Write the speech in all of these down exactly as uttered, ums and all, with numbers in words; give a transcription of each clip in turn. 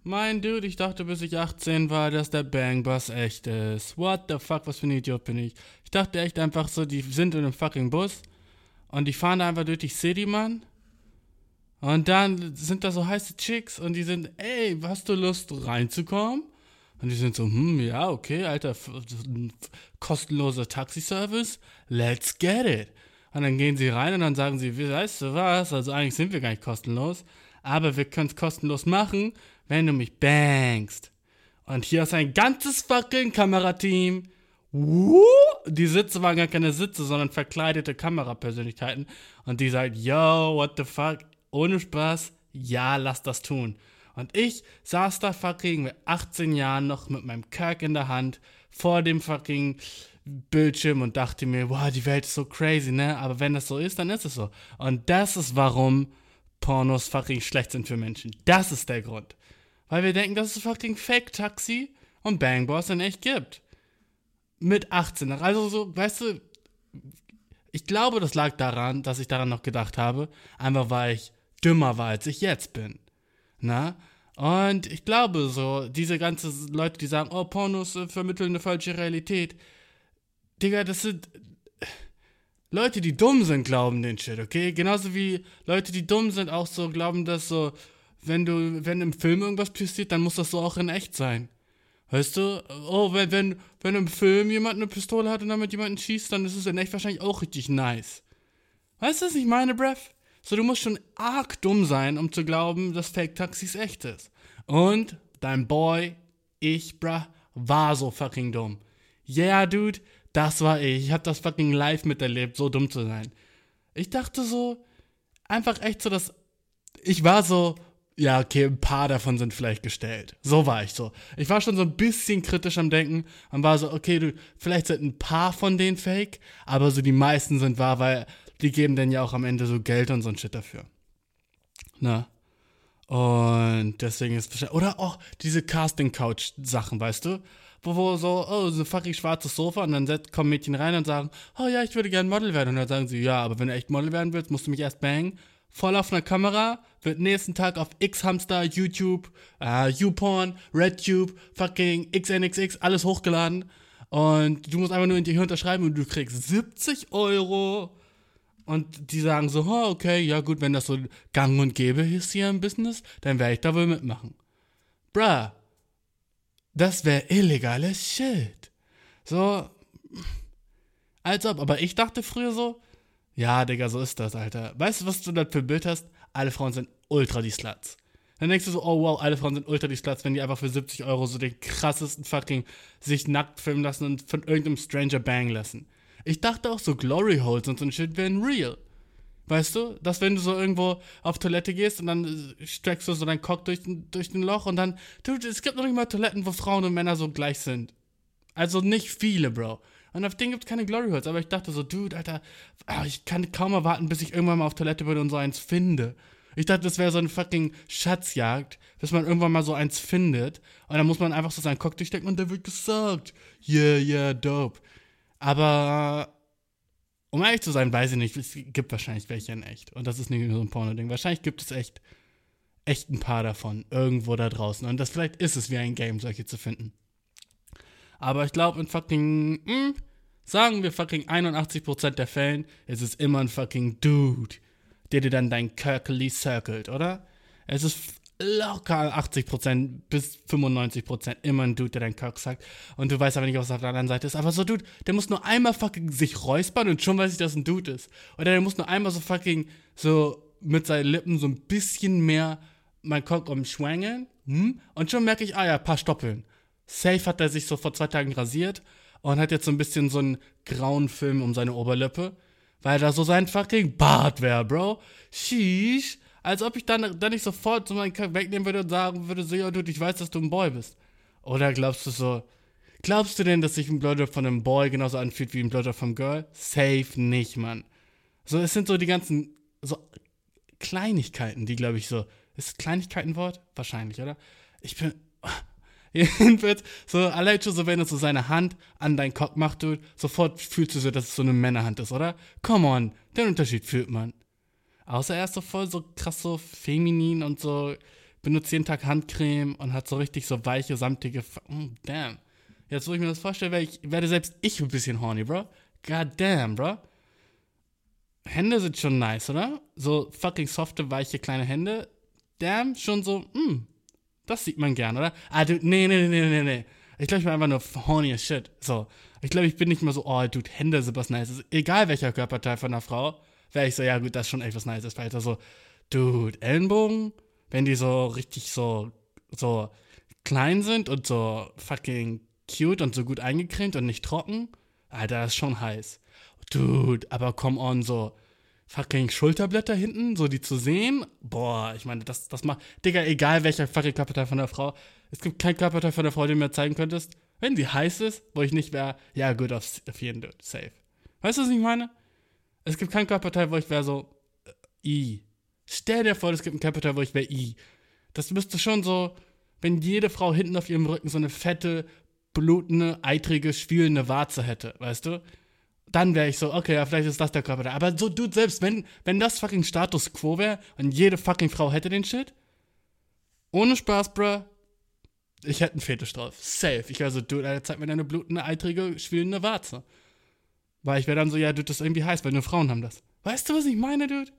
Mein Dude, ich dachte, bis ich achtzehn war, dass der Bang Bus echt ist. What the fuck, was für ein Idiot bin ich? Ich dachte echt einfach so, die sind in einem fucking Bus und die fahren da einfach durch die City, Mann. Und dann sind da so heiße Chicks und die sind, ey, hast du Lust reinzukommen? Und die sind so, hm, ja, okay, Alter, f- f- kostenloser Taxiservice, let's get it. Und dann gehen sie rein und dann sagen sie, weißt du was, also eigentlich sind wir gar nicht kostenlos, aber wir können es kostenlos machen, wenn du mich bangst. Und hier ist ein ganzes fucking Kamerateam. Woo! Die Sitze waren gar keine Sitze, sondern verkleidete Kamerapersönlichkeiten. Und die sagt, yo, what the fuck, ohne Spaß, ja, lass das tun. Und ich saß da fucking mit achtzehn Jahren noch mit meinem Kirk in der Hand vor dem fucking Bildschirm und dachte mir, wow, die Welt ist so crazy, ne? Aber wenn das so ist, dann ist es so. Und das ist, warum Pornos fucking schlecht sind für Menschen. Das ist der Grund. Weil wir denken, dass es fucking Fake-Taxi und Bang Boss in echt gibt. Mit achtzehn. Also so, weißt du, ich glaube, das lag daran, dass ich daran noch gedacht habe, einfach weil ich dümmer war, als ich jetzt bin. Na? Und ich glaube so, diese ganzen Leute, die sagen, oh, Pornos äh, vermitteln eine falsche Realität. Digga, das sind Leute, die dumm sind, glauben den Shit, okay? Genauso wie Leute, die dumm sind, auch so glauben, dass so, wenn du, wenn im Film irgendwas passiert, dann muss das so auch in echt sein. Weißt du? Oh, wenn, wenn, wenn im Film jemand eine Pistole hat und damit jemanden schießt, dann ist es in echt wahrscheinlich auch richtig nice. Weißt du, was ich meine, Brev? So, du musst schon arg dumm sein, um zu glauben, dass Fake-Taxis echt ist. Und dein Boy, ich, bruh, war so fucking dumm. Yeah, dude, das war ich. Ich hab das fucking live miterlebt, so dumm zu sein. Ich dachte so, einfach echt so, dass ich war so, ja, okay, ein paar davon sind vielleicht gestellt. So war ich so. Ich war schon so ein bisschen kritisch am Denken und war so, okay, du, vielleicht sind ein paar von denen fake, aber so die meisten sind wahr, weil die geben dann ja auch am Ende so Geld und so ein Shit dafür. Na? Und deswegen ist es, oder auch diese Casting-Couch-Sachen, weißt du? Wo, wo so, oh, so ein fucking schwarzes Sofa und dann set- kommen Mädchen rein und sagen, oh ja, ich würde gerne Model werden. Und dann sagen sie, ja, aber wenn du echt Model werden willst, musst du mich erst bangen. Voll auf einer Kamera, wird nächsten Tag auf X-Hamster, YouTube, äh, YouPorn, RedTube, fucking X N X X, alles hochgeladen. Und du musst einfach nur in die Hirn unterschreiben und du kriegst siebzig Euro. Und die sagen so, oh, okay, ja gut, wenn das so gang und gäbe ist hier im Business, dann werde ich da wohl mitmachen. Bruh, das wäre illegales Shit. So, als ob. Aber ich dachte früher so, ja, Digga, so ist das, Alter. Weißt du, was du da für ein Bild hast? Alle Frauen sind ultra die Sluts. Dann denkst du so, oh wow, alle Frauen sind ultra die Sluts, wenn die einfach für siebzig Euro so den krassesten fucking sich nackt filmen lassen und von irgendeinem Stranger bang lassen. Ich dachte auch so Glory Holes und so ein Shit wären real. Weißt du? Dass wenn du so irgendwo auf Toilette gehst und dann äh, streckst du so deinen Cock durch, durch den Loch und dann, dude, es gibt noch nicht mal Toiletten, wo Frauen und Männer so gleich sind. Also nicht viele, Bro. Und auf denen gibt es keine Glory Holes. Aber ich dachte so, dude, Alter, ah, ich kann kaum erwarten, bis ich irgendwann mal auf Toilette bin und so eins finde. Ich dachte, das wäre so eine fucking Schatzjagd, bis man irgendwann mal so eins findet. Und dann muss man einfach so seinen Cock durchstecken und der wird gesagt. Yeah, yeah, dope. Aber um ehrlich zu sein, weiß ich nicht. Es gibt wahrscheinlich welche in echt. Und das ist nicht nur so ein Porno-Ding. Wahrscheinlich gibt es echt, echt ein paar davon irgendwo da draußen. Und das vielleicht ist es wie ein Game, solche zu finden. Aber ich glaube, in fucking, mh, sagen wir fucking einundachtzig Prozent der Fällen, ist es immer ein fucking Dude, der dir dann dein Kirkeli circelt, oder? Es ist locker achtzig Prozent bis fünfundneunzig Prozent immer ein Dude, der deinen Kirk sagt. Und du weißt aber nicht, was auf der anderen Seite ist. Aber so, Dude, der muss nur einmal fucking sich räuspern und schon weiß ich, dass ein Dude ist. Oder der muss nur einmal so fucking so mit seinen Lippen so ein bisschen mehr mein Cock umschwangeln. Hm? Und schon merke ich, ah ja, paar Stoppeln. Safe hat er sich so vor zwei Tagen rasiert und hat jetzt so ein bisschen so einen grauen Film um seine Oberlippe, weil da so sein fucking Bart wäre, Bro. Sheesh. Als ob ich dann, dann nicht sofort so meinen Kack wegnehmen würde und sagen würde, so, ja, Dude, ich weiß, dass du ein Boy bist. Oder glaubst du so, glaubst du denn, dass sich ein Blowjob von einem Boy genauso anfühlt wie ein Blowjob vom Girl? Safe nicht, Mann. So, es sind so die ganzen, so Kleinigkeiten, die, glaube ich, so, ist Kleinigkeiten ein Wort? Wahrscheinlich, oder? Ich bin, jedenfalls, so allein schon so, wenn er so seine Hand an deinen Cock macht, du, sofort fühlst du so, dass es so eine Männerhand ist, oder? Come on, den Unterschied fühlt man. Außer er ist so voll so krass so feminin und so benutzt jeden Tag Handcreme und hat so richtig so weiche, samtige, F- mm, damn. Jetzt, wo ich mir das vorstelle, werde, ich, werde selbst ich ein bisschen horny, bro. God damn, bro. Hände sind schon nice, oder? So fucking softe, weiche, kleine Hände. Damn, schon so, mm, das sieht man gern, oder? Ah, du, nee, nee, nee, nee, nee. Ich glaube, ich bin einfach nur horny as shit. So. Ich glaube, ich bin nicht mehr so, oh, dude, Hände sind was Nices. Egal welcher Körperteil von einer Frau, wäre ich so, ja gut, das ist schon echt was Nices. Weiter so, dude, Ellenbogen, wenn die so richtig so, so klein sind und so fucking cute und so gut eingecremt und nicht trocken, Alter, das ist schon heiß. Dude, aber come on, so fucking Schulterblätter hinten, so die zu sehen, boah, ich meine, das, das macht, Digga, egal welcher fucking Körperteil von der Frau, es gibt kein Körperteil von der Frau, den du mir zeigen könntest, wenn sie heiß ist, wo ich nicht wäre, ja gut, auf, auf jeden Fall, safe. Weißt du, was ich meine? Es gibt kein Körperteil, wo ich wäre so, äh, i. Stell dir vor, es gibt ein Körperteil, wo ich wäre, i. Das müsste schon so, wenn jede Frau hinten auf ihrem Rücken so eine fette, blutende, eitrige, schwielende Warze hätte, weißt du? Dann wäre ich so, okay, ja, vielleicht ist das der Körperteil. Aber so, dude, selbst wenn, wenn das fucking Status Quo wäre und jede fucking Frau hätte den Shit, ohne Spaß, bruh, ich hätte einen Fetisch drauf. Safe. Ich wäre so, dude, Alter, zeig mir deine blutende, eitrige, schwielende Warze. Weil ich wäre dann so, ja, dude, das ist irgendwie heiß, weil nur Frauen haben das. Weißt du, was ich meine, dude?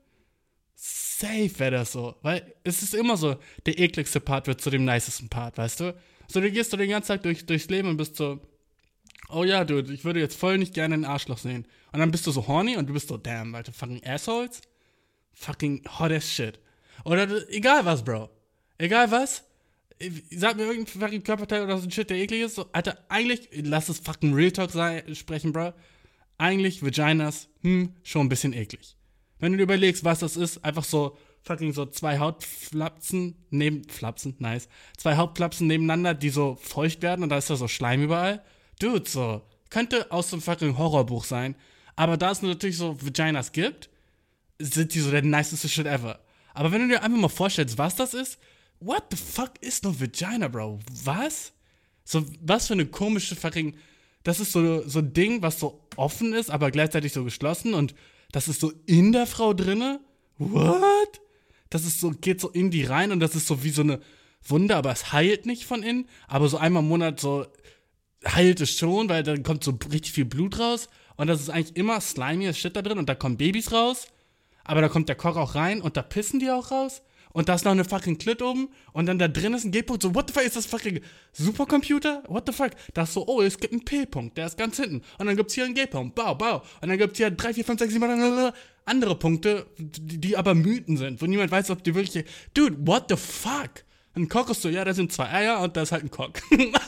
Safe wäre das so. Weil es ist immer so, der ekligste Part wird zu dem nicesten Part, weißt du? So, du gehst so den ganzen Tag durch, durchs Leben und bist so, oh ja, dude, ich würde jetzt voll nicht gerne ein Arschloch sehen. Und dann bist du so horny und du bist so, damn, Alter, fucking Assholes. Fucking hot as shit. Oder du, egal was, Bro. Egal was. Sag mir irgendein fucking Körperteil oder so ein Shit, der eklig ist. So, Alter, eigentlich, lass es fucking Real Talk sein, sprechen, Bro. Eigentlich, Vaginas, hm, schon ein bisschen eklig. Wenn du dir überlegst, was das ist, einfach so fucking so zwei Hautflapsen neben, Flapsen, nice. Zwei Hautflapsen nebeneinander, die so feucht werden und da ist da so Schleim überall. Dude, so, könnte aus so einem fucking Horrorbuch sein, aber da es natürlich so Vaginas gibt, sind die so der niceste Shit ever. Aber wenn du dir einfach mal vorstellst, was das ist, what the fuck ist noch Vagina, Bro? Was? So, was für eine komische fucking, das ist so, so ein Ding, was so offen ist, aber gleichzeitig so geschlossen und das ist so in der Frau drinne? What? Das ist so, geht so in die rein und das ist so wie so eine Wunde, aber es heilt nicht von innen, aber so einmal im Monat so heilt es schon, weil dann kommt so richtig viel Blut raus und das ist eigentlich immer slimy Shit da drin und da kommen Babys raus, aber da kommt der Koch auch rein und da pissen die auch raus und da ist noch eine fucking Klit oben und dann da drin ist ein G-Punkt, so what the fuck, ist das fucking Supercomputer? What the fuck? Da ist so, oh, es gibt einen P-Punkt, der ist ganz hinten und dann gibt's hier einen G-Punkt, bau, bau und dann gibt's hier drei, vier, fünf, sechs, sieben andere Punkte, die, die aber Mythen sind, wo niemand weiß, ob die wirklich, dude, what the fuck? Ein Cock ist so, ja, da sind zwei Eier und da ist halt ein Cock.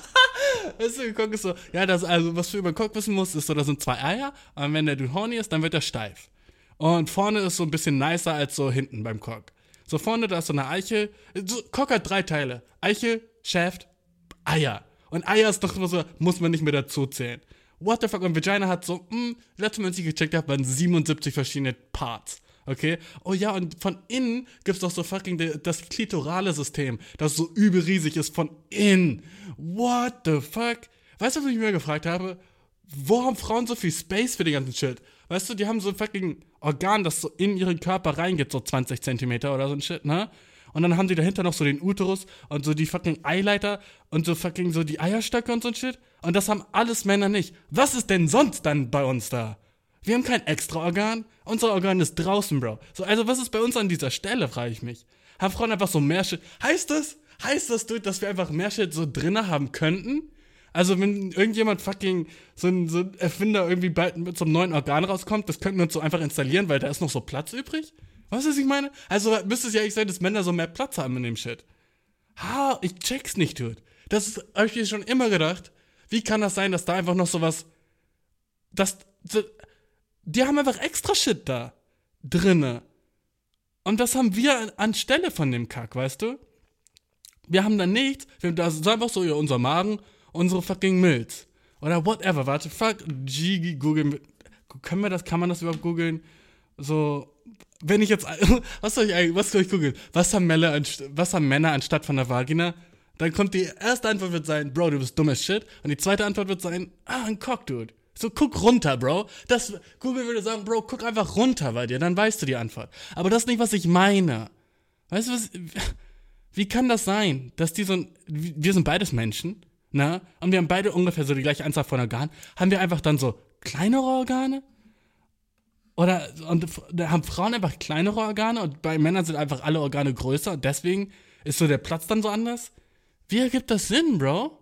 Weißt du, Cock ist so, ja, das, also, was du über Cock wissen musst, ist so, da sind zwei Eier und wenn der Dude horny ist, dann wird er steif. Und vorne ist so ein bisschen nicer als so hinten beim Cock. So vorne, da ist so eine Eichel. So, Cock hat drei Teile. Eichel, Shaft, Eier. Und Eier ist doch immer so, muss man nicht mehr dazu zählen. What the fuck? Und Vagina hat so, mh, letztes Mal, als ich gecheckt habe, waren siebenundsiebzig verschiedene Parts. Okay? Oh ja, und von innen gibt's doch so fucking de, das klitorale System, das so übelriesig ist von innen. What the fuck? Weißt du, was ich mir gefragt habe? Wo haben Frauen so viel Space für den ganzen Shit? Weißt du, die haben so ein fucking Organ, das so in ihren Körper reingeht, so zwanzig Zentimeter oder so ein Shit, ne? Und dann haben die dahinter noch so den Uterus und so die fucking Eileiter und so fucking so die Eierstöcke und so ein Shit. Und das haben alles Männer nicht. Was ist denn sonst dann bei uns da? Wir haben kein extra Organ. Unser Organ ist draußen, Bro. So, also was ist bei uns an dieser Stelle, frage ich mich. Haben Frauen einfach so mehr Shit? Heißt das, heißt das, dude, dass wir einfach mehr Shit so drinne haben könnten? Also wenn irgendjemand fucking so ein, so ein Erfinder irgendwie bald mit so einem neuen Organ rauskommt, das könnten wir uns so einfach installieren, weil da ist noch so Platz übrig? Weißt du, was ich meine? Also müsste es ja eigentlich sein, dass Männer so mehr Platz haben in dem Shit. Ha, ich check's nicht, dude. Das habe ich mir schon immer gedacht. Wie kann das sein, dass da einfach noch sowas, das, so, die haben einfach extra Shit da drinne. Und das haben wir anstelle von dem Kack, weißt du? Wir haben da nichts. Wir haben da ist einfach so, ja, unser Magen, unsere fucking Milz. Oder whatever. Warte, fuck, G, Google. Können wir das, kann man das überhaupt googeln? So, wenn ich jetzt, was soll ich eigentlich, was soll ich googeln? Was haben Männer, was haben Männer anstatt von der Vagina? Dann kommt die erste Antwort wird sein, Bro, du bist dumm as shit. Und die zweite Antwort wird sein, ah, ein Cock, dude. So, guck runter, Bro. Das, Google würde sagen, Bro, guck einfach runter bei dir, dann weißt du die Antwort. Aber das ist nicht, was ich meine. Weißt du, was, Wie kann das sein, dass die so ein, wir sind beides Menschen, ne? Und wir haben beide ungefähr so die gleiche Anzahl von Organen. Haben wir einfach dann so kleinere Organe? Oder und haben Frauen einfach kleinere Organe und bei Männern sind einfach alle Organe größer und deswegen ist so der Platz dann so anders? Wie ergibt das Sinn, Bro?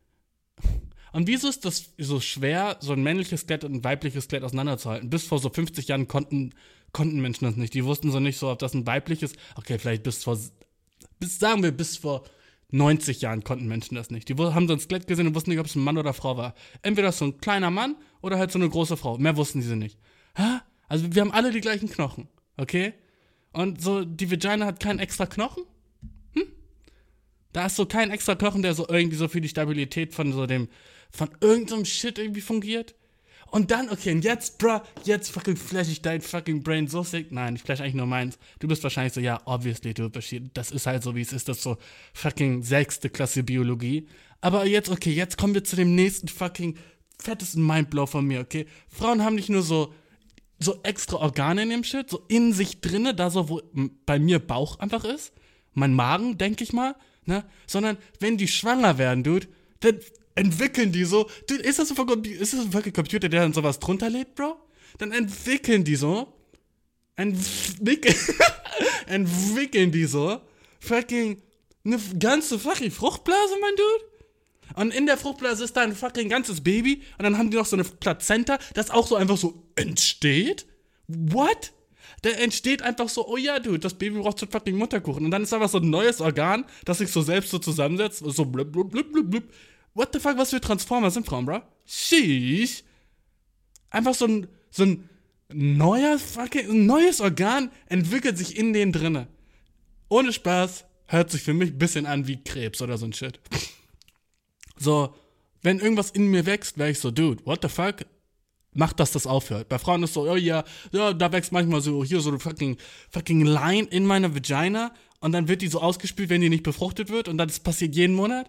Und wieso ist das so schwer, so ein männliches Skelett und ein weibliches Skelett auseinanderzuhalten? Bis vor so fünfzig Jahren konnten, konnten Menschen das nicht. Die wussten so nicht so, ob das ein weibliches, okay, vielleicht bis vor, bis, sagen wir, bis vor neunzig Jahren konnten Menschen das nicht. Die haben so ein Skelett gesehen und wussten nicht, ob es ein Mann oder Frau war. Entweder so ein kleiner Mann oder halt so eine große Frau. Mehr wussten sie nicht. Hä? Also wir haben alle die gleichen Knochen, okay? Und so, die Vagina hat keinen extra Knochen? Hm? Da ist so kein extra Knochen, der so irgendwie so für die Stabilität von so dem, von irgendeinem Shit irgendwie fungiert. Und dann, okay, und jetzt, bruh, jetzt fucking flash ich dein fucking Brain so sick. Nein, ich flash eigentlich nur meins. Du bist wahrscheinlich so, ja, obviously, du bist, das ist halt so, wie es ist, das ist so fucking sechste Klasse Biologie. Aber jetzt, okay, jetzt kommen wir zu dem nächsten fucking fettesten Mindblow von mir, okay? Frauen haben nicht nur so so extra Organe in dem Shit, so in sich drinne, da so, wo m- bei mir Bauch einfach ist, mein Magen, denke ich mal, ne, sondern wenn die schwanger werden, Dude, dann entwickeln die so, Dude, ist das ein fucking, ist das ein fucking Computer, der dann sowas drunter lädt, Bro? Dann entwickeln die so, entwickeln, entwickeln die so, fucking, eine ganze fucking Fruchtblase, mein Dude? Und in der Fruchtblase ist da ein fucking ganzes Baby und dann haben die noch so eine Plazenta, das auch so einfach so entsteht? What? Da entsteht einfach so, oh ja, du, das Baby braucht so fucking Mutterkuchen. Und dann ist einfach so ein neues Organ, das sich so selbst so zusammensetzt, so blub, blub, blub, blub, blub. What the fuck, was für Transformers sind Frauen, bro? Sheesh. Einfach so ein, so ein neuer fucking, ein neues Organ entwickelt sich in denen drinne. Ohne Spaß, hört sich für mich ein bisschen an wie Krebs oder so ein Shit. So, wenn irgendwas in mir wächst, wäre ich so, dude, what the fuck? Mach, dass das aufhört. Bei Frauen ist so, oh ja, ja, da wächst manchmal so hier so eine fucking, fucking Line in meiner Vagina und dann wird die so ausgespült, wenn die nicht befruchtet wird und das passiert jeden Monat.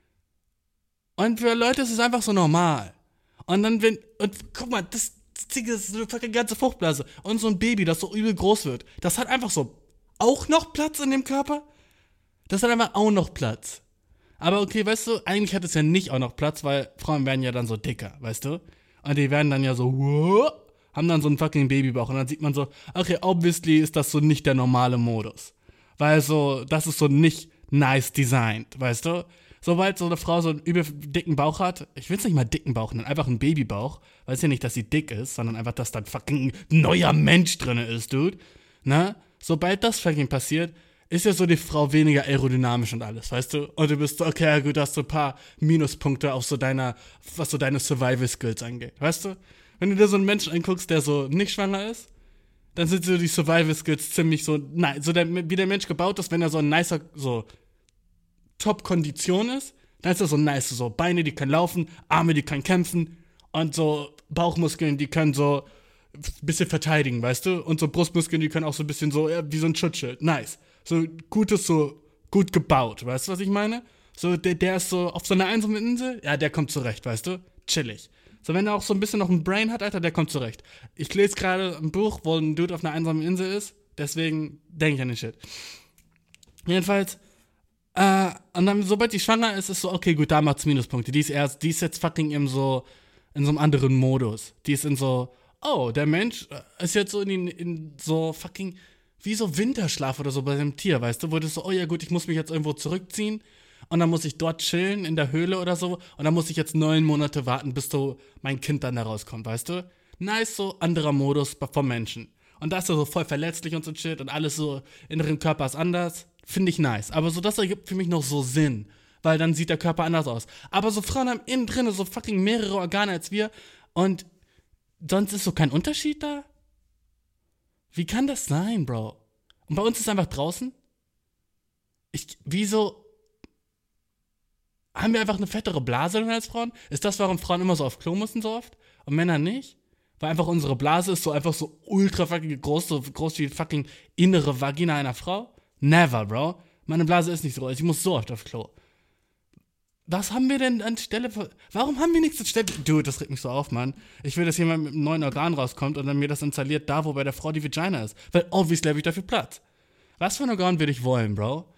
Und für Leute ist es einfach so normal. Und dann, wenn, und guck mal, das, das ist so eine fucking ganze Fruchtblase und so ein Baby, das so übel groß wird, das hat einfach so auch noch Platz in dem Körper? Das hat einfach auch noch Platz. Aber okay, weißt du, eigentlich hat es ja nicht auch noch Platz, weil Frauen werden ja dann so dicker, weißt du? Und die werden dann ja so, wow, haben dann so einen fucking Babybauch. Und dann sieht man so, okay, obviously ist das so nicht der normale Modus. Weil so, das ist so nicht nice designed, weißt du? Sobald so eine Frau so einen übel dicken Bauch hat, ich will es nicht mal dicken Bauch nennen, einfach einen Babybauch, weil es ja nicht, dass sie dick ist, sondern einfach, dass da ein fucking neuer Mensch drin ist, dude. Ne? Sobald das fucking passiert, ist ja so die Frau weniger aerodynamisch und alles, weißt du? Und du bist so, okay, ja gut, hast so ein paar Minuspunkte auf so deiner, was so deine Survival-Skills angeht, weißt du? Wenn du dir so einen Menschen anguckst, der so nicht schwanger ist, dann sind so die Survival-Skills ziemlich so, nein, so der, wie der Mensch gebaut ist, wenn er so ein nicer, so Top-Kondition ist, dann ist er so nice, so Beine, die können laufen, Arme, die können kämpfen und so Bauchmuskeln, die können so ein bisschen verteidigen, weißt du? Und so Brustmuskeln, die können auch so ein bisschen so, ja, wie so ein Schutzschild, nice. So gutes, so gut gebaut, weißt du, was ich meine? So, der, der ist so auf so einer einsamen Insel, ja, der kommt zurecht, weißt du? Chillig. So, wenn er auch so ein bisschen noch ein Brain hat, Alter, der kommt zurecht. Ich lese gerade ein Buch, wo ein Dude auf einer einsamen Insel ist, deswegen denke ich an den Shit. Jedenfalls, äh, und dann, sobald die schwanger ist, ist so, okay, gut, da macht's Minuspunkte. Die ist erst, die ist jetzt fucking im so, in so einem anderen Modus. Die ist in so, oh, der Mensch ist jetzt so in, in so fucking, wie so Winterschlaf oder so bei dem Tier, weißt du, wo du so, oh ja gut, ich muss mich jetzt irgendwo zurückziehen und dann muss ich dort chillen in der Höhle oder so und dann muss ich jetzt neun Monate warten, bis so mein Kind dann da rauskommt, weißt du? Nice, so anderer Modus vom Menschen. Und da ist er so voll verletzlich und so shit und alles so, inneren Körper ist anders, finde ich nice. Aber so, das ergibt für mich noch so Sinn, weil dann sieht der Körper anders aus. Aber so Frauen haben innen drin so fucking mehrere Organe als wir und sonst ist so kein Unterschied da? Wie kann das sein, Bro? Und bei uns ist es einfach draußen? Ich, wieso? Haben wir einfach eine fettere Blase als Frauen? Ist das, warum Frauen immer so auf Klo müssen so oft? Und Männer nicht? Weil einfach unsere Blase ist so einfach so ultra fucking groß, so groß wie die fucking innere Vagina einer Frau? Never, Bro. Meine Blase ist nicht so groß. Ich muss so oft auf Klo. Was haben wir denn anstelle von, warum haben wir nichts anstelle, dude, das regt mich so auf, Mann. Ich will, dass jemand mit einem neuen Organ rauskommt und dann mir das installiert, da, wo bei der Frau die Vagina ist. Weil obviously habe ich dafür Platz. Was für ein Organ würde ich wollen, Bro?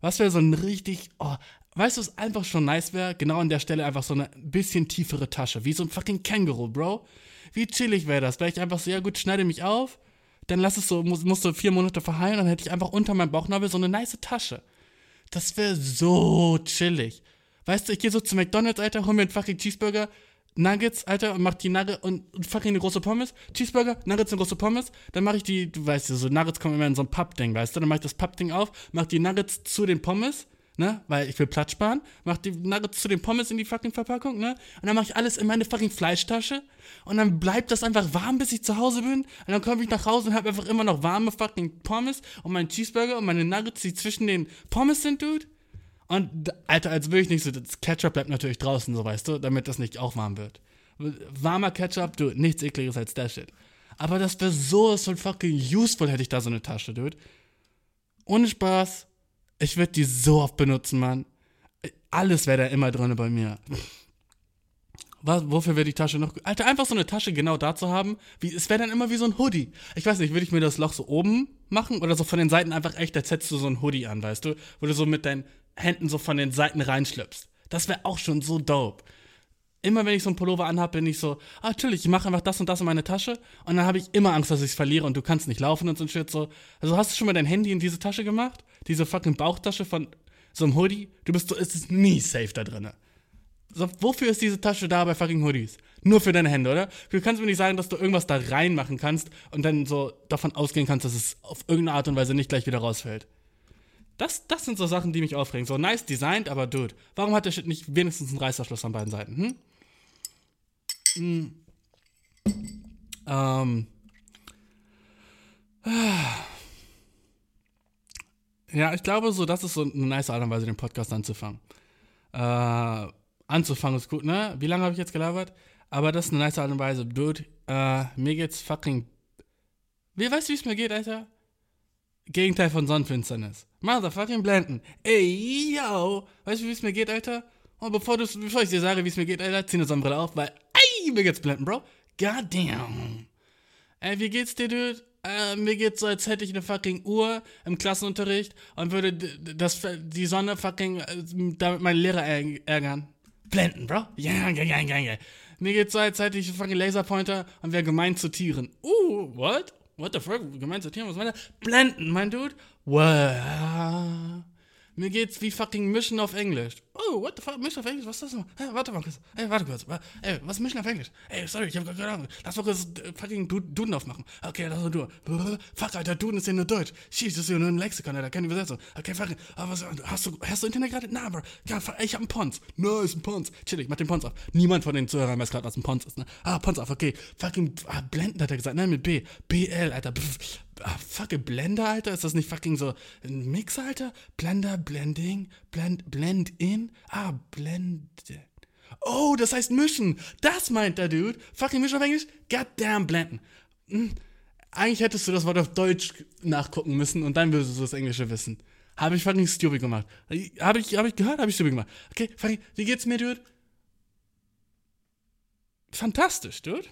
Was wäre so ein richtig, oh, weißt du, was einfach schon nice wäre? Genau an der Stelle einfach so eine bisschen tiefere Tasche, wie so ein fucking Känguru, Bro. Wie chillig wäre das? Wäre ich einfach so, ja gut, schneide mich auf, dann lass es so, muss, musst du vier Monate verheilen, dann hätte ich einfach unter meinem Bauchnabel so eine nice Tasche. Das wäre so chillig. Weißt du, ich gehe so zu McDonald's, Alter, hol mir einen fucking Cheeseburger, Nuggets, Alter, und mach die Nuggets und, und fucking eine große Pommes. Cheeseburger, Nuggets und große Pommes. Dann mache ich die, du weißt ja, so Nuggets kommen immer in so ein Pappding, weißt du? Dann mach ich das Pappding auf, mach die Nuggets zu den Pommes, ne? Weil ich will Platz sparen. Mach die Nuggets zu den Pommes in die fucking Verpackung, ne? Und dann mach ich alles in meine fucking Fleischtasche. Und dann bleibt das einfach warm, bis ich zu Hause bin. Und dann komme ich nach Hause und hab einfach immer noch warme fucking Pommes und meinen Cheeseburger und meine Nuggets, die zwischen den Pommes sind, Dude. Und, Alter, als will ich nicht so, das Ketchup bleibt natürlich draußen, so weißt du, damit das nicht auch warm wird. Warmer Ketchup, du, nichts ekliges als der Shit. Aber das wäre so, so fucking useful, hätte ich da so eine Tasche, dude. Ohne Spaß, ich würde die so oft benutzen, Mann. Alles wäre da immer drin bei mir. Was, wofür wäre die Tasche noch? Alter, einfach so eine Tasche genau da zu haben, wie, es wäre dann immer wie so ein Hoodie. Ich weiß nicht, würde ich mir das Loch so oben machen oder so von den Seiten einfach echt, als hättest du so ein Hoodie an, weißt du? Wo du so mit deinen Händen so von den Seiten reinschlüpfst. Das wäre auch schon so dope. Immer wenn ich so einen Pullover anhab, bin ich so, ah, natürlich, ich mache einfach das und das in meine Tasche und dann habe ich immer Angst, dass ich es verliere und du kannst nicht laufen und so ein Shit so. Also hast du schon mal dein Handy in diese Tasche gemacht? Diese fucking Bauchtasche von so einem Hoodie? Du bist so, es ist nie safe da drin. So, wofür ist diese Tasche da bei fucking Hoodies? Nur für deine Hände, oder? Du kannst mir nicht sagen, dass du irgendwas da reinmachen kannst und dann so davon ausgehen kannst, dass es auf irgendeine Art und Weise nicht gleich wieder rausfällt. Das, das sind so Sachen, die mich aufregen. So nice designt, aber dude, warum hat der Shit nicht wenigstens einen Reißverschluss an beiden Seiten, hm? Hm. Ähm. Ja, ich glaube so, das ist so eine nice Art und Weise, den Podcast anzufangen. Äh, anzufangen ist gut, ne? Wie lange habe ich jetzt gelabert? Aber das ist eine nice Art und Weise. Dude, äh, mir geht's fucking... Wie, weißt du, wie es mir geht, Alter? Gegenteil von Sonnenfinsternis. Motherfucking blenden. Ey, yo. Weißt du, wie es mir geht, Alter? Und bevor, du, bevor ich dir sage, wie es mir geht, Alter, zieh eine Sonnenbrille auf, weil, ey, mir geht's blenden, Bro. Goddamn. Ey, wie geht's dir, Dude? Äh, mir geht's so, als hätte ich eine fucking Uhr im Klassenunterricht und würde das, die Sonne fucking, äh, damit meine Lehrer ärgern. Blenden, Bro. Ja, ja, ja, ja, ja. Mir geht's so, als hätte ich einen fucking Laserpointer und wäre gemein zu Tieren. Uh, what? What the fuck? Gemein zu Tieren? Was meint er? Blenden, mein Dude. Wow. Mir geht's wie fucking Mission auf Englisch. Oh, what the fuck? Mission auf Englisch? Was ist das denn? Hey, warte mal kurz. Ey, warte kurz. Ey, was ist Mission auf Englisch? Ey, sorry, ich hab gar keine Ahnung. Lass mal kurz äh, fucking Duden aufmachen. Okay, lass mal du. Fuck, Alter, Duden ist ja nur Deutsch. Shit, das ist ja nur ein Lexikon, Alter, keine Übersetzung. Okay, fucking. Aber was, hast du, hast du Internet gerade? Na, Bro. Ja, ich hab einen Pons. Nice, ein Pons. Chill, ich mach den Pons auf. Niemand von den Zuhörern weiß gerade, was ein Pons ist, ne? Ah, Pons auf, okay. Fucking, ah, Blenden hat er gesagt. Nein, mit B. B L, Alter. Pff. Ah, fucking Blender, Alter? Ist das nicht fucking so ein Mix, Alter? Blender, Blending, Blend, Blend in? Ah, Blend. Oh, das heißt mischen. Das meint der Dude. Fucking mischen auf Englisch? Goddamn, blenden. Hm. Eigentlich hättest du das Wort auf Deutsch nachgucken müssen und dann würdest du das Englische wissen. Habe ich fucking stupid gemacht. Habe ich, hab ich gehört? Habe ich stupid gemacht. Okay, fucking, wie geht's mir, Dude? Fantastisch, Dude.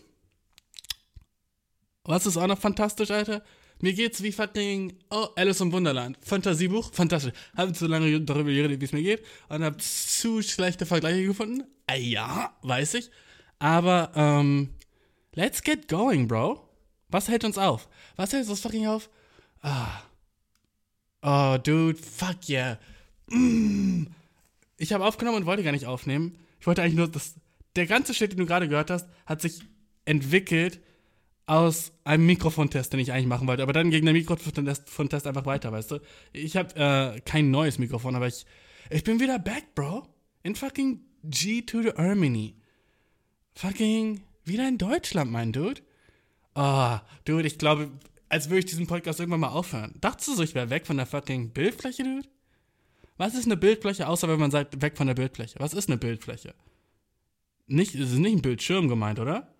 Was ist auch noch fantastisch, Alter? Mir geht's wie fucking, oh, Alice im Wunderland. Fantasiebuch, fantastisch. Hab zu lange darüber geredet, wie es mir geht und hab zu schlechte Vergleiche gefunden. Ah, ja, weiß ich. Aber, ähm, let's get going, Bro. Was hält uns auf? Was hält uns fucking auf? Ah. Oh, dude, fuck yeah. Mm. Ich habe aufgenommen und wollte gar nicht aufnehmen. Ich wollte eigentlich nur, das, der ganze Shit, den du gerade gehört hast, hat sich entwickelt aus einem Mikrofontest, den ich eigentlich machen wollte. Aber dann gegen den Mikrofontest einfach weiter, weißt du? Ich habe äh, kein neues Mikrofon, aber ich, ich bin wieder back, Bro. In fucking G to the Germany. Fucking wieder in Deutschland, mein Dude. Oh, Dude, ich glaube, als würde ich diesen Podcast irgendwann mal aufhören. Dachtest du so, ich wäre weg von der fucking Bildfläche, Dude? Was ist eine Bildfläche, außer wenn man sagt, weg von der Bildfläche? Was ist eine Bildfläche? Nicht, es ist nicht ein Bildschirm gemeint, oder?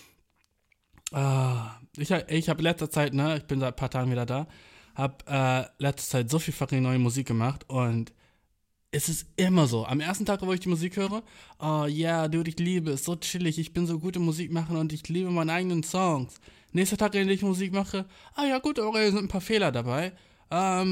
Ah, ich ich habe letzter Zeit, ne, ich bin seit ein paar Tagen wieder da, hab äh, letzter Zeit so viel fucking neue Musik gemacht und es ist immer so. Am ersten Tag, wo ich die Musik höre, oh yeah, dude, ich liebe es, so chillig, ich bin so gute Musik machen und ich liebe meine eigenen Songs. Nächster Tag, in dem ich Musik mache, ah ja gut, aber es sind ein paar Fehler dabei. Ähm,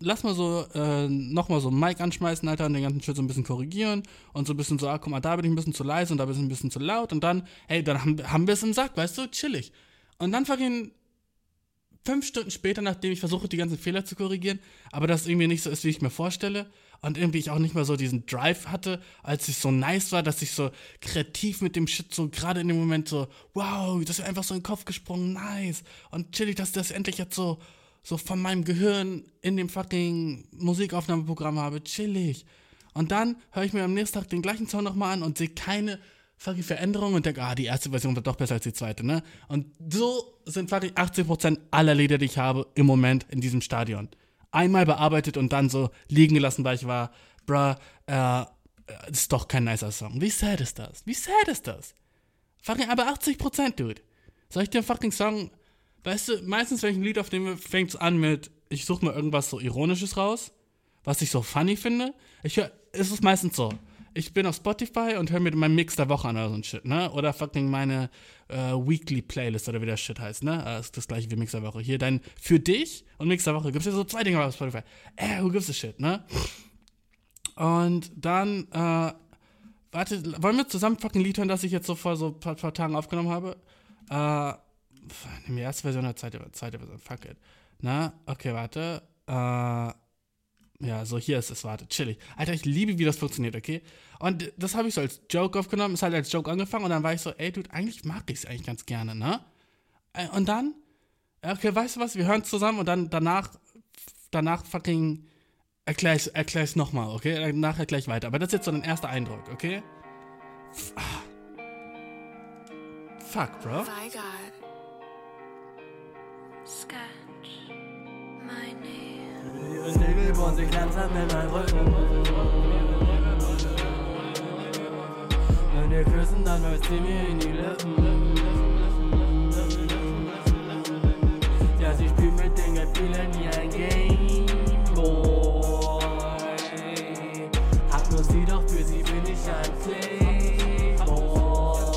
lass mal so, äh, nochmal so einen Mic anschmeißen, Alter, und den ganzen Shit so ein bisschen korrigieren und so ein bisschen so, ah, guck mal, da bin ich ein bisschen zu leise und da bin ich ein bisschen zu laut und dann, hey, dann haben, haben wir es im Sack, weißt du, chillig. Und dann fucking fünf Stunden später, nachdem ich versuche, die ganzen Fehler zu korrigieren, aber das irgendwie nicht so ist, wie ich mir vorstelle und irgendwie ich auch nicht mehr so diesen Drive hatte, als es so nice war, dass ich so kreativ mit dem Shit so gerade in dem Moment so, wow, das ist einfach so in den Kopf gesprungen, nice und chillig, dass ich das endlich jetzt so so von meinem Gehirn in dem fucking Musikaufnahmeprogramm habe, chillig. Und dann höre ich mir am nächsten Tag den gleichen Song nochmal an und sehe keine fucking Veränderung und denke, ah, die erste Version wird doch besser als die zweite, ne? Und so sind fucking achtzig Prozent aller Lieder, die ich habe, im Moment in diesem Stadion. Einmal bearbeitet und dann so liegen gelassen, weil ich war, bruh, äh, das ist doch kein nicer Song. Wie sad ist das? Wie sad ist das? Fucking aber achtzig Prozent, Dude. Soll ich dir einen fucking Song... Weißt du, meistens, wenn ich ein Lied aufnehme, fängt es an mit, ich suche mir irgendwas so Ironisches raus, was ich so funny finde. Ich hör, es ist meistens so, ich bin auf Spotify und höre mir meinen Mix der Woche an oder so ein Shit, ne? Oder fucking meine äh, Weekly Playlist oder wie der Shit heißt, ne? Das ist das gleiche wie Mix der Woche. Hier dein Für dich und Mix der Woche. Gibt es ja so zwei Dinge auf Spotify. Äh, who gives a shit, ne? Und dann, äh, warte, wollen wir zusammen fucking Lied hören, das ich jetzt so vor so ein paar, paar Tagen aufgenommen habe? Äh, Nimm die erste Version oder zweite, zweite Version, fuck it. Na, okay, warte. Äh, ja, so hier ist es, warte, chillig. Alter, ich liebe, wie das funktioniert, okay? Und das habe ich so als Joke aufgenommen, ist halt als Joke angefangen und dann war ich so, ey, Dude, eigentlich mag ich es eigentlich ganz gerne, ne? Und dann, okay, weißt du was, wir hören es zusammen und dann danach, danach fucking erklär ich es nochmal, okay? Danach erklär ich weiter. Aber das ist jetzt so ein erster Eindruck, okay? Fuck, bro. My God. Sketch my name. Die Nägel bohren sich langsam in meinen Rücken. Wenn wir küssen, dann hört sie mir in die Lippen. Ja, sie spielt mit den Gefühlen wie ein Gameboy. Hab nur sie, doch für sie bin ich ein Playboy.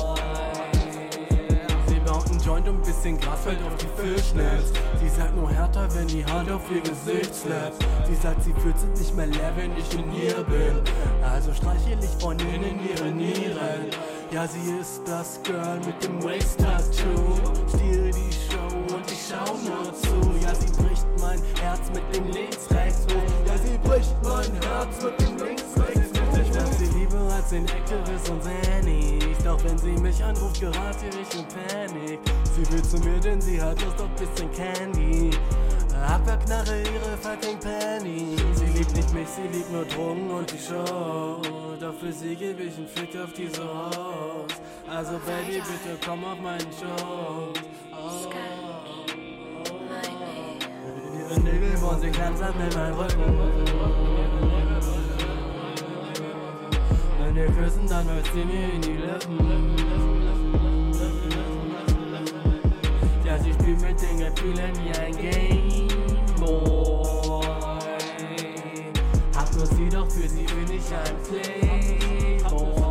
Sie baut einen Joint und ein bisschen Gras fällt auf die Fischnetz. Sie sagt nur härter, wenn die Hand auf ihr Gesicht slappt. Sie sagt, sie fühlt sich nicht mehr leer, wenn ich in ihr bin. Also streichel ich von innen ihre Nieren. Ja, sie ist das Girl mit dem Waist-Tattoo. Stiere die Show und ich schau nur zu. Ja, sie bricht mein Herz mit dem Links-Rechts-Ruf. Ja, sie bricht mein Herz mit dem Links-Rechts-Ruf. Ich dachte, sie lieber als den Activist und Zanny. Doch wenn sie mich anruft, gerate ich in Panik. Sie will zu mir, denn sie hat Lust auf bisschen Candy. Abwerknarre ihre fucking Penny. Sie liebt nicht mich, sie liebt nur Drogen und die Show. Doch für sie gebe ich einen Fick auf diese Haus. Also Baby, bitte komm auf meinen Show. Oh. Ihre Nägel bohren sich langsam in meinen Rücken. Wenn wir küssen, dann hört sie mir in die Lippen. Ja, sie spielt mit den Gefühlen wie ein Gameboy. Hab nur sie, doch für sie bin ich ein Playboy.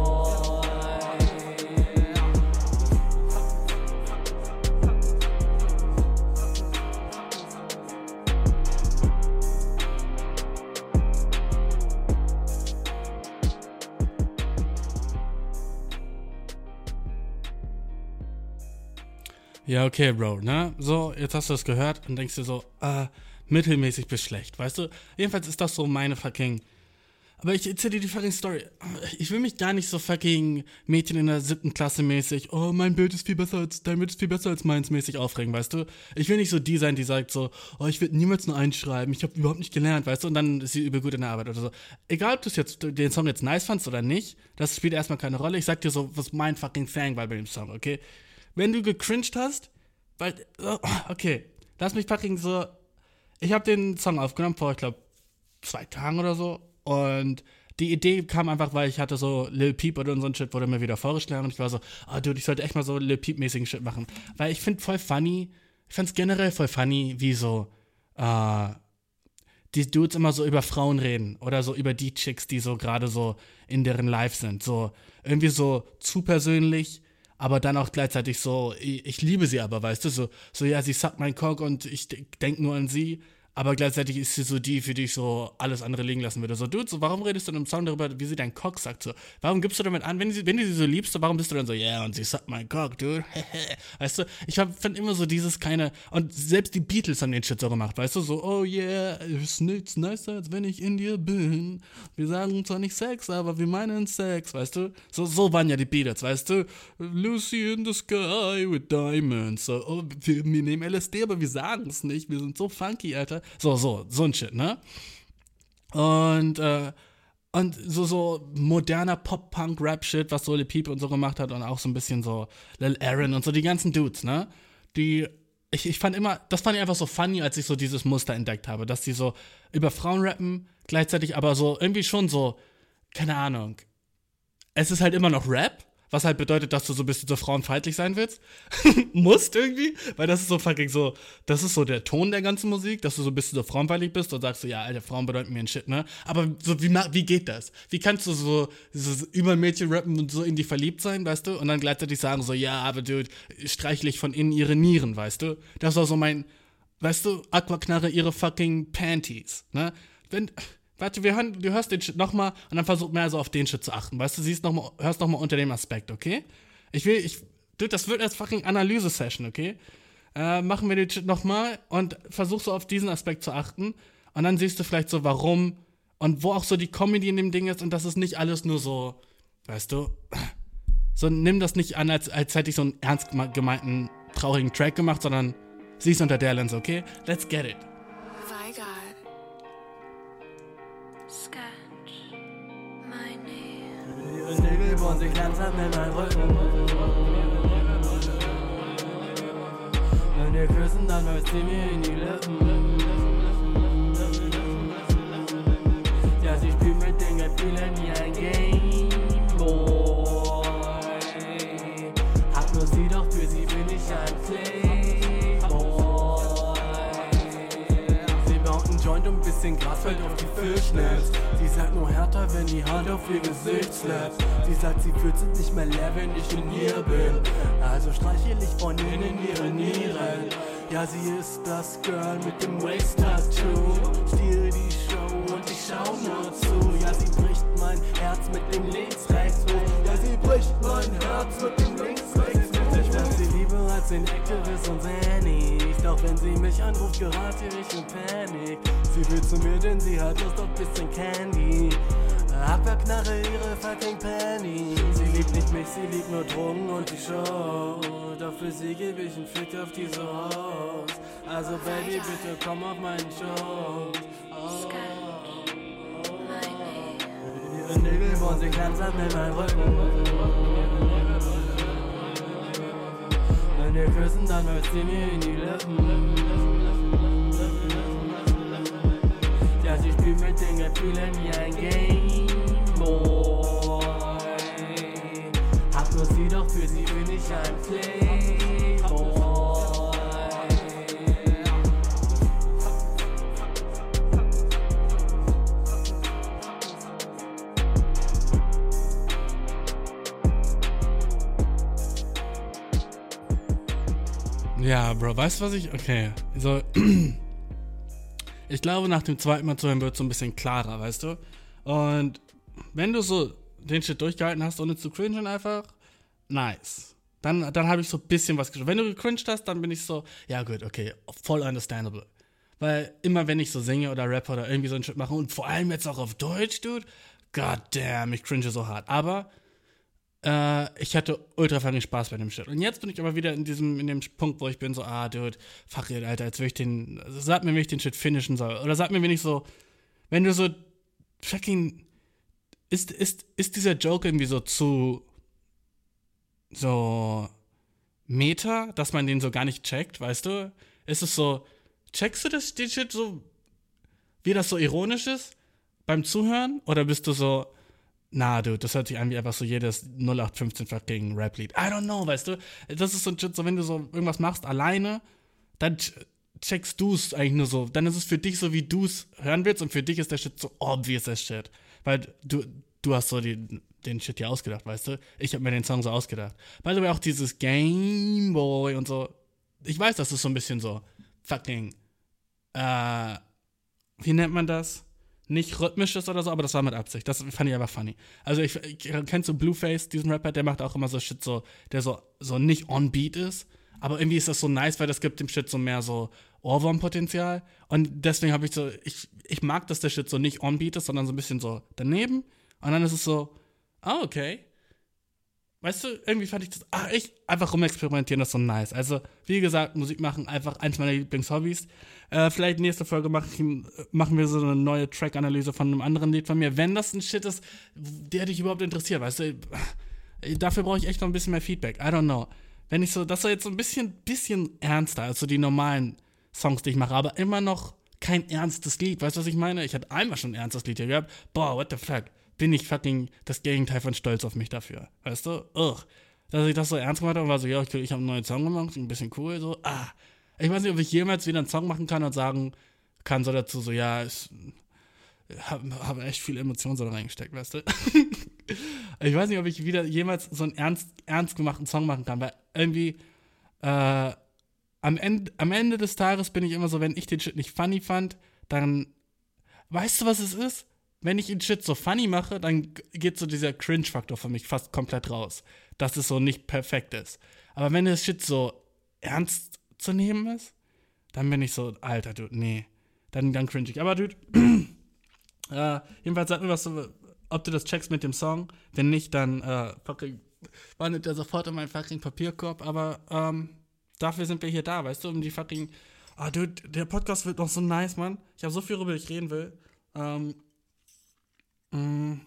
Ja, okay, Bro, ne? So, jetzt hast du das gehört und denkst dir so, äh, mittelmäßig bis schlecht, weißt du? Jedenfalls ist das so meine fucking... Aber ich erzähl dir die fucking Story. Ich will mich gar nicht so fucking Mädchen in der siebten Klasse mäßig, oh, mein Bild ist viel besser als, dein Bild ist viel besser als meins mäßig aufregen, weißt du? Ich will nicht so die sein, die sagt so, oh, ich will niemals nur einschreiben, ich habe überhaupt nicht gelernt, weißt du? Und dann ist sie übel gut in der Arbeit oder so. Egal, ob du jetzt den Song jetzt nice fandst oder nicht, das spielt erstmal keine Rolle. Ich sag dir so, was mein fucking Thing war bei dem Song, okay? Wenn du gecringed hast, weil, okay, lass mich fucking so, ich habe den Song aufgenommen vor, ich glaube, zwei Tagen oder so und die Idee kam einfach, weil ich hatte so Lil Peep oder so ein Shit, wurde mir wieder vorgeschlagen und ich war so, oh dude, ich sollte echt mal so Lil Peep-mäßigen Shit machen, weil ich finde voll funny, ich fand's generell voll funny, wie so, äh, die Dudes immer so über Frauen reden oder so über die Chicks, die so gerade so in deren Life sind, so irgendwie so zu persönlich, aber dann auch gleichzeitig so, ich, ich liebe sie aber, weißt du, so, so ja, sie suckt mein Cock und ich denke nur an sie, aber gleichzeitig ist sie so die, für die ich so alles andere liegen lassen würde. So, Dude, so, warum redest du in einem Song darüber, wie sie deinen Cock sagt? So, warum gibst du damit an, wenn, sie, wenn du sie so liebst, so, warum bist du dann so, ja, yeah, und sie sagt mein Cock, dude, weißt du, ich finde immer so dieses keine, und selbst die Beatles haben den Shit so gemacht, weißt du, so, oh yeah, ist nichts nicer, als wenn ich in dir bin. Wir sagen zwar nicht Sex, aber wir meinen Sex, weißt du, so, so waren ja die Beatles, weißt du, Lucy in the sky with diamonds, so, oh, wir, wir nehmen L S D, aber wir sagen es nicht, wir sind so funky, Alter, so, so, so ein Shit, ne, und, äh, und so, so moderner Pop-Punk-Rap-Shit, was so Lil Peep und so gemacht hat und auch so ein bisschen so Lil Aaron und so die ganzen Dudes, ne, die, ich, ich fand immer, das fand ich einfach so funny, als ich so dieses Muster entdeckt habe, dass die so über Frauen rappen, gleichzeitig aber so irgendwie schon so, keine Ahnung, es ist halt immer noch Rap, was halt bedeutet, dass du so ein bisschen so frauenfeindlich sein willst. Musst irgendwie, weil das ist so fucking so, das ist so der Ton der ganzen Musik, dass du so ein bisschen so frauenfeindlich bist und sagst so, ja, Alter, Frauen bedeuten mir ein Shit, ne? Aber so, wie, wie geht das? Wie kannst du so, so über ein Mädchen rappen und so in die verliebt sein, weißt du? Und dann gleichzeitig sagen so, ja, aber dude, streichle ich von innen ihre Nieren, weißt du? Das ist auch so mein, weißt du, Aquaknarre ihre fucking Panties, ne? Wenn... Warte, wir hören, du hörst den Shit nochmal und dann versuch mehr so auf den Shit zu achten. Weißt du, siehst noch mal, hörst nochmal unter dem Aspekt, okay? Ich will, ich, dude, das wird als fucking Analyse-Session, okay? Äh, machen wir den Shit nochmal und versuch so auf diesen Aspekt zu achten und dann siehst du vielleicht so, warum und wo auch so die Comedy in dem Ding ist und das ist nicht alles nur so, weißt du, so nimm das nicht an, als, als hätte ich so einen ernst gemeinten, traurigen Track gemacht, sondern siehst unter der Lens, okay? Let's get it. Sketch my name. Nägel bohren sich langsam in meinen Rücken. Wenn wir küssen, dann hört sie mir in die Lippen. Ja, sie spielt mit den Gefühlen wie ein Gameboy. Hab nur sie, doch für sie bin ich ein Playboy. Sie baut einen Joint und ein bisschen Gras fällt auf die Fischnetz. Sie sagt nur härter, wenn die Hand auf ihr Gesicht slappt. Sie sagt, sie fühlt sich nicht mehr leer, wenn ich in ihr bin. Also streichel ich von innen ihre Nieren. Ja, sie ist das Girl mit dem Waist-Tattoo. Stiere die Show und ich schau nur zu. Ja, sie bricht mein Herz mit dem Links-Rechts-Ruf. Ja, sie bricht mein Herz mit dem Links-Rechts-Ruf. Ich sag, sie lieber als den Activist und Zanny. Doch wenn sie mich anruft, gerate ich in Panik. Sie will zu mir, denn sie hat Lust auf bisschen Candy. Abwerknarre ihre fucking Penny. Sie liebt nicht mich, sie liebt nur Drogen und die Show. Doch für sie gebe ich einen Fick auf diese Haus. Also Baby, bitte komm auf meinen Show. Oh. Ihre Nägel bohren sich langsam in meinen Rücken. Wenn wir küssen, dann hört sie mir in die Lippen. Ja, sie spielt mit den Gefühlen wie ein Gameboy. Hab nur sie, doch für sie bin ich ein Playboy. Ja, Bro, weißt du, was ich... Okay, so... Ich glaube, nach dem zweiten Mal zuhören wird es so ein bisschen klarer, weißt du? Und wenn du so den Shit durchgehalten hast, ohne zu cringen einfach, nice. Dann, dann habe ich so ein bisschen was geschrieben. Wenn du gecringed hast, dann bin ich so, ja gut, okay, voll understandable. Weil immer, wenn ich so singe oder rappe oder irgendwie so einen Shit mache und vor allem jetzt auch auf Deutsch, dude, goddamn, ich cringe so hart. Aber äh, ich hatte ultra fucking Spaß bei dem Shit. Und jetzt bin ich aber wieder in diesem, in dem Punkt, wo ich bin so, ah, dude, fuck it, Alter, jetzt will ich den, sag mir, wie ich den Shit finishen soll. Oder sag mir, wenn ich so, wenn du so fucking, ist, ist, ist dieser Joke irgendwie so zu, so Meta, dass man den so gar nicht checkt, weißt du? Ist es so, checkst du das, den Shit so, wie das so ironisch ist beim Zuhören? Oder bist du so, na, du, das hört sich an wie einfach so jedes null acht fünfzehn fucking Rap-Lied. I don't know, weißt du? Das ist so ein Shit, so wenn du so irgendwas machst alleine, dann checkst du es eigentlich nur so. Dann ist es für dich so, wie du es hören willst und für dich ist der Shit so obvious as Shit. Weil du, du hast so die, den Shit hier ausgedacht, weißt du? Ich habe mir den Song so ausgedacht. By the way, auch dieses Gameboy und so. Ich weiß, das ist so ein bisschen so fucking äh, wie nennt man das? Nicht rhythmisch ist oder so, aber das war mit Absicht. Das fand ich einfach funny. Also ich, ich kennst du Blueface, diesen Rapper, der macht auch immer so Shit, so, der so, so nicht on beat ist. Aber irgendwie ist das so nice, weil das gibt dem Shit so mehr so Ohrwurmpotenzial. Und deswegen habe ich so, ich, ich mag, dass der Shit so nicht on beat ist, sondern so ein bisschen so daneben. Und dann ist es so, ah, okay. Weißt du, irgendwie fand ich das, ach, ich, einfach rumexperimentieren, das ist so nice. Also, wie gesagt, Musik machen, einfach eins meiner Lieblingshobbys. Äh, vielleicht nächste Folge mach ich, machen wir so eine neue Track-Analyse von einem anderen Lied von mir. Wenn das ein Shit ist, der dich überhaupt interessiert, weißt du, dafür brauche ich echt noch ein bisschen mehr Feedback. I don't know. Wenn ich so, das ist jetzt so ein bisschen, bisschen ernster als so die normalen Songs, die ich mache, aber immer noch kein ernstes Lied. Weißt du, was ich meine? Ich hatte einmal schon ein ernstes Lied hier gehabt. Boah, what the fuck? Bin ich fucking das Gegenteil von stolz auf mich dafür. Weißt du? Ugh. Dass ich das so ernst gemacht habe und war so, ja, ich, ich habe einen neuen Song gemacht, ein bisschen cool, so, ah. Ich weiß nicht, ob ich jemals wieder einen Song machen kann und sagen kann so dazu, so, ja, ich habe hab echt viel Emotionen so da reingesteckt, weißt du? Ich weiß nicht, ob ich wieder jemals so einen ernst, ernst gemachten Song machen kann, weil irgendwie äh, am Ende, am Ende des Tages bin ich immer so, wenn ich den Shit nicht funny fand, dann, weißt du, was es ist? Wenn ich den Shit so funny mache, dann geht so dieser Cringe-Faktor für mich fast komplett raus, dass es so nicht perfekt ist. Aber wenn das Shit so ernst zu nehmen ist, dann bin ich so, Alter, Dude, nee, dann, dann cringe ich. Aber, Dude, äh, jedenfalls sag mir, was du, ob du das checkst mit dem Song. Wenn nicht, dann äh, fucking wandert der sofort in meinen fucking Papierkorb. Aber ähm, dafür sind wir hier da, weißt du, um die fucking, ah, Dude, der Podcast wird noch so nice, Mann. Ich habe so viel, worüber ich reden will. Ähm, mh.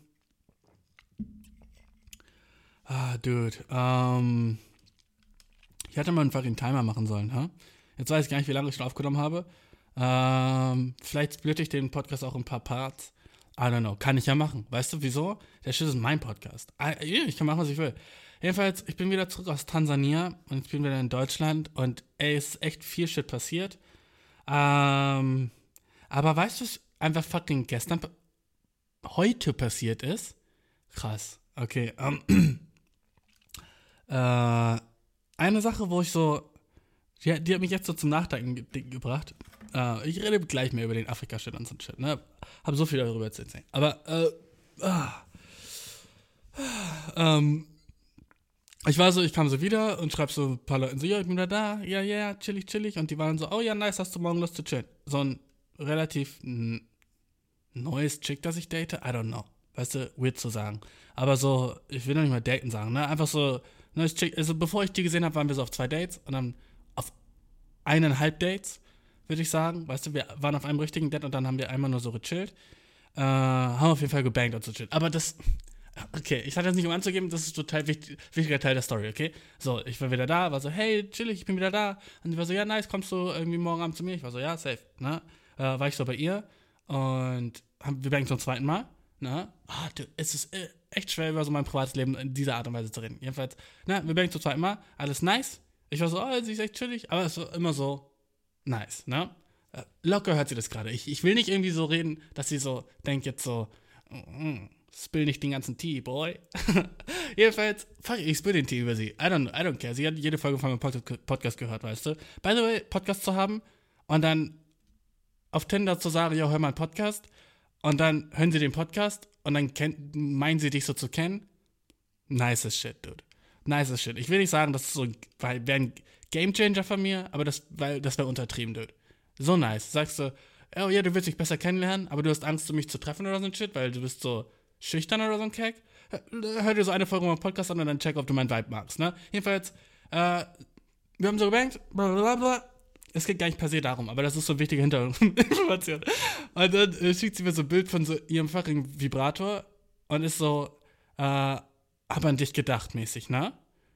Ah, Dude, ähm, ich hätte mal einen fucking Timer machen sollen, ha? Jetzt weiß ich gar nicht, wie lange ich schon aufgenommen habe. Ähm, vielleicht splitte ich den Podcast auch in ein paar Parts. I don't know. Kann ich ja machen. Weißt du, wieso? Der Shit ist mein Podcast. Ich kann machen, was ich will. Jedenfalls, ich bin wieder zurück aus Tansania und ich bin wieder in Deutschland und ey, es ist echt viel Shit passiert. Ähm, aber weißt du, was einfach fucking gestern, heute passiert ist? Krass. Okay. Ähm, äh, eine Sache, wo ich so, die, die hat mich jetzt so zum Nachdenken ge- gebracht. Uh, ich rede gleich mehr über den Afrika-Shit und so Shit, ne? Hab so viel darüber zu erzählen. Aber, äh, ah, ähm, ich war so, ich kam so wieder und schreib so ein paar Leuten so, ja, ich bin wieder da, ja, ja, chillig, chillig. Und die waren so, oh ja, nice, hast du morgen Lust zu chillen? So ein relativ n- neues Chick, das ich date, I don't know. Weißt du, weird zu sagen. Aber so, ich will noch nicht mal daten sagen, ne? Einfach so, neues Chick, also bevor ich die gesehen habe, waren wir so auf zwei Dates und dann auf eineinhalb Dates, würde ich sagen. Weißt du, wir waren auf einem richtigen Date und dann haben wir einmal nur so gechillt. Äh, haben auf jeden Fall gebangt und so chillt. Aber das, okay, ich hatte das nicht um anzugeben, das ist total wichtig, wichtiger Teil der Story, okay? So, ich war wieder da, war so, hey, chillig, ich bin wieder da. Und die war so, ja, nice, kommst du irgendwie morgen Abend zu mir? Ich war so, ja, safe, ne? Äh, war ich so bei ihr und haben, wir bangen zum zweiten Mal, ne? Ah, du, es ist äh, echt schwer, über so mein privates Leben in dieser Art und Weise zu reden. Jedenfalls, ne, wir bangen zum zweiten Mal, alles nice. Ich war so, oh, sie ist echt chillig, aber es war immer so, nice, ne? Locker hört sie das gerade. Ich, ich will nicht irgendwie so reden, dass sie so denkt jetzt so, mm, spill nicht den ganzen Tee, boy. Jedenfalls, fuck, ich spill den Tee über sie. I don't, I don't care. Sie hat jede Folge von meinem Pod- Podcast gehört, weißt du? By the way, Podcast zu haben und dann auf Tinder zu sagen, ja, hör mal einen Podcast und dann hören sie den Podcast und dann kenn, meinen sie dich so zu kennen. Nice shit, dude. Nice shit. Ich will nicht sagen, das ist so, weil wäre ein Gamechanger von mir, aber das, weil, das wäre untertrieben, dude. So nice. Sagst du, oh ja, du willst mich besser kennenlernen, aber du hast Angst, mich zu treffen oder so ein Shit, weil du bist so schüchtern oder so ein Kack. Hör dir so eine Folge meinem Podcast an und dann check, ob du meinen Vibe magst, ne? Jedenfalls, äh, wir haben so gebankt, blablabla. Es geht gar nicht per se darum, aber das ist so eine wichtige Hintergrundinformation. Und dann äh, schickt sie mir so ein Bild von so ihrem fucking Vibrator und ist so, äh, hab an dich gedacht mäßig, ne?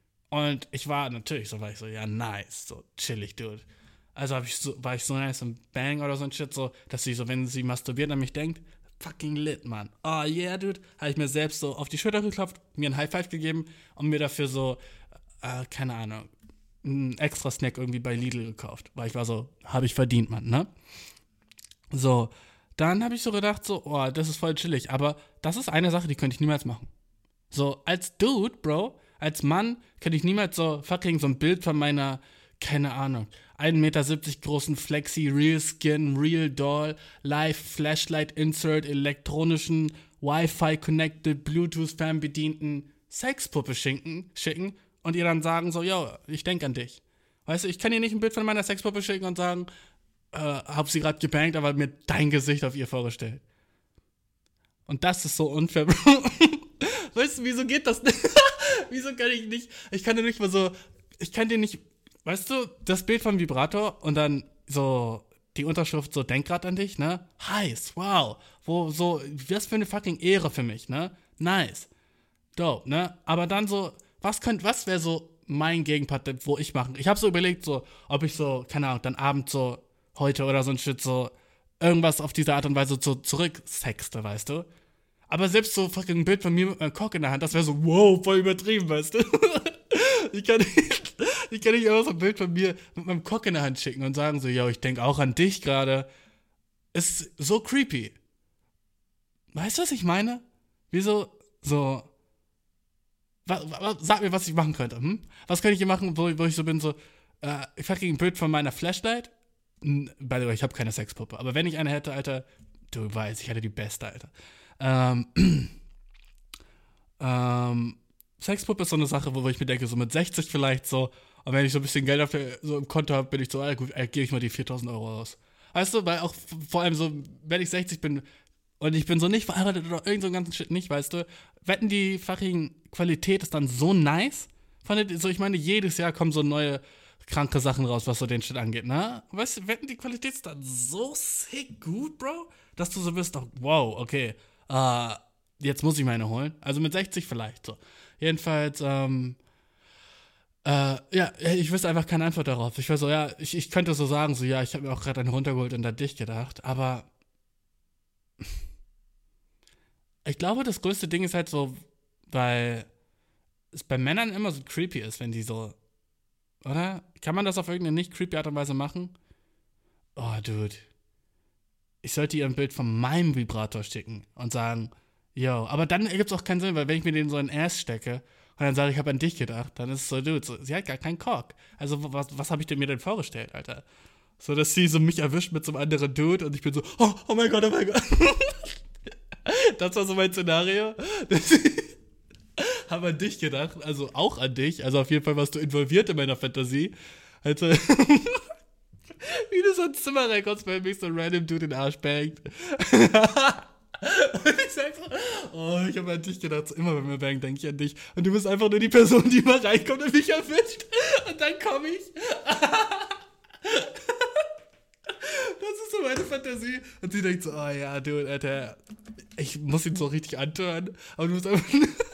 Und ich war natürlich so, war ich so, ja, nice, so chillig, dude. Also hab ich so, war ich so nice im Bang oder so ein Shit, so, dass sie so, wenn sie masturbiert an mich denkt, fucking lit, Mann. Oh yeah, dude. Habe ich mir selbst so auf die Schulter geklopft, mir einen High Five gegeben und mir dafür so, äh, keine Ahnung, einen extra Snack irgendwie bei Lidl gekauft. Weil ich war so, habe ich verdient, Mann, ne? So, dann habe ich so gedacht, so, oh, das ist voll chillig. Aber das ist eine Sache, die könnte ich niemals machen. So, als Dude, Bro, als Mann, könnte ich niemals so fucking so ein Bild von meiner, keine Ahnung, ein Meter siebzig großen Flexi, Real Skin, Real Doll, Live Flashlight Insert, elektronischen, Wi-Fi-connected, Bluetooth-fernbedienten Sexpuppe schicken, schicken und ihr dann sagen so, yo, ich denke an dich. Weißt du, ich kann dir nicht ein Bild von meiner Sexpuppe schicken und sagen, äh, hab sie gerade gebankt, aber mir dein Gesicht auf ihr vorgestellt. Und das ist so unfair, Bro. Weißt du, wieso geht das nicht? Wieso kann ich nicht, ich kann dir nicht mal so, ich kann dir nicht, weißt du, das Bild vom Vibrator und dann so die Unterschrift so, denk grad an dich, ne? Heiß, wow. Wo so, was für eine fucking Ehre für mich, ne? Nice. Dope, ne? Aber dann so, was könnt, was wäre so mein Gegenpart, wo ich machen? Ich habe so überlegt, so, ob ich so, keine Ahnung, dann abends so, heute oder so ein Shit, so, irgendwas auf diese Art und Weise so zurücksexte, weißt du? Aber selbst so fucking ein Bild von mir mit meinem Cock in der Hand, das wäre so, wow, voll übertrieben, weißt du? ich kann nicht, ich kann nicht einfach so ein Bild von mir mit meinem Cock in der Hand schicken und sagen so, yo, ich denke auch an dich gerade. Ist so creepy. Weißt du, was ich meine? Wieso, so, was, was, sag mir, was ich machen könnte, hm? Was könnte ich hier machen, wo, wo ich so bin, so, äh, fucking ein Bild von meiner Flashlight? By the way, ich habe keine Sexpuppe, aber wenn ich eine hätte, Alter, du weißt, ich hätte die beste, Alter. Ähm, ähm, Sexpuppe ist so eine Sache, wo, wo ich mir denke, so mit sechzig vielleicht so, und wenn ich so ein bisschen Geld auf der, so im Konto habe, bin ich so, ah, gut, äh, gebe ich mal die viertausend Euro aus. Weißt du, weil auch vor allem so, wenn ich sechzig bin und ich bin so nicht verheiratet oder irgend so einen ganzen Shit nicht, weißt du, wetten die fucking Qualität ist dann so nice, von der, so ich meine, jedes Jahr kommen so neue kranke Sachen raus, was so den Shit angeht, ne? Weißt du, wetten die Qualität ist dann so sick gut, Bro, dass du so wirst, wow, okay, Uh, jetzt muss ich meine holen. Also mit sechzig vielleicht so. Jedenfalls, ähm, äh, ja, ich wüsste einfach keine Antwort darauf. Ich war so, ja, ich, ich könnte so sagen, so, ja, ich habe mir auch gerade einen runtergeholt und an dich gedacht, aber ich glaube, das größte Ding ist halt so, weil es bei Männern immer so creepy ist, wenn die so, oder? Kann man das auf irgendeine nicht creepy Art und Weise machen? Oh, Dude. Ich sollte ihr ein Bild von meinem Vibrator schicken und sagen, yo, aber dann ergibt es auch keinen Sinn, weil wenn ich mir den so in den Ass stecke und dann sage, ich habe an dich gedacht, dann ist es so, dude, so, sie hat gar keinen Cock. Also was, was habe ich denn mir denn vorgestellt, Alter? So, dass sie so mich erwischt mit so einem anderen Dude und ich bin so, oh, oh mein Gott, oh mein Gott. Das war so mein Szenario. Habe an dich gedacht, also auch an dich, also auf jeden Fall warst du involviert in meiner Fantasie. Also wie du so ins Zimmer reinkommst, weil mich so ein random Dude in den Arsch bangt. Und ich sag so, oh, ich habe an dich gedacht, so immer wenn wir bangen, denke ich an dich. Und du bist einfach nur die Person, die mal reinkommt und mich erwischt. Und dann komme ich. Das ist so meine Fantasie. Und sie denkt so, oh ja, Dude, Alter, ich muss ihn so richtig antören. Aber du musst einfach...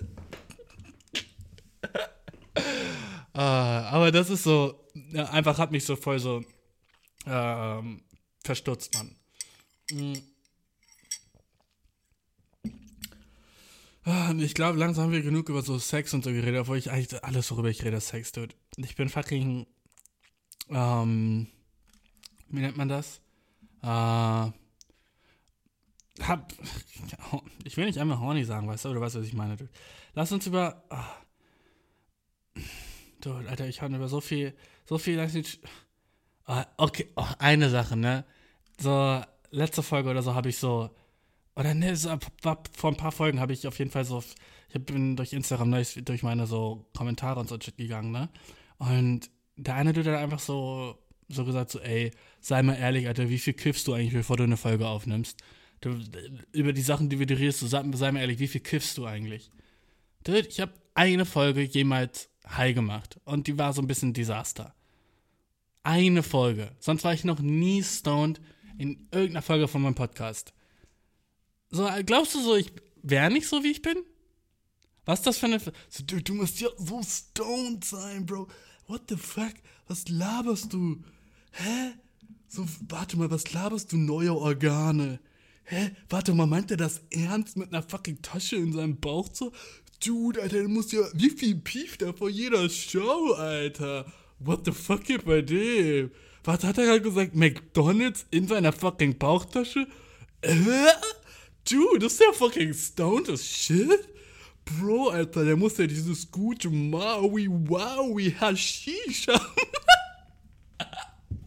ah, aber das ist so, ja, einfach hat mich so voll so ähm, verstutzt, Mann. Mhm. Ich glaube, langsam haben wir genug über so Sex und so geredet, obwohl ich eigentlich alles, worüber ich rede, ist Sex, Dude. Ich bin fucking, ähm, wie nennt man das? Äh, hab, ich will nicht einmal horny sagen, weißt du, oder weißt du, was ich meine, Dude. Lass uns über, oh, Dude, Alter, ich habe über so viel, so viel, oh, okay, oh, eine Sache, ne? So, letzte Folge oder so habe ich so, oder ne, so, vor ein paar Folgen habe ich auf jeden Fall so, ich bin durch Instagram durch meine so Kommentare und so Shit gegangen, ne? Und der eine Dude hat einfach so, so gesagt, so, ey, sei mal ehrlich, Alter, wie viel kiffst du eigentlich, bevor du eine Folge aufnimmst? Du, über die Sachen, die wir redest, so, sei, sei mal ehrlich, wie viel kiffst du eigentlich? Dude, ich habe eine Folge jemals high gemacht und die war so ein bisschen ein Desaster. Eine Folge. Sonst war ich noch nie stoned in irgendeiner Folge von meinem Podcast. So, glaubst du so, ich wäre nicht so, wie ich bin? Was ist das für eine... So, du, du musst ja so stoned sein, Bro. What the fuck? Was laberst du? Hä? So, warte mal, was laberst du? Neue Organe. Hä? Warte mal, meint er das ernst mit einer fucking Tasche in seinem Bauch so? Dude, Alter, du musst ja... Wie viel pieft er vor jeder Show, Alter? What the fuck geht bei dem? Was hat er gerade gesagt? McDonald's in seiner fucking Bauchtasche? Äh? Dude, das ist ja fucking stoned as shit. Bro, Alter, der muss ja dieses gute Maui Wowie Hashish haben.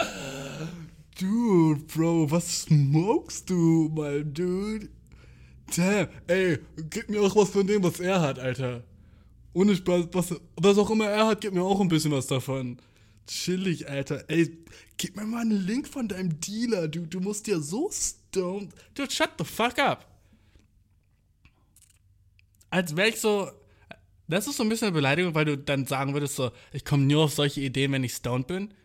Dude, Bro, was smokest du, mein Dude? Damn, ey, gib mir auch was von dem, was er hat, Alter. Ohne Spaß, was, was auch immer er hat, gib mir auch ein bisschen was davon. Chillig, Alter. Ey, gib mir mal einen Link von deinem Dealer, du, du musst ja so stoned. Dude, shut the fuck up. Als wäre ich so, das ist so ein bisschen eine Beleidigung, weil du dann sagen würdest so, ich komme nur auf solche Ideen, wenn ich stoned bin.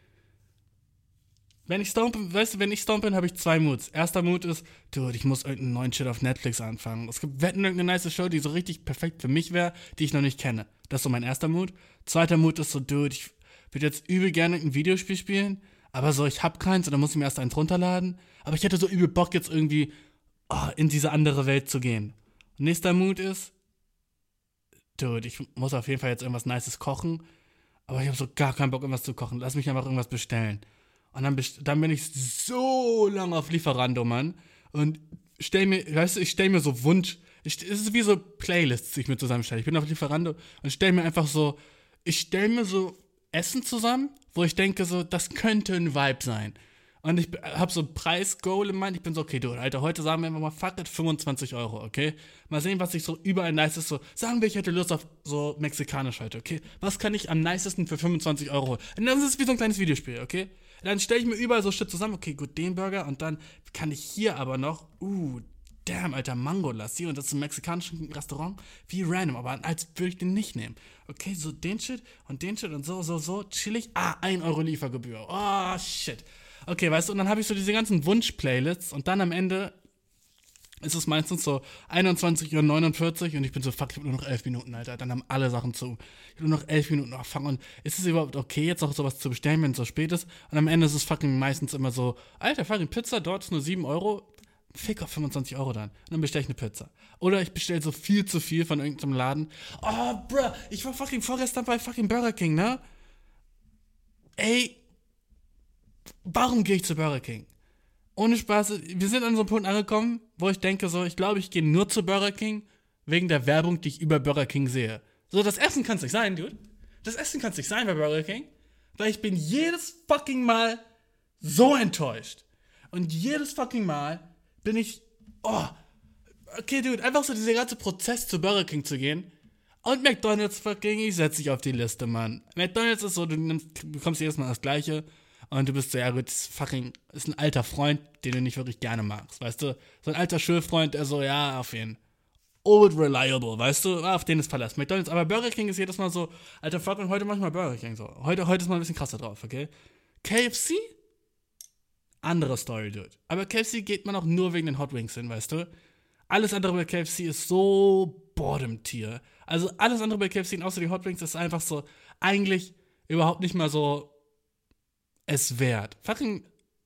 Wenn ich stoned bin, weißt du, wenn ich stoned bin, habe ich zwei Moods. Erster Mood ist, dude, ich muss irgendeinen neuen Shit auf Netflix anfangen. Es gibt wetten irgendeine nice Show, die so richtig perfekt für mich wäre, die ich noch nicht kenne. Das ist so mein erster Mood. Zweiter Mood ist so, dude, ich würde jetzt übel gerne ein Videospiel spielen, aber so, ich hab keins und dann muss ich mir erst eins runterladen. Aber ich hätte so übel Bock, jetzt irgendwie oh, in diese andere Welt zu gehen. Nächster Mood ist, dude, ich muss auf jeden Fall jetzt irgendwas Nices kochen, aber ich habe so gar keinen Bock, irgendwas zu kochen. Lass mich einfach irgendwas bestellen. Und dann, best- dann bin ich so lange auf Lieferando, Mann. Und stell mir, weißt du, ich stell mir so Wunsch, ich, es ist wie so Playlists, die ich mir zusammenstelle. Ich bin auf Lieferando und stell mir einfach so, ich stell mir so Essen zusammen, wo ich denke so, das könnte ein Vibe sein. Und ich hab so ein Preis-Goal in Mind. Ich bin so, okay, du, Alter, heute sagen wir einfach mal, fuck it, fünfundzwanzig Euro, okay? Mal sehen, was ich so überall nice ist. So, sagen wir, ich hätte Lust auf so mexikanisch heute, okay? Was kann ich am nicesten für fünfundzwanzig Euro holen? Und das ist wie so ein kleines Videospiel, okay? Dann stelle ich mir überall so Shit zusammen, okay, gut, den Burger und dann kann ich hier aber noch, uh, damn, Alter, Mango Lassi und das ist ein mexikanisches Restaurant, wie random, aber als würde ich den nicht nehmen. Okay, so den Shit und den Shit und so, so, so, chillig, ah, ein Euro Liefergebühr, oh, shit. Okay, weißt du, und dann habe ich so diese ganzen Wunsch-Playlists und dann am Ende ist es meistens so einundzwanzig Uhr neunundvierzig und ich bin so, fuck, ich hab nur noch elf Minuten, Alter. Dann haben alle Sachen zu. Ich hab nur noch elf Minuten anfangen. Und ist es überhaupt okay, jetzt noch sowas zu bestellen, wenn es so spät ist? Und am Ende ist es fucking meistens immer so, Alter, fucking Pizza, dort ist nur sieben Euro. Fick auf fünfundzwanzig Euro dann. Und dann bestelle ich eine Pizza. Oder ich bestelle so viel zu viel von irgendeinem Laden. Oh, bruh, ich war fucking vorgestern bei fucking Burger King, ne? Ey, warum gehe ich zu Burger King? Ohne Spaß, wir sind an so einem Punkt angekommen, wo ich denke so, ich glaube, ich gehe nur zu Burger King wegen der Werbung, die ich über Burger King sehe. So, das Essen kann es nicht sein, Dude. Das Essen kann es nicht sein bei Burger King, weil ich bin jedes fucking Mal so enttäuscht. Und jedes fucking Mal bin ich, oh, okay, Dude, einfach so dieser ganze Prozess zu Burger King zu gehen. Und McDonald's fucking, ich setze dich auf die Liste, Mann. McDonald's ist so, du nimmst, bekommst jedes Mal das Gleiche. Und du bist so, ja gut, das ist fucking, ist ein alter Freund, den du nicht wirklich gerne magst, weißt du? So ein alter Schulfreund, der so, ja, auf jeden. Old reliable, weißt du? Auf den ist Verlass. McDonald's, aber Burger King ist jedes Mal so, alter fuck, und heute mach ich mal Burger King so. Heute, heute ist mal ein bisschen krasser drauf, okay? K F C? Andere Story, dude. Aber K F C geht man auch nur wegen den Hot Wings hin, weißt du? Alles andere bei K F C ist so Bottom-Tier. Also alles andere bei K F C, außer die Hot Wings, ist einfach so, eigentlich überhaupt nicht mal so es wert. Fucking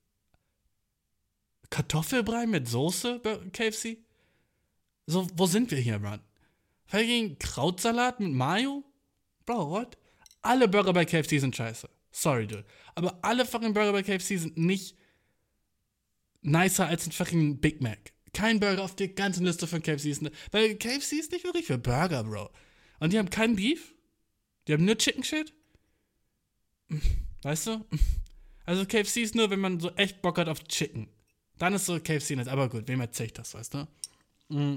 Kartoffelbrei mit Soße bei K F C? So, wo sind wir hier, Mann? Fucking Krautsalat mit Mayo? Bro, what? Alle Burger bei K F C sind scheiße. Sorry, dude. Aber alle fucking Burger bei K F C sind nicht nicer als ein fucking Big Mac. Kein Burger auf der ganzen Liste von K F C ist, ne, weil K F C ist nicht wirklich für Burger, Bro. Und die haben keinen Beef. Die haben nur Chicken Shit. Weißt du? Also K F C ist nur, wenn man so echt Bock hat auf Chicken. Dann ist so K F C nicht. Aber gut, wem erzähl ich das, weißt du? Mhm.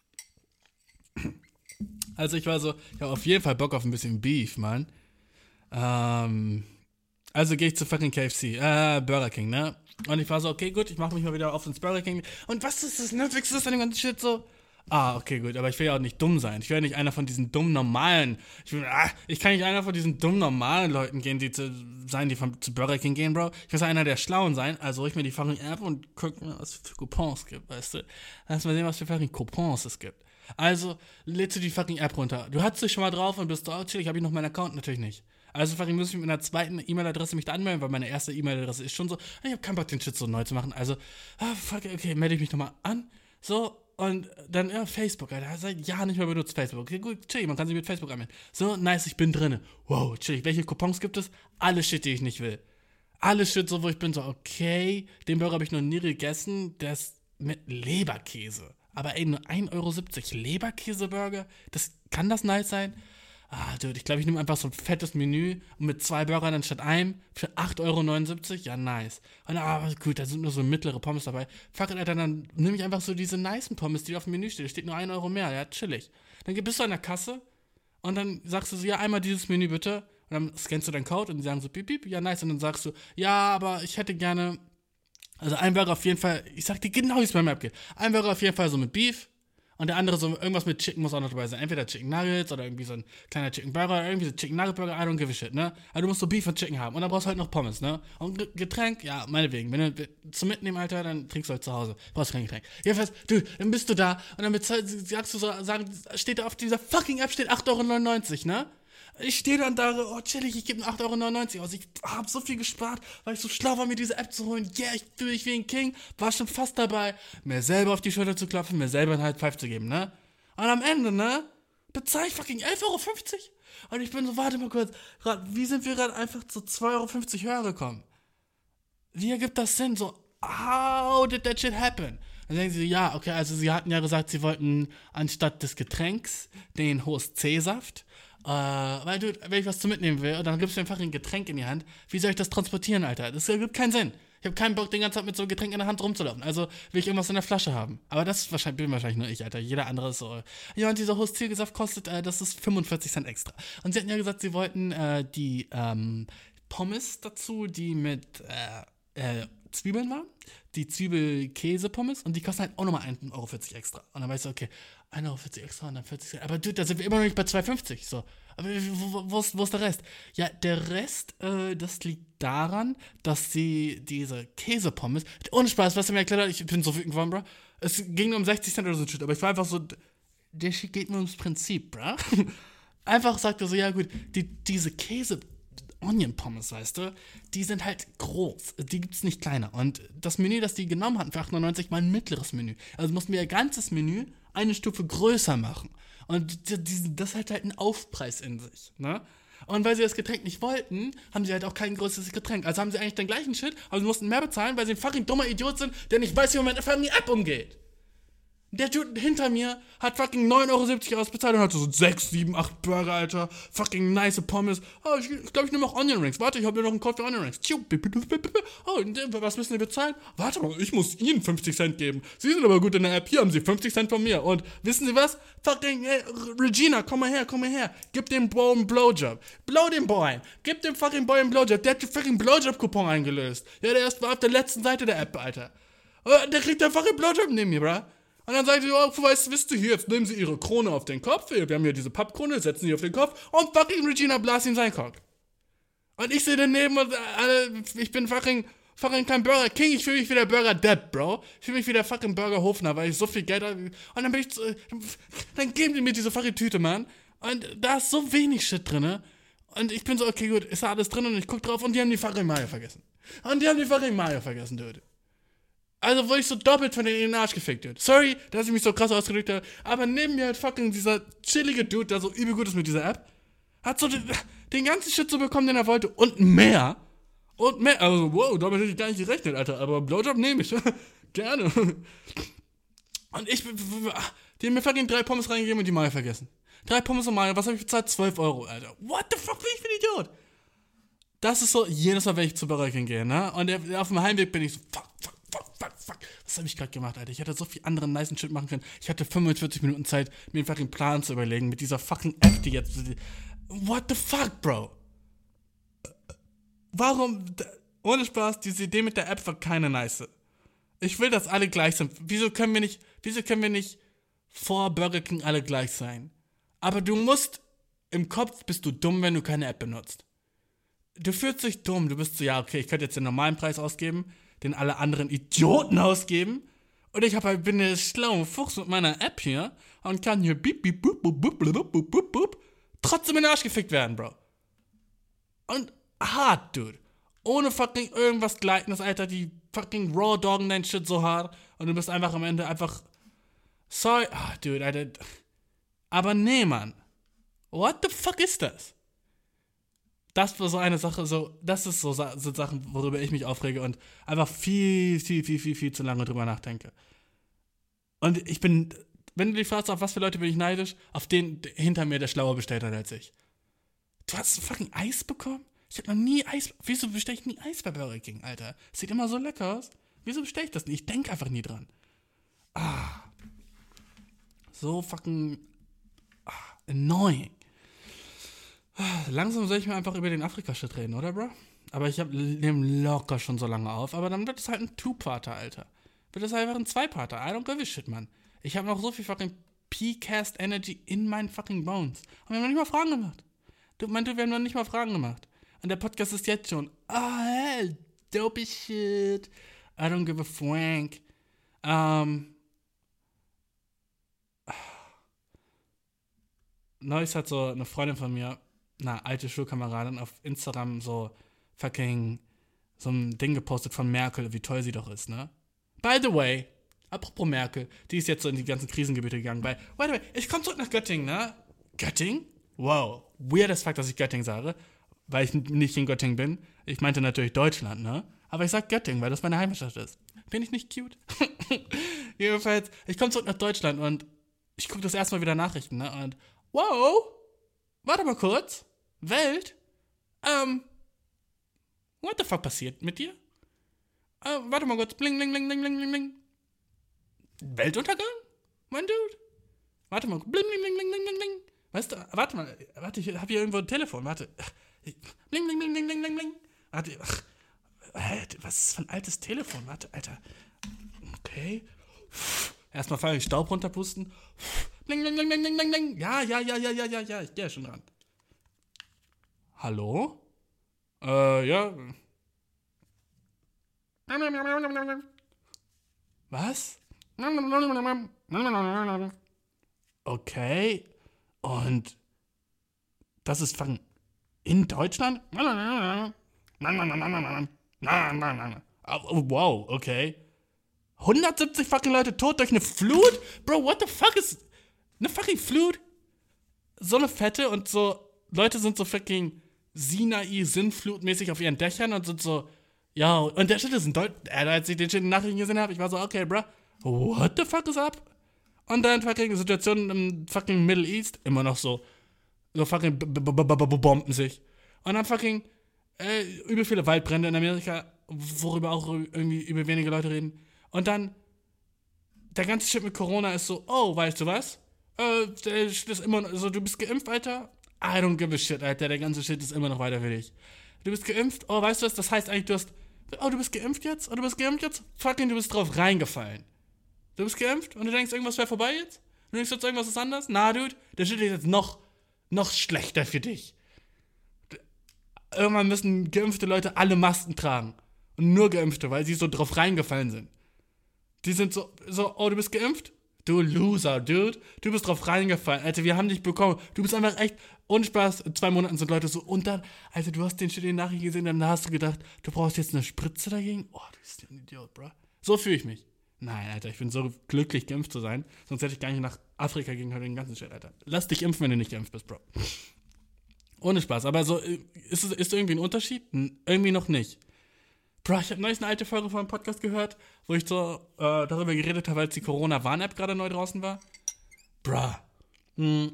Also ich war so, ich habe auf jeden Fall Bock auf ein bisschen Beef, Mann. Ähm, also gehe ich zu fucking K F C, äh, Burger King, ne? Und ich war so, okay, gut, ich mache mich mal wieder auf ins Burger King. Und was ist das Nervigste an dem ganzen Shit so? Ah, okay, gut, aber ich will ja auch nicht dumm sein. Ich will ja nicht einer von diesen dummen, normalen, ich will, ah, ich kann nicht einer von diesen dummen, normalen Leuten gehen, die zu, sein, die von, zu Burger King gehen, Bro. Ich will einer der Schlauen sein, also hol ich mir die fucking App und guck mir, was für Coupons es gibt, weißt du. Lass mal sehen, was für fucking Coupons es gibt. Also, lädst du die fucking App runter. Du hast dich schon mal drauf und bist so, oh, chill, ich hab ich noch meinen Account? Natürlich nicht. Also, fucking muss ich mit einer zweiten E-Mail-Adresse mich da anmelden, weil meine erste E-Mail-Adresse ist schon so, ich hab keinen Bock, den Shit so neu zu machen. Also, ah, fuck, okay, melde ich mich nochmal an. So, und dann, ja, Facebook, Alter, seit Jahren nicht mehr benutzt Facebook. Okay, gut, chill, man kann sich mit Facebook anmelden. So, nice, ich bin drinne. Wow, chill, welche Coupons gibt es? Alle Shit, die ich nicht will. Alle Shit, so, wo ich bin so, okay, den Burger habe ich noch nie gegessen, der ist mit Leberkäse. Aber ey, nur ein Euro siebzig Leberkäse-Burger? Das, kann das nice sein? ah, Dude, ich glaube, ich nehme einfach so ein fettes Menü und mit zwei Burgern anstatt einem für acht Euro neunundsiebzig. Ja, nice. Und ah, gut, da sind nur so mittlere Pommes dabei. Fuck it, Alter, dann nehme ich einfach so diese nicen Pommes, die auf dem Menü stehen. Da steht nur ein Euro mehr, ja, chillig. Dann bist du an der Kasse und dann sagst du so, ja, einmal dieses Menü bitte. Und dann scannst du deinen Code und die sagen so, piep, piep, ja, nice. Und dann sagst du, ja, aber ich hätte gerne, also ein Burger auf jeden Fall, ich sag dir genau, wie es bei mir abgeht. Ein Burger auf jeden Fall so mit Beef. Und der andere so, irgendwas mit Chicken muss auch noch dabei sein. Entweder Chicken Nuggets oder irgendwie so ein kleiner Chicken Burger oder irgendwie so Chicken Nugget Burger, I don't give a shit, ne? Aber du musst so Beef und Chicken haben. Und dann brauchst du halt noch Pommes, ne? Und Getränk, ja, meinetwegen. Wenn du zum Mitnehmen, Alter, dann trinkst du halt zu Hause. Brauchst kein Getränk. Jedenfalls, du, dann bist du da und dann sagst du so, sagen, steht da auf dieser fucking App steht acht Euro neunundneunzig, ne? Ich stehe dann da, oh chillig, ich gebe acht Euro neunundneunzig aus. Ich habe so viel gespart, weil ich so schlau war, mir diese App zu holen. Yeah, ich fühle mich wie ein King. War schon fast dabei, mir selber auf die Schulter zu klopfen, mir selber einen High Five zu geben, ne? Und am Ende, ne, bezahle ich fucking elf Euro fünfzig. Und ich bin so, warte mal kurz, grad, wie sind wir gerade einfach zu zwei Euro fünfzig höher gekommen? Wie ergibt das Sinn? So, how did that shit happen? Dann denken sie, ja, okay, also sie hatten ja gesagt, sie wollten anstatt des Getränks den Host C-Saft. Äh, weil du, wenn ich was zu mitnehmen will, und dann gibst du einfach ein Getränk in die Hand, wie soll ich das transportieren, Alter? Das ergibt keinen Sinn. Ich habe keinen Bock, den ganzen Tag mit so einem Getränk in der Hand rumzulaufen. Also will ich irgendwas in der Flasche haben. Aber das ist wahrscheinlich, bin wahrscheinlich nur ich, Alter. Jeder andere ist so. Ja, und dieser Host C-Saft kostet, äh, das ist fünfundvierzig Cent extra. Und sie hatten ja gesagt, sie wollten äh, die ähm, Pommes dazu, die mit äh, äh, Zwiebeln waren. Die Zwiebel-Käse-Pommes. Und die kosten halt auch nochmal ein Euro vierzig extra. Und dann weißt du, okay, ein Euro vierzig extra und dann vierzig Cent. Aber dude, da sind wir immer noch nicht bei zwei fünfzig. So. Aber wo, wo, ist, wo ist der Rest? Ja, der Rest, äh, das liegt daran, dass sie diese Käsepommes, ohne Spaß, was er mir erklärt hat, ich bin so wütend geworden, bro. Es ging nur um sechzig Cent oder so, aber ich war einfach so, der Shit geht nur ums Prinzip, bro. Einfach sagt er so, ja gut, die, diese Käse Onion Pommes, weißt du, die sind halt groß, die gibt's nicht kleiner. Und das Menü, das die genommen hatten für acht neunundneunzig, war ein mittleres Menü. Also mussten wir ihr ganzes Menü eine Stufe größer machen. Und das hat halt einen Aufpreis in sich, ne? Und weil sie das Getränk nicht wollten, haben sie halt auch kein größeres Getränk. Also haben sie eigentlich den gleichen Shit, aber sie mussten mehr bezahlen, weil sie ein fucking dummer Idiot sind, der nicht weiß, wie man mit einer fucking App umgeht. Der Dude hinter mir hat fucking neun Euro siebzig ausbezahlt und hat so sechs, sieben, acht Burger, Alter. Fucking nice Pommes. Oh, ich glaube, ich, glaub, ich nehme auch Onion Rings. Warte, ich habe mir noch einen Code für Onion Rings. Oh, was müssen wir bezahlen? Warte mal, ich muss Ihnen fünfzig Cent geben. Sie sind aber gut in der App. Hier haben Sie fünfzig Cent von mir. Und wissen Sie was? Fucking, hey, Regina, komm mal her, komm mal her. Gib dem Boy einen Blowjob. Blow dem Boy. Gib dem fucking Boy einen Blowjob. Der hat den fucking Blowjob-Coupon eingelöst. Ja, der ist auf der letzten Seite der App, Alter. Der kriegt den fucking Blowjob neben mir, bruh. Und dann sagt sie, oh, weißt, wisst ihr, hier, jetzt nehmen sie ihre Krone auf den Kopf, wir haben hier diese Pappkrone, setzen sie auf den Kopf und fucking Regina blast ihm seinen Cock. Und ich sehe daneben und alle, ich bin fucking, fucking kein Burger King, ich fühle mich wie der Burger Depp, Bro. Ich fühle mich wie der fucking Burger Hofner, weil ich so viel Geld habe. Und dann bin ich, so, dann geben die mir diese fucking Tüte, Mann. Und da ist so wenig Shit drin. Und ich bin so, okay, gut, ist da alles drin und ich guck drauf und die haben die fucking Mayo vergessen. Und die haben die fucking Mayo vergessen, Dude. Also wurde ich so doppelt von denen in den Arsch gefickt, Dude. Sorry, dass ich mich so krass ausgedrückt habe, aber neben mir halt fucking dieser chillige Dude, der so übel gut ist mit dieser App, hat so den, den ganzen Shit so bekommen, den er wollte und mehr. Und mehr, also wow, damit hätte ich gar nicht gerechnet, Alter, aber Blowjob nehme ich. Gerne. Und ich, die haben mir fucking drei Pommes reingegeben und die Mayo vergessen. Drei Pommes und Mayo, was habe ich bezahlt? zwölf Euro, Alter. What the fuck bin ich für ein Idiot? Das ist so, jedes Mal, wenn ich zu Burger King gehe, ne? Und der, auf dem Heimweg bin ich so, fuck, fuck. Fuck, fuck, fuck. Was habe ich gerade gemacht, Alter? Ich hätte so viel anderen nicen Shit machen können. Ich hatte fünfundvierzig Minuten Zeit, mir einfach einen Plan zu überlegen mit dieser fucking App, die jetzt... What the fuck, Bro? Warum... Ohne Spaß, diese Idee mit der App war keine nice. Ich will, dass alle gleich sind. Wieso können wir nicht... Wieso können wir nicht vor Burger King alle gleich sein? Aber du musst... Im Kopf bist du dumm, wenn du keine App benutzt. Du fühlst dich dumm. Du bist so, ja, okay, ich könnte jetzt den normalen Preis ausgeben, den alle anderen Idioten ausgeben. Und ich hab halt, bin der schlaue Fuchs mit meiner App hier und kann hier bip, bip, bup, bup, bup, bup, bup, bup, bup, trotzdem in den Arsch gefickt werden, Bro. Und hart, Dude. Ohne fucking irgendwas Gleitendes, Alter. Die fucking raw doggen dein Shit so hart und du bist einfach am Ende einfach sorry. Ah, Dude, Alter. Aber nee, Mann. What the fuck ist das? Das war so eine Sache, so, das ist so, so Sachen, worüber ich mich aufrege und einfach viel, viel, viel, viel, viel zu lange drüber nachdenke. Und ich bin wenn du dich fragst, auf was für Leute bin ich neidisch, auf den der hinter mir, der schlauer bestellt hat als ich. Du hast fucking Eis bekommen? Ich hab noch nie Eis... Wieso bestell ich nie Eis bei Burger King, Alter? Sieht immer so lecker aus. Wieso bestell ich das nicht? Ich denk einfach nie dran. Ah. So fucking... Ah, annoying. Ah, langsam soll ich mir einfach über den Afrika-Shit reden, oder, Bro? Aber ich hab, nehme locker schon so lange auf. Aber dann wird es halt ein Two-Parter, Alter. Wird es einfach ein Zwei-Parter. I don't give a shit, Mann. Ich habe noch so viel fucking P-Cast Energy in meinen fucking Bones. Und wir haben noch nicht mal Fragen gemacht. Du meinte, wir haben noch nicht mal Fragen gemacht. Und der Podcast ist jetzt schon. Ah, hell, dope shit. I don't give a frank. Ähm. Neues hat so eine Freundin von mir, eine alte Schulkameradin, auf Instagram so fucking so ein Ding gepostet von Merkel, wie toll sie doch ist, ne? By the way, apropos Merkel, die ist jetzt so in die ganzen Krisengebiete gegangen. By, by the way, ich komme zurück nach Göttingen, ne? Göttingen? Wow. Weird as fuck, dass ich Göttingen sage, weil ich nicht in Göttingen bin. Ich meinte natürlich Deutschland, ne? Aber ich sag Göttingen, weil das meine Heimatstadt ist. Bin ich nicht cute? Jedenfalls, ich komme zurück nach Deutschland und ich gucke das erstmal wieder Nachrichten, ne? Und wow, warte mal kurz. Welt? Ähm, what the fuck passiert mit dir? Äh, warte mal kurz. Bling, bling, bling, bling, bling, bling, bling. Weltuntergang? Mein Dude? Warte mal. Bling, bling, bling, bling, bling, bling. Weißt du, warte mal. Warte, ich hab hier irgendwo ein Telefon. Warte. Bling, bling, bling, bling, bling, bling, bling. Warte. Ach, was ist für ein altes Telefon? Warte, Alter. Okay. Erstmal fange ich Staub runterpusten. Bling, bling, bling, bling, bling, bling, bling. Ja, ja, ja, ja, ja, ja, ja. Ich gehe schon dran. Hallo? Äh, ja. Was? Okay. Und das ist von in Deutschland? Oh, wow, okay. hundertsiebzig fucking Leute tot durch eine Flut? Bro, what the fuck ist eine fucking Flut? So eine fette und so Leute sind so fucking Sinai-Sinnflutmäßig auf ihren Dächern und sind so, ja, und der Shit ist in Deutschland, als ich den Shit in den Nachrichten gesehen habe, ich war so, okay, bro, what the fuck is up? Und dann fucking Situationen im fucking Middle East, immer noch so, so fucking bomben sich. Und dann fucking äh, übel viele Waldbrände in Amerika, worüber auch irgendwie über wenige Leute reden. Und dann der ganze Shit mit Corona ist so, oh, weißt du was? Äh, der Shit ist immer noch, so, du bist geimpft, Alter? I don't give a shit, Alter, der ganze Shit ist immer noch weiter für dich. Du bist geimpft, oh, weißt du was, das heißt eigentlich, du hast, oh, du bist geimpft jetzt? Oh, du bist geimpft jetzt? Fucking, du bist drauf reingefallen. Du bist geimpft und du denkst, irgendwas wäre vorbei jetzt? Du denkst jetzt, irgendwas ist anders? Na, Dude, der Shit ist jetzt noch, noch schlechter für dich. Irgendwann müssen geimpfte Leute alle Masken tragen. Und nur Geimpfte, weil sie so drauf reingefallen sind. Die sind so, so, oh, du bist geimpft? Du Loser, Dude. Du bist drauf reingefallen. Alter, wir haben dich bekommen. Du bist einfach echt, ohne Spaß, in zwei Monaten sind Leute so, und dann, Alter, du hast den Shit in den Nachrichten gesehen, dann hast du gedacht, du brauchst jetzt eine Spritze dagegen? Oh, du bist ja ein Idiot, bro. So fühle ich mich. Nein, Alter, ich bin so glücklich, geimpft zu sein. Sonst hätte ich gar nicht nach Afrika gehen können, den ganzen Shit, Alter. Lass dich impfen, wenn du nicht geimpft bist, Bro. Ohne Spaß. Aber so, ist, ist irgendwie ein Unterschied? Irgendwie noch nicht. Bro, ich habe neulich eine alte Folge von einem Podcast gehört, wo ich so äh, darüber geredet habe, als die Corona-Warn-App gerade neu draußen war. Bro. Hm.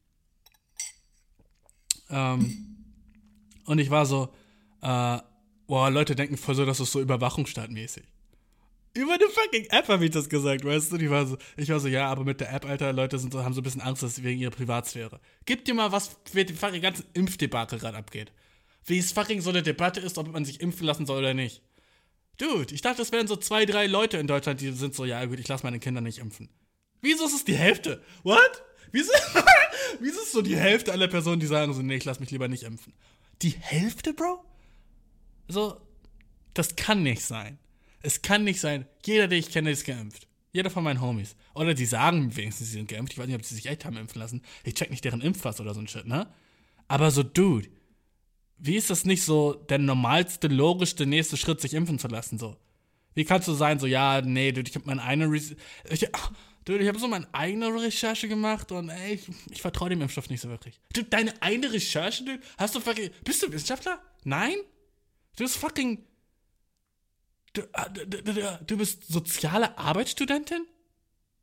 Ähm. Und ich war so, äh, boah, Leute denken voll so, das ist so Überwachungsstaatmäßig. Über eine fucking App habe ich das gesagt, weißt du? Ich war so, ich war so, ja, aber mit der App, Alter, Leute sind so, haben so ein bisschen Angst, dass es wegen ihrer Privatsphäre. Gib dir mal, was für die fucking ganzen Impfdebatte gerade abgeht. Wie es fucking so eine Debatte ist, ob man sich impfen lassen soll oder nicht. Dude, ich dachte, es wären so zwei, drei Leute in Deutschland, die sind so, ja gut, ich lasse meine Kinder nicht impfen. Wieso ist es die Hälfte? What? Wieso, wieso ist so die Hälfte aller Personen, die sagen so, nee, ich lasse mich lieber nicht impfen? Die Hälfte, Bro? So, das kann nicht sein. Es kann nicht sein, jeder, den ich kenne, ist geimpft. Jeder von meinen Homies. Oder die sagen wenigstens, sie sind geimpft. Ich weiß nicht, ob sie sich echt haben impfen lassen. Ich check nicht deren Impfpass oder so ein Shit, ne? Aber so, Dude, wie ist das nicht so der normalste, logischste nächste Schritt, sich impfen zu lassen, so? Wie kannst du sein, so, ja, nee, Dude, ich hab meine eigene Re- ich, ach, Dude, ich hab so meine eigene Recherche gemacht und ey, ich, ich vertraue dem Impfstoff nicht so wirklich. Dude, deine eigene Recherche, Dude? Hast du fucking, bist du Wissenschaftler? Nein? Du bist fucking, Du, du, du, du bist soziale Arbeitsstudentin?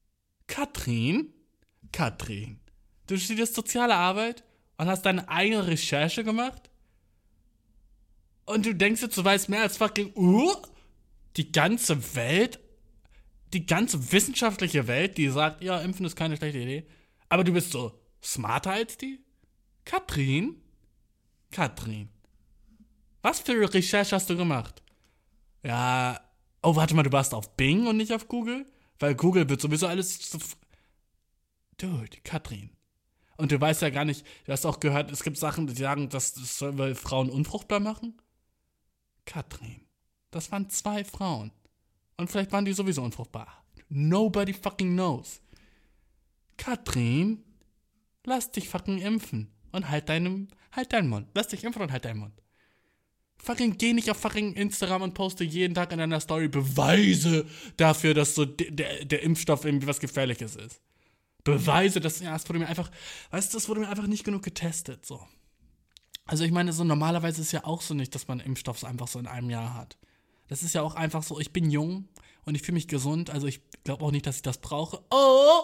Katrin, Katrin, du studierst soziale Arbeit und hast deine eigene Recherche gemacht? Und du denkst jetzt, du weißt mehr als fucking, uh, die ganze Welt, die ganze wissenschaftliche Welt, die sagt, ja, impfen ist keine schlechte Idee, aber du bist so smarter als die? Katrin? Katrin. Was für Recherche hast du gemacht? Ja, oh, warte mal, du warst auf Bing und nicht auf Google? Weil Google wird sowieso alles so. Dude, Katrin. Und du weißt ja gar nicht, du hast auch gehört, es gibt Sachen, die sagen, dass das soll Frauen unfruchtbar machen? Katrin. Das waren zwei Frauen. Und vielleicht waren die sowieso unfruchtbar. Nobody fucking knows. Katrin, lass dich fucking impfen. Und halt deinen, halt deinen Mund. Lass dich impfen und halt deinen Mund. Fucking geh nicht auf fucking Instagram und poste jeden Tag in deiner Story Beweise dafür, dass so de- der, der Impfstoff irgendwie was Gefährliches ist. Beweise, dass, ja, es wurde mir einfach, weißt du, es wurde mir einfach nicht genug getestet, so. Also ich meine, so normalerweise ist es ja auch so nicht, dass man Impfstoff einfach so in einem Jahr hat. Das ist ja auch einfach so, ich bin jung und ich fühle mich gesund, also ich glaube auch nicht, dass ich das brauche. Oh!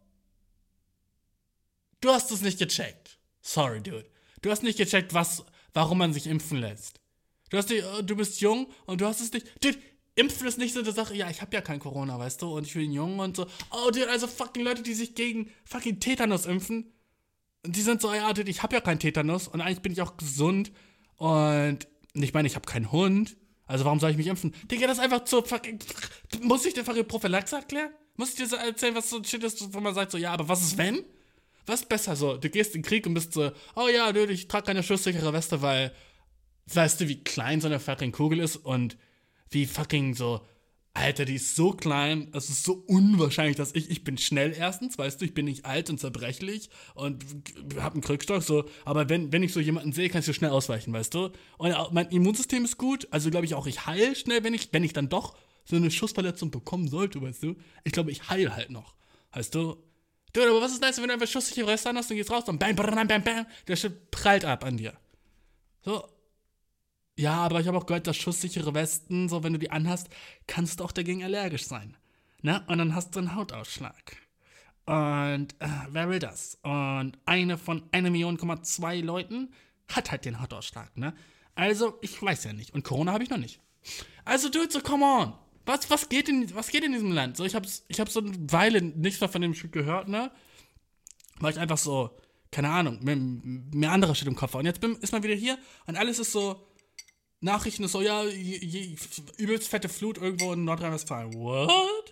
Du hast es nicht gecheckt. Sorry, dude. Du hast nicht gecheckt, was, warum man sich impfen lässt. Du hast die, du bist jung und du hast es nicht. Dude, impfen ist nicht so eine Sache, ja, ich habe ja kein Corona, weißt du, und ich bin jung und so. Oh, dude, also fucking Leute, die sich gegen fucking Tetanus impfen, die sind so, ja, dude, ich habe ja keinen Tetanus und eigentlich bin ich auch gesund und ich meine, ich habe keinen Hund, also warum soll ich mich impfen? Digga, das ist einfach so fucking, muss ich dir fucking Prophylaxe erklären? Muss ich dir so erzählen, was so ein Shit ist, wo man sagt so, ja, aber was ist wenn? Was ist besser so? Du gehst in den Krieg und bist so, oh ja, dude, ich trage keine schusssichere Weste, weil weißt du, wie klein so eine fucking Kugel ist und wie fucking so, Alter, die ist so klein, es ist so unwahrscheinlich, dass ich, ich bin schnell erstens, weißt du, ich bin nicht alt und zerbrechlich und hab einen Krückstock, so, aber wenn, wenn ich so jemanden sehe, kann ich so schnell ausweichen, weißt du? Und auch mein Immunsystem ist gut, also glaube ich auch, ich heil schnell, wenn ich, wenn ich dann doch so eine Schussverletzung bekommen sollte, weißt du? Ich glaube, ich heil halt noch, weißt du? Dude, aber was ist nice, wenn du einfach schusssichere Reste hast und gehst raus und bam, bam, bam, bam, der Shit prallt ab an dir. So. Ja, aber ich habe auch gehört, dass schusssichere Westen, so wenn du die anhast, kannst du auch dagegen allergisch sein. Ne? Und dann hast du einen Hautausschlag. Und äh, wer will das? Und eine von einer Million Komma zwei Leuten hat halt den Hautausschlag, ne? Also, ich weiß ja nicht. Und Corona habe ich noch nicht. Also, dude, so, come on. Was, was, geht in, was geht in diesem Land? So, ich habe ich hab so eine Weile nichts mehr von dem Stück gehört, ne? Weil ich einfach so, keine Ahnung, mir, mir andere Shit im Kopf war. Und jetzt bin, ist man wieder hier und alles ist so, Nachrichten ist so, ja, je, je, übelst fette Flut irgendwo in Nordrhein-Westfalen. What?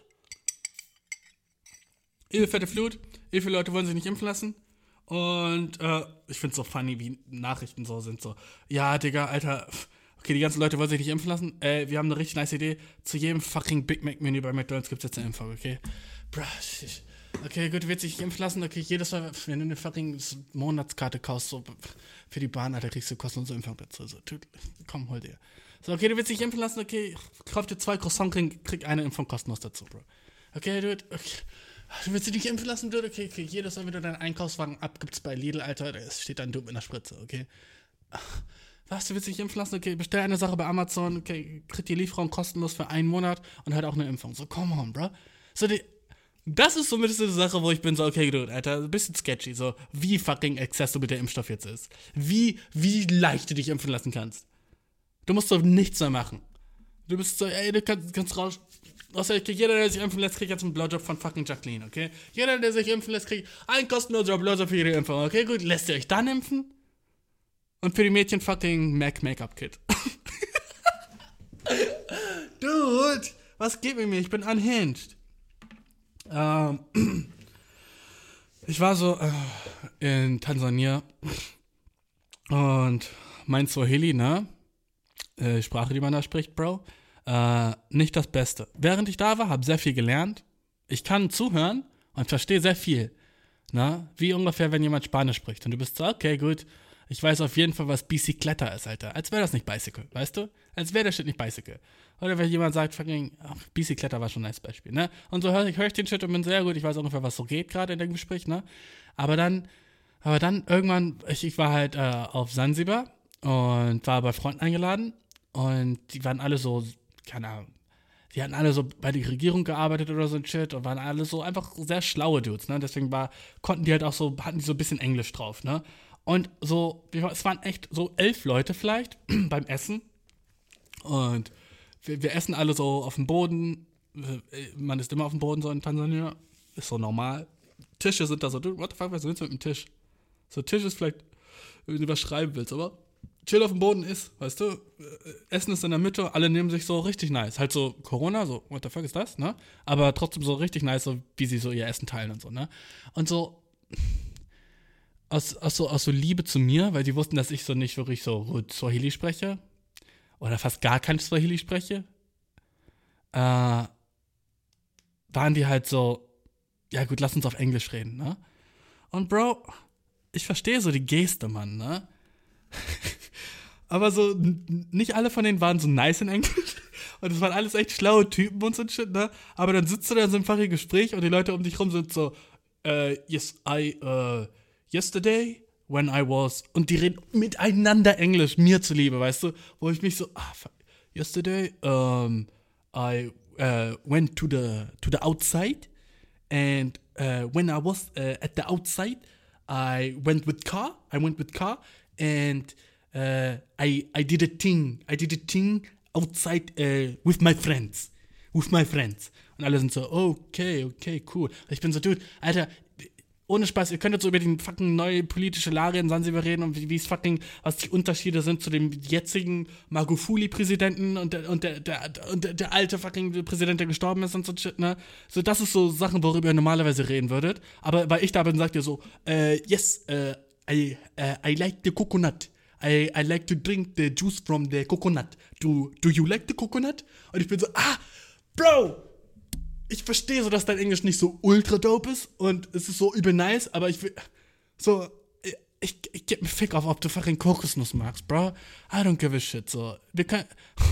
Übelst fette Flut. Wie viele Leute wollen sich nicht impfen lassen? Und äh, ich find's so funny, wie Nachrichten so sind. So, ja, Digga, Alter, okay, die ganzen Leute wollen sich nicht impfen lassen. Äh, wir haben eine richtig nice Idee. Zu jedem fucking Big Mac-Menü bei McDonald's gibt's jetzt eine Impfung, okay? Bruh, ich, okay, gut, du willst dich nicht impfen lassen. Okay, jedes Mal, wenn du eine fucking Monatskarte kaufst, so für die Bahn, Alter, kriegst du kostenlose Impfung dazu. So, komm, hol dir. So, okay, du willst dich impfen lassen, okay, kauf dir zwei Croissants, krieg, krieg eine Impfung kostenlos dazu, Bro. Okay, dude, okay. Du willst dich nicht impfen lassen, dude? Okay, okay, jedes Mal, wenn du deinen Einkaufswagen abgibst bei Lidl, Alter, da steht dann Dude mit einer Spritze, okay? Was, du willst dich impfen lassen? Okay, bestell eine Sache bei Amazon, okay, krieg die Lieferung kostenlos für einen Monat und halt auch eine Impfung. So, come on, bro. So, die, das ist zumindest eine Sache, wo ich bin so, okay, dude, Alter, ein bisschen sketchy, so, wie fucking accessible der Impfstoff jetzt ist. Wie, wie leicht du dich impfen lassen kannst. Du musst doch nichts mehr machen. Du bist so, ey, du kannst, kannst raus. Außer jeder, der sich impfen lässt, kriegt jetzt einen Blowjob von fucking Jacqueline, okay? Jeder, der sich impfen lässt, kriegt einen kostenlosen Blowjob für jede Impfung, okay? Gut, lässt ihr euch dann impfen? Und für die Mädchen fucking Mac Make-up Kit. Dude, was geht mit mir? Ich bin unhinged. Ähm, ich war so äh, in Tansania und mein Swahili, ne? Äh, Sprache, die man da spricht, Bro. Äh, nicht das Beste. Während ich da war, habe sehr viel gelernt. Ich kann zuhören und verstehe sehr viel. Na? Wie ungefähr, wenn jemand Spanisch spricht. Und du bist so, okay, gut. Ich weiß auf jeden Fall, was Bicicleta ist, Alter. Als wäre das nicht Bicycle, weißt du? Als wäre der Shit nicht Bicycle. Oder wenn jemand sagt, fucking, ach, Bicicleta war schon ein nice Beispiel, ne? Und so höre ich, hör ich den Shit und bin sehr gut. Ich weiß ungefähr, was so geht gerade in dem Gespräch, ne? Aber dann, aber dann irgendwann, ich, ich war halt äh, auf Sansibar und war bei Freunden eingeladen. Und die waren alle so, keine Ahnung, die hatten alle so bei der Regierung gearbeitet oder so ein Shit und waren alle so einfach sehr schlaue Dudes, ne? Deswegen war, konnten die halt auch so, hatten die so ein bisschen Englisch drauf, ne? Und so, es waren echt so elf Leute vielleicht beim Essen. Und wir, wir essen alle so auf dem Boden. Man ist immer auf dem Boden so in Tansania. Ist so normal. Tische sind da so, what the fuck, was willst du mit dem Tisch? So, Tisch ist vielleicht, wenn du was schreiben willst, aber chill auf dem Boden ist, weißt du? Essen ist in der Mitte, alle nehmen sich so richtig nice. Halt so Corona, so, what the fuck ist das, ne? Aber trotzdem so richtig nice, so wie sie so ihr Essen teilen und so, ne? Und so Aus, aus, so, aus so Liebe zu mir, weil die wussten, dass ich so nicht wirklich so gut Swahili spreche oder fast gar kein Swahili spreche, äh, waren die halt so, ja gut, lass uns auf Englisch reden, ne? Und Bro, ich verstehe so die Geste, Mann, ne? Aber so, n- nicht alle von denen waren so nice in Englisch. Und es waren alles echt schlaue Typen und so ein Shit, ne? Aber dann sitzt du da in so einem fachigen Gespräch und die Leute um dich rum sind so, äh, yes, I, äh, yesterday, when I was, und die reden miteinander Englisch, mir zuliebe, weißt du, wo ich mich so, ah, fuck, yesterday, um, I uh, went to the, to the outside, and uh, when I was uh, at the outside, I went with car, I went with car, and uh, I, I did a thing, I did a thing outside uh, with my friends, with my friends. Und alle sind so, okay, okay, cool. Ich bin so, Dude, Alter, ohne Spaß, ihr könntet so über die fucking neue politische Lage in Sansibar reden und wie es fucking, was die Unterschiede sind zu dem jetzigen Magufuli-Präsidenten und der, und der, der, und der, der alte fucking Präsident, der gestorben ist und so shit, ne? So, das ist so Sachen, worüber ihr normalerweise reden würdet. Aber weil ich da bin, sagt ihr so, äh, yes, uh, I, uh, I like the coconut. I, I like to drink the juice from the coconut. Do, do you like the coconut? Und ich bin so, ah, Bro! Ich verstehe so, dass dein Englisch nicht so ultra dope ist und es ist so übel nice, aber ich will, so, ich, ich geb mir Fick auf, ob du fucking Kokosnuss magst, Bro. I don't give a shit, so. Wir können,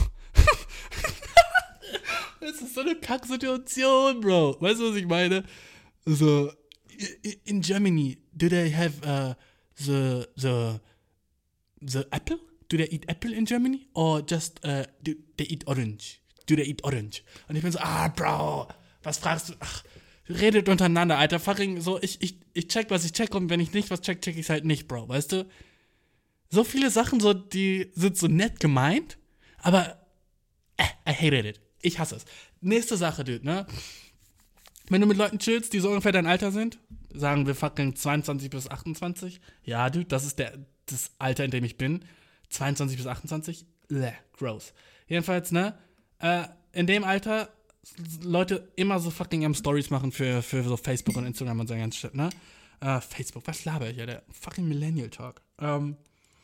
das ist so eine Kacksituation, Bro. Weißt du, was ich meine? So, in Germany, do they have uh, the, the, the apple? Do they eat apple in Germany? Or just, uh, do they eat orange? Do they eat orange? Und ich bin so, ah, Bro, was fragst du? Ach, redet untereinander, Alter. Fucking so, ich, ich, ich check, was ich check und wenn ich nicht was check, check ich's halt nicht, Bro, weißt du? So viele Sachen, so, die sind so nett gemeint, aber äh, I hated it. Ich hasse es. Nächste Sache, Dude, ne? Wenn du mit Leuten chillst, die so ungefähr dein Alter sind, sagen wir fucking zweiundzwanzig bis achtundzwanzig, ja, Dude, das ist der, das Alter, in dem ich bin. zweiundzwanzig bis achtundzwanzig, bleh, gross. Jedenfalls, ne? Äh, in dem Alter Leute immer so fucking am Stories machen für, für so Facebook und Instagram und so ganz shit, ne? Äh, Facebook, was laber ich ja? Der fucking Millennial Talk. Ähm,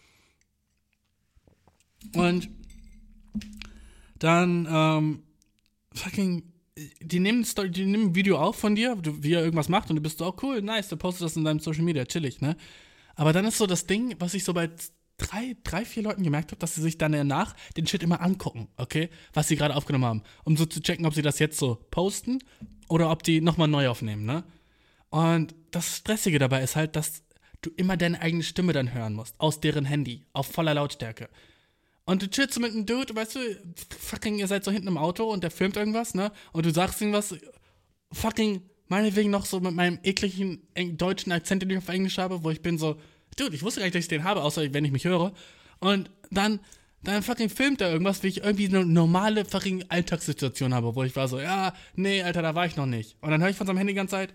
und dann, ähm, fucking, die nehmen, Story, die nehmen ein Video auf von dir, du, wie er irgendwas macht und du bist so, oh cool, nice, du postest das in deinem Social Media, chillig, ne? Aber dann ist so das Ding, was ich so bei drei, drei, vier Leuten gemerkt habe, dass sie sich dann danach den Shit immer angucken, okay? Was sie gerade aufgenommen haben. Um so zu checken, ob sie das jetzt so posten oder ob die nochmal neu aufnehmen, ne? Und das Stressige dabei ist halt, dass du immer deine eigene Stimme dann hören musst. Aus deren Handy. Auf voller Lautstärke. Und du chillst mit einem Dude, weißt du, fucking, ihr seid so hinten im Auto und der filmt irgendwas, ne? Und du sagst irgendwas, fucking, meinetwegen noch so mit meinem ekligen deutschen Akzent, den ich auf Englisch habe, wo ich bin so, Dude, ich wusste gar nicht, dass ich den habe, außer wenn ich mich höre. Und dann, dann fucking filmt er irgendwas, wie ich irgendwie eine normale fucking Alltagssituation habe, wo ich war so, ja, nee, Alter, da war ich noch nicht. Und dann höre ich von seinem Handy die ganze Zeit,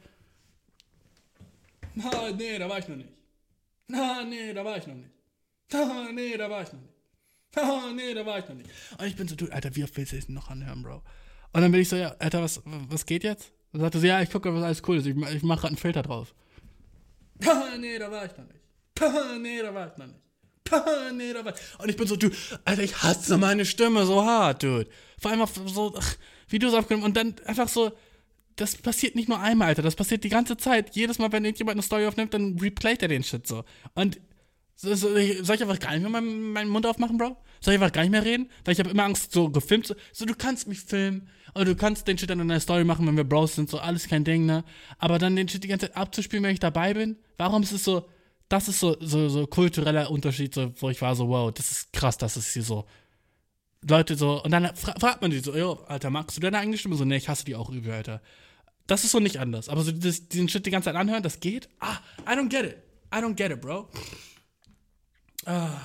na, nee, da war ich noch nicht. Na, nee, da war ich noch nicht. Na, nee, da war ich noch nicht. Na, nee, da war ich noch nicht. Und ich bin so, Dude, Alter, wie oft willst du es noch anhören, Bro? Und dann bin ich so, ja, Alter, was, was geht jetzt? Und sagte so, ja, ich gucke, was alles cool ist, ich, ich mache gerade einen Filter drauf. Na, nee, da war ich noch nicht. Nee, da war ich noch nicht. Nee, da war ich. Und ich bin so, du, Alter, ich hasse meine Stimme so hart, Dude. Vor allem auf so, ach, wie du es aufgenommen und dann einfach so, das passiert nicht nur einmal, Alter, das passiert die ganze Zeit. Jedes Mal, wenn irgendjemand eine Story aufnimmt, dann replayt er den Shit so. Und so, so, soll ich einfach gar nicht mehr meinen, meinen Mund aufmachen, Bro? Soll ich einfach gar nicht mehr reden? Weil ich habe immer Angst, so gefilmt zu, so, du kannst mich filmen und du kannst den Shit dann in der Story machen, wenn wir Bros sind, so, alles kein Ding, ne? Aber dann den Shit die ganze Zeit abzuspielen, wenn ich dabei bin, warum ist es so, das ist so, so, so kultureller Unterschied, so, wo ich war so, wow, das ist krass, dass es hier so Leute so, und dann fra- fragt man die so, yo, Alter, magst du deine eigene Stimme? So, nee, ich hasse die auch übel, Alter. Das ist so nicht anders. Aber so dieses, diesen Shit die ganze Zeit anhören, das geht? Ah, I don't get it. I don't get it, bro. Ah.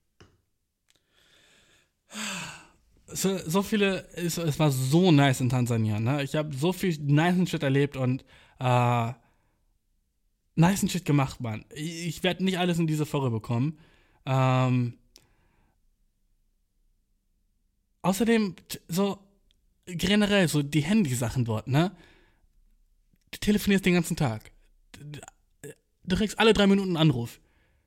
So, so viele, es, es war so nice in Tansania, ne? Ich habe so viel nice Shit erlebt und äh, nice Shit gemacht, Mann. Ich, ich werde nicht alles in diese Folge bekommen. Ähm, außerdem, t- so generell, so die Handysachen dort, ne? Du telefonierst den ganzen Tag. Du kriegst alle drei Minuten einen Anruf.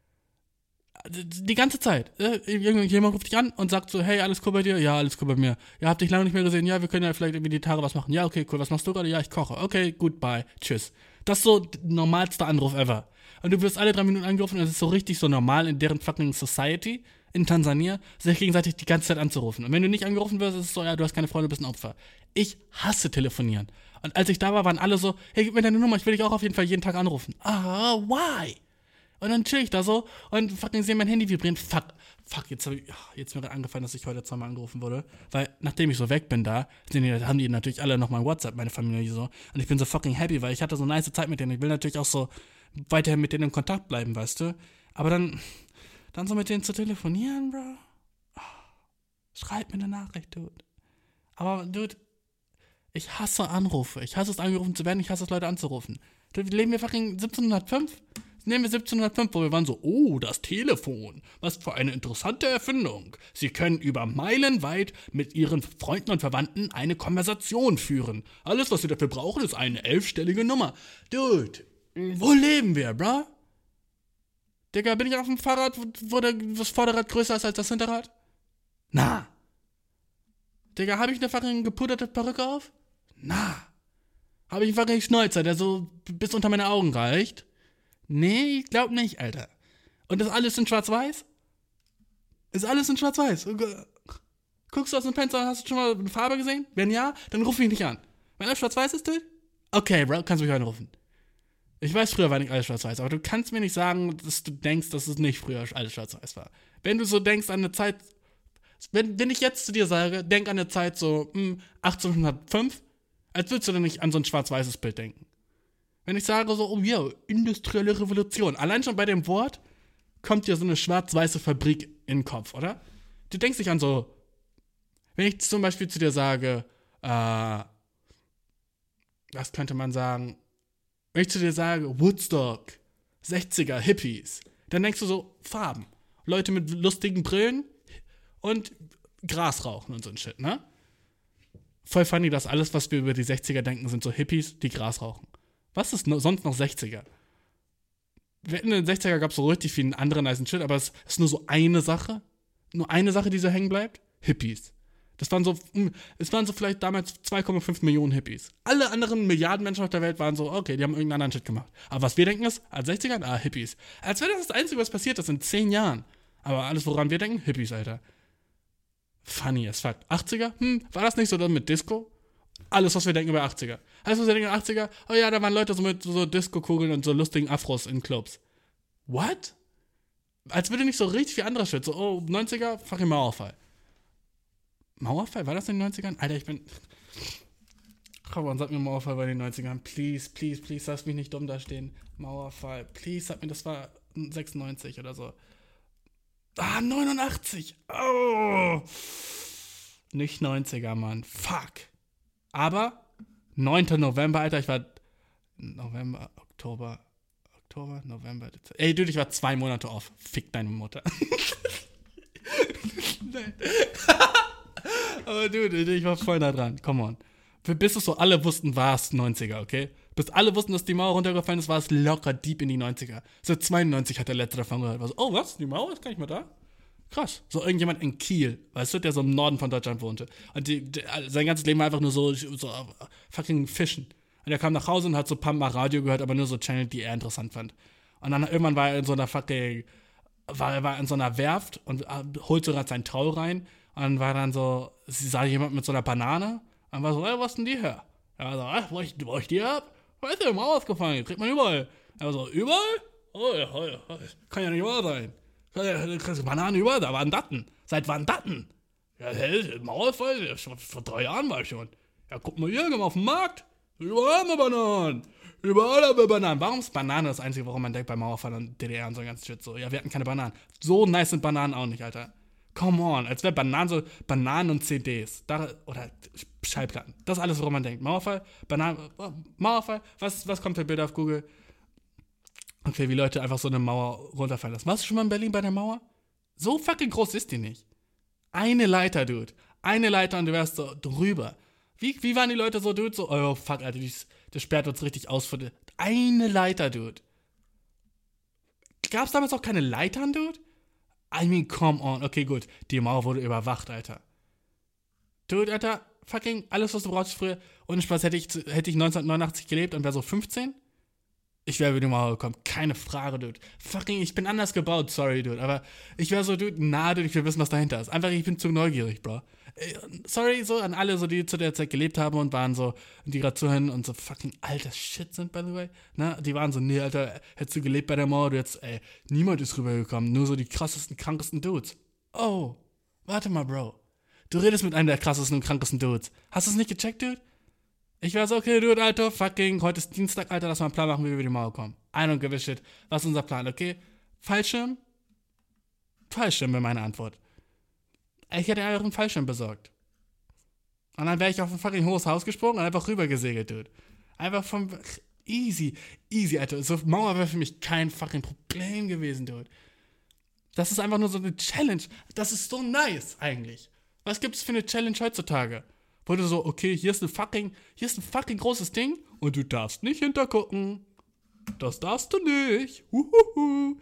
Die ganze Zeit. Jemand ruft dich an und sagt so, hey, alles cool bei dir? Ja, alles cool bei mir. Ja, hab dich lange nicht mehr gesehen. Ja, wir können ja vielleicht irgendwie die Tage was machen. Ja, okay, cool. Was machst du gerade? Ja, ich koche. Okay, gut, bye. Tschüss. Das ist so der normalste Anruf ever. Und du wirst alle drei Minuten angerufen und es ist so richtig so normal in deren fucking Society in Tansania, sich gegenseitig die ganze Zeit anzurufen. Und wenn du nicht angerufen wirst, ist es so, ja, du hast keine Freunde, du bist ein Opfer. Ich hasse telefonieren. Und als ich da war, waren alle so, hey, gib mir deine Nummer, ich will dich auch auf jeden Fall jeden Tag anrufen. Ah, why? Und dann chill ich da so und fucking sehe mein Handy vibrieren. Fuck, fuck, jetzt, hab ich, jetzt ist mir gerade angefallen, dass ich heute zweimal angerufen wurde. Weil, nachdem ich so weg bin da, sind die, haben die natürlich alle noch mein WhatsApp, meine Familie so. Und ich bin so fucking happy, weil ich hatte so eine nice Zeit mit denen. Ich will natürlich auch so weiterhin mit denen in Kontakt bleiben, weißt du. Aber dann, dann so mit denen zu telefonieren, Bro. Oh, schreib mir eine Nachricht, Dude. Aber, Dude, ich hasse Anrufe. Ich hasse es, angerufen zu werden. Ich hasse es, Leute anzurufen. Dude, leben wir fucking siebzehnhundertfünf? Nehmen wir siebzehnhundertfünf, wo wir waren so, oh, das Telefon, was für eine interessante Erfindung. Sie können über Meilen weit mit Ihren Freunden und Verwandten eine Konversation führen. Alles, was Sie dafür brauchen, ist eine elfstellige Nummer. Dude, wo leben wir, bra? Digga, bin ich auf dem Fahrrad, wo der, das Vorderrad größer ist als das Hinterrad? Na. Digga, habe ich eine fucking gepuderte Perücke auf? Na. Habe ich einen fucking Schnäuzer, der so bis unter meine Augen reicht? Nee, ich glaub nicht, Alter. Und das alles in Schwarz-Weiß? Ist alles in Schwarz-Weiß? Guckst du aus dem Fenster, hast du schon mal eine Farbe gesehen? Wenn ja, dann ruf mich nicht an. Wenn alles Schwarz-Weiß ist, dude? Okay, Bro, kannst du mich anrufen. Ich weiß, früher war nicht alles Schwarz-Weiß, aber du kannst mir nicht sagen, dass du denkst, dass es nicht früher alles Schwarz-Weiß war. Wenn du so denkst an eine Zeit, wenn, wenn ich jetzt zu dir sage, denk an eine Zeit so hm, achtzehnhundertfünf, als würdest du dann nicht an so ein schwarz-weißes Bild denken. Wenn ich sage so, oh ja, industrielle Revolution. Allein schon bei dem Wort kommt dir so eine schwarz-weiße Fabrik in den Kopf, oder? Du denkst nicht an so, wenn ich zum Beispiel zu dir sage, äh, was könnte man sagen, wenn ich zu dir sage, Woodstock, sechziger, Hippies, dann denkst du so, Farben. Leute mit lustigen Brillen und Gras rauchen und so ein Shit, ne? Voll funny, dass alles, was wir über die sechziger denken, sind so Hippies, die Gras rauchen. Was ist no, sonst noch sechziger? In den sechziger gab es so richtig vielen anderen nice Shit, aber es ist nur so eine Sache. Nur eine Sache, die so hängen bleibt. Hippies. Das waren so, es waren so vielleicht damals zwei Komma fünf Millionen Hippies. Alle anderen Milliarden Menschen auf der Welt waren so, okay, die haben irgendeinen anderen Shit gemacht. Aber was wir denken ist, als sechziger, ah, Hippies. Als wäre das das Einzige, was passiert ist in zehn Jahren. Aber alles, woran wir denken, Hippies, Alter. Funny as fuck. achtziger? Hm, war das nicht so dann mit Disco? Alles, was wir denken über achtziger. Alles, was wir denken über achtziger, oh ja, da waren Leute so mit so Disco-Kugeln und so lustigen Afros in Clubs. What? Als würde nicht so richtig viel anderer Shit. So, oh, neunziger, fucking Mauerfall. Mauerfall? War das in den neunzigern? Alter, ich bin... Komm on, sag mir Mauerfall bei den neunzigern. Please, please, please, lass mich nicht dumm da stehen. Mauerfall. Please, sag mir, das war sechsundneunzig oder so. Ah, neunundachtzig. Oh. Nicht neunziger, Mann. Fuck. Aber neunter November, Alter, ich war November, Oktober, Oktober, November, Dezember. Ey, Dude, ich war zwei Monate off. Fick deine Mutter. Nein. Aber Dude, ich war voll nah dran. Come on. Bis es so alle wussten, war es neunziger, okay? Bis alle wussten, dass die Mauer runtergefallen ist, war es locker deep in die neunziger. So zweiundneunzig hat der letzte davon gehört. War so, oh, was? Die Mauer ist gar nicht mehr da? Krass. So irgendjemand in Kiel, weißt du, der so im Norden von Deutschland wohnte. Und die, die, sein ganzes Leben war einfach nur so, so fucking fischen. Und er kam nach Hause und hat so ein paar Mal Radio gehört, aber nur so Channel, die er interessant fand. Und dann irgendwann war er in so einer fucking, war er war in so einer Werft und holte gerade seinen Trau rein. Und dann war dann so, sie sah jemand mit so einer Banane. Und war so, ey, was denn die her? Er war so, ach, wo ich, wo ich die hab? Weißt du, im Mauer ausgefallen, kriegt man überall. Er war so, überall? Oh ja, oh ja, kann ja nicht wahr sein. Bananen überall, da waren Datten. Seit wann Datten? Ja, hä, Mauerfall, schon vor drei Jahren war ich schon. Ja, guck mal hier, geh mal auf den Markt. Überall haben wir Bananen. Überall haben wir Bananen. Warum ist Banane das Einzige, warum man denkt bei Mauerfall und D D R und so ganz shit so? Ja, wir hatten keine Bananen. So nice sind Bananen auch nicht, Alter. Come on, als wäre Bananen so Bananen und C Ds. Da, oder Schallplatten. Das ist alles, woran man denkt. Mauerfall, Bananen, Mauerfall. Was, was kommt für Bilder auf Google? Okay, wie Leute einfach so eine Mauer runterfallen lassen. Warst du schon mal in Berlin bei der Mauer? So fucking groß ist die nicht. Eine Leiter, Dude. Eine Leiter und du wärst so drüber. Wie, wie waren die Leute so, Dude? So, oh fuck, Alter, das, das sperrt uns richtig aus. Für die, eine Leiter, Dude. Gab's damals auch keine Leitern, Dude? I mean, come on. Okay, gut. Die Mauer wurde überwacht, Alter. Dude, Alter, fucking alles, was du brauchst früher. Ohne Spaß, hätte ich, hätte ich neunzehnhundertneunundachtzig gelebt und wäre so fünfzehn? Ich wäre über die Mauer gekommen. Keine Frage, Dude. Fucking, ich bin anders gebaut, sorry, Dude. Aber ich wäre so, Dude, na, Dude, ich will wissen, was dahinter ist. Einfach, ich bin zu neugierig, Bro. Sorry, so an alle, so, die zu der Zeit gelebt haben und waren so, die gerade zuhören und so fucking alter Shit sind, by the way. Na, die waren so, nee, Alter, hättest du gelebt bei der Mauer, du hättest, ey, niemand ist rübergekommen. Nur so die krassesten, krankesten Dudes. Oh, warte mal, Bro. Du redest mit einem der krassesten und krankesten Dudes. Hast du es nicht gecheckt, Dude? Ich war so, okay, Dude, Alter, fucking, heute ist Dienstag, Alter, lass mal einen Plan machen, wie wir über die Mauer kommen. I don't give a shit. Was ist unser Plan, okay? Fallschirm? Fallschirm wäre meine Antwort. Ich hätte einfach einen Fallschirm besorgt. Und dann wäre ich auf ein fucking hohes Haus gesprungen und einfach rüber gesegelt, Dude. Einfach vom, easy, easy, Alter. So Mauer wäre für mich kein fucking Problem gewesen, Dude. Das ist einfach nur so eine Challenge. Das ist so nice, eigentlich. Was gibt's für eine Challenge heutzutage? Wo du so, okay, hier ist ein fucking, hier ist ein fucking großes Ding und du darfst nicht hintergucken. Das darfst du nicht. Huhuhu.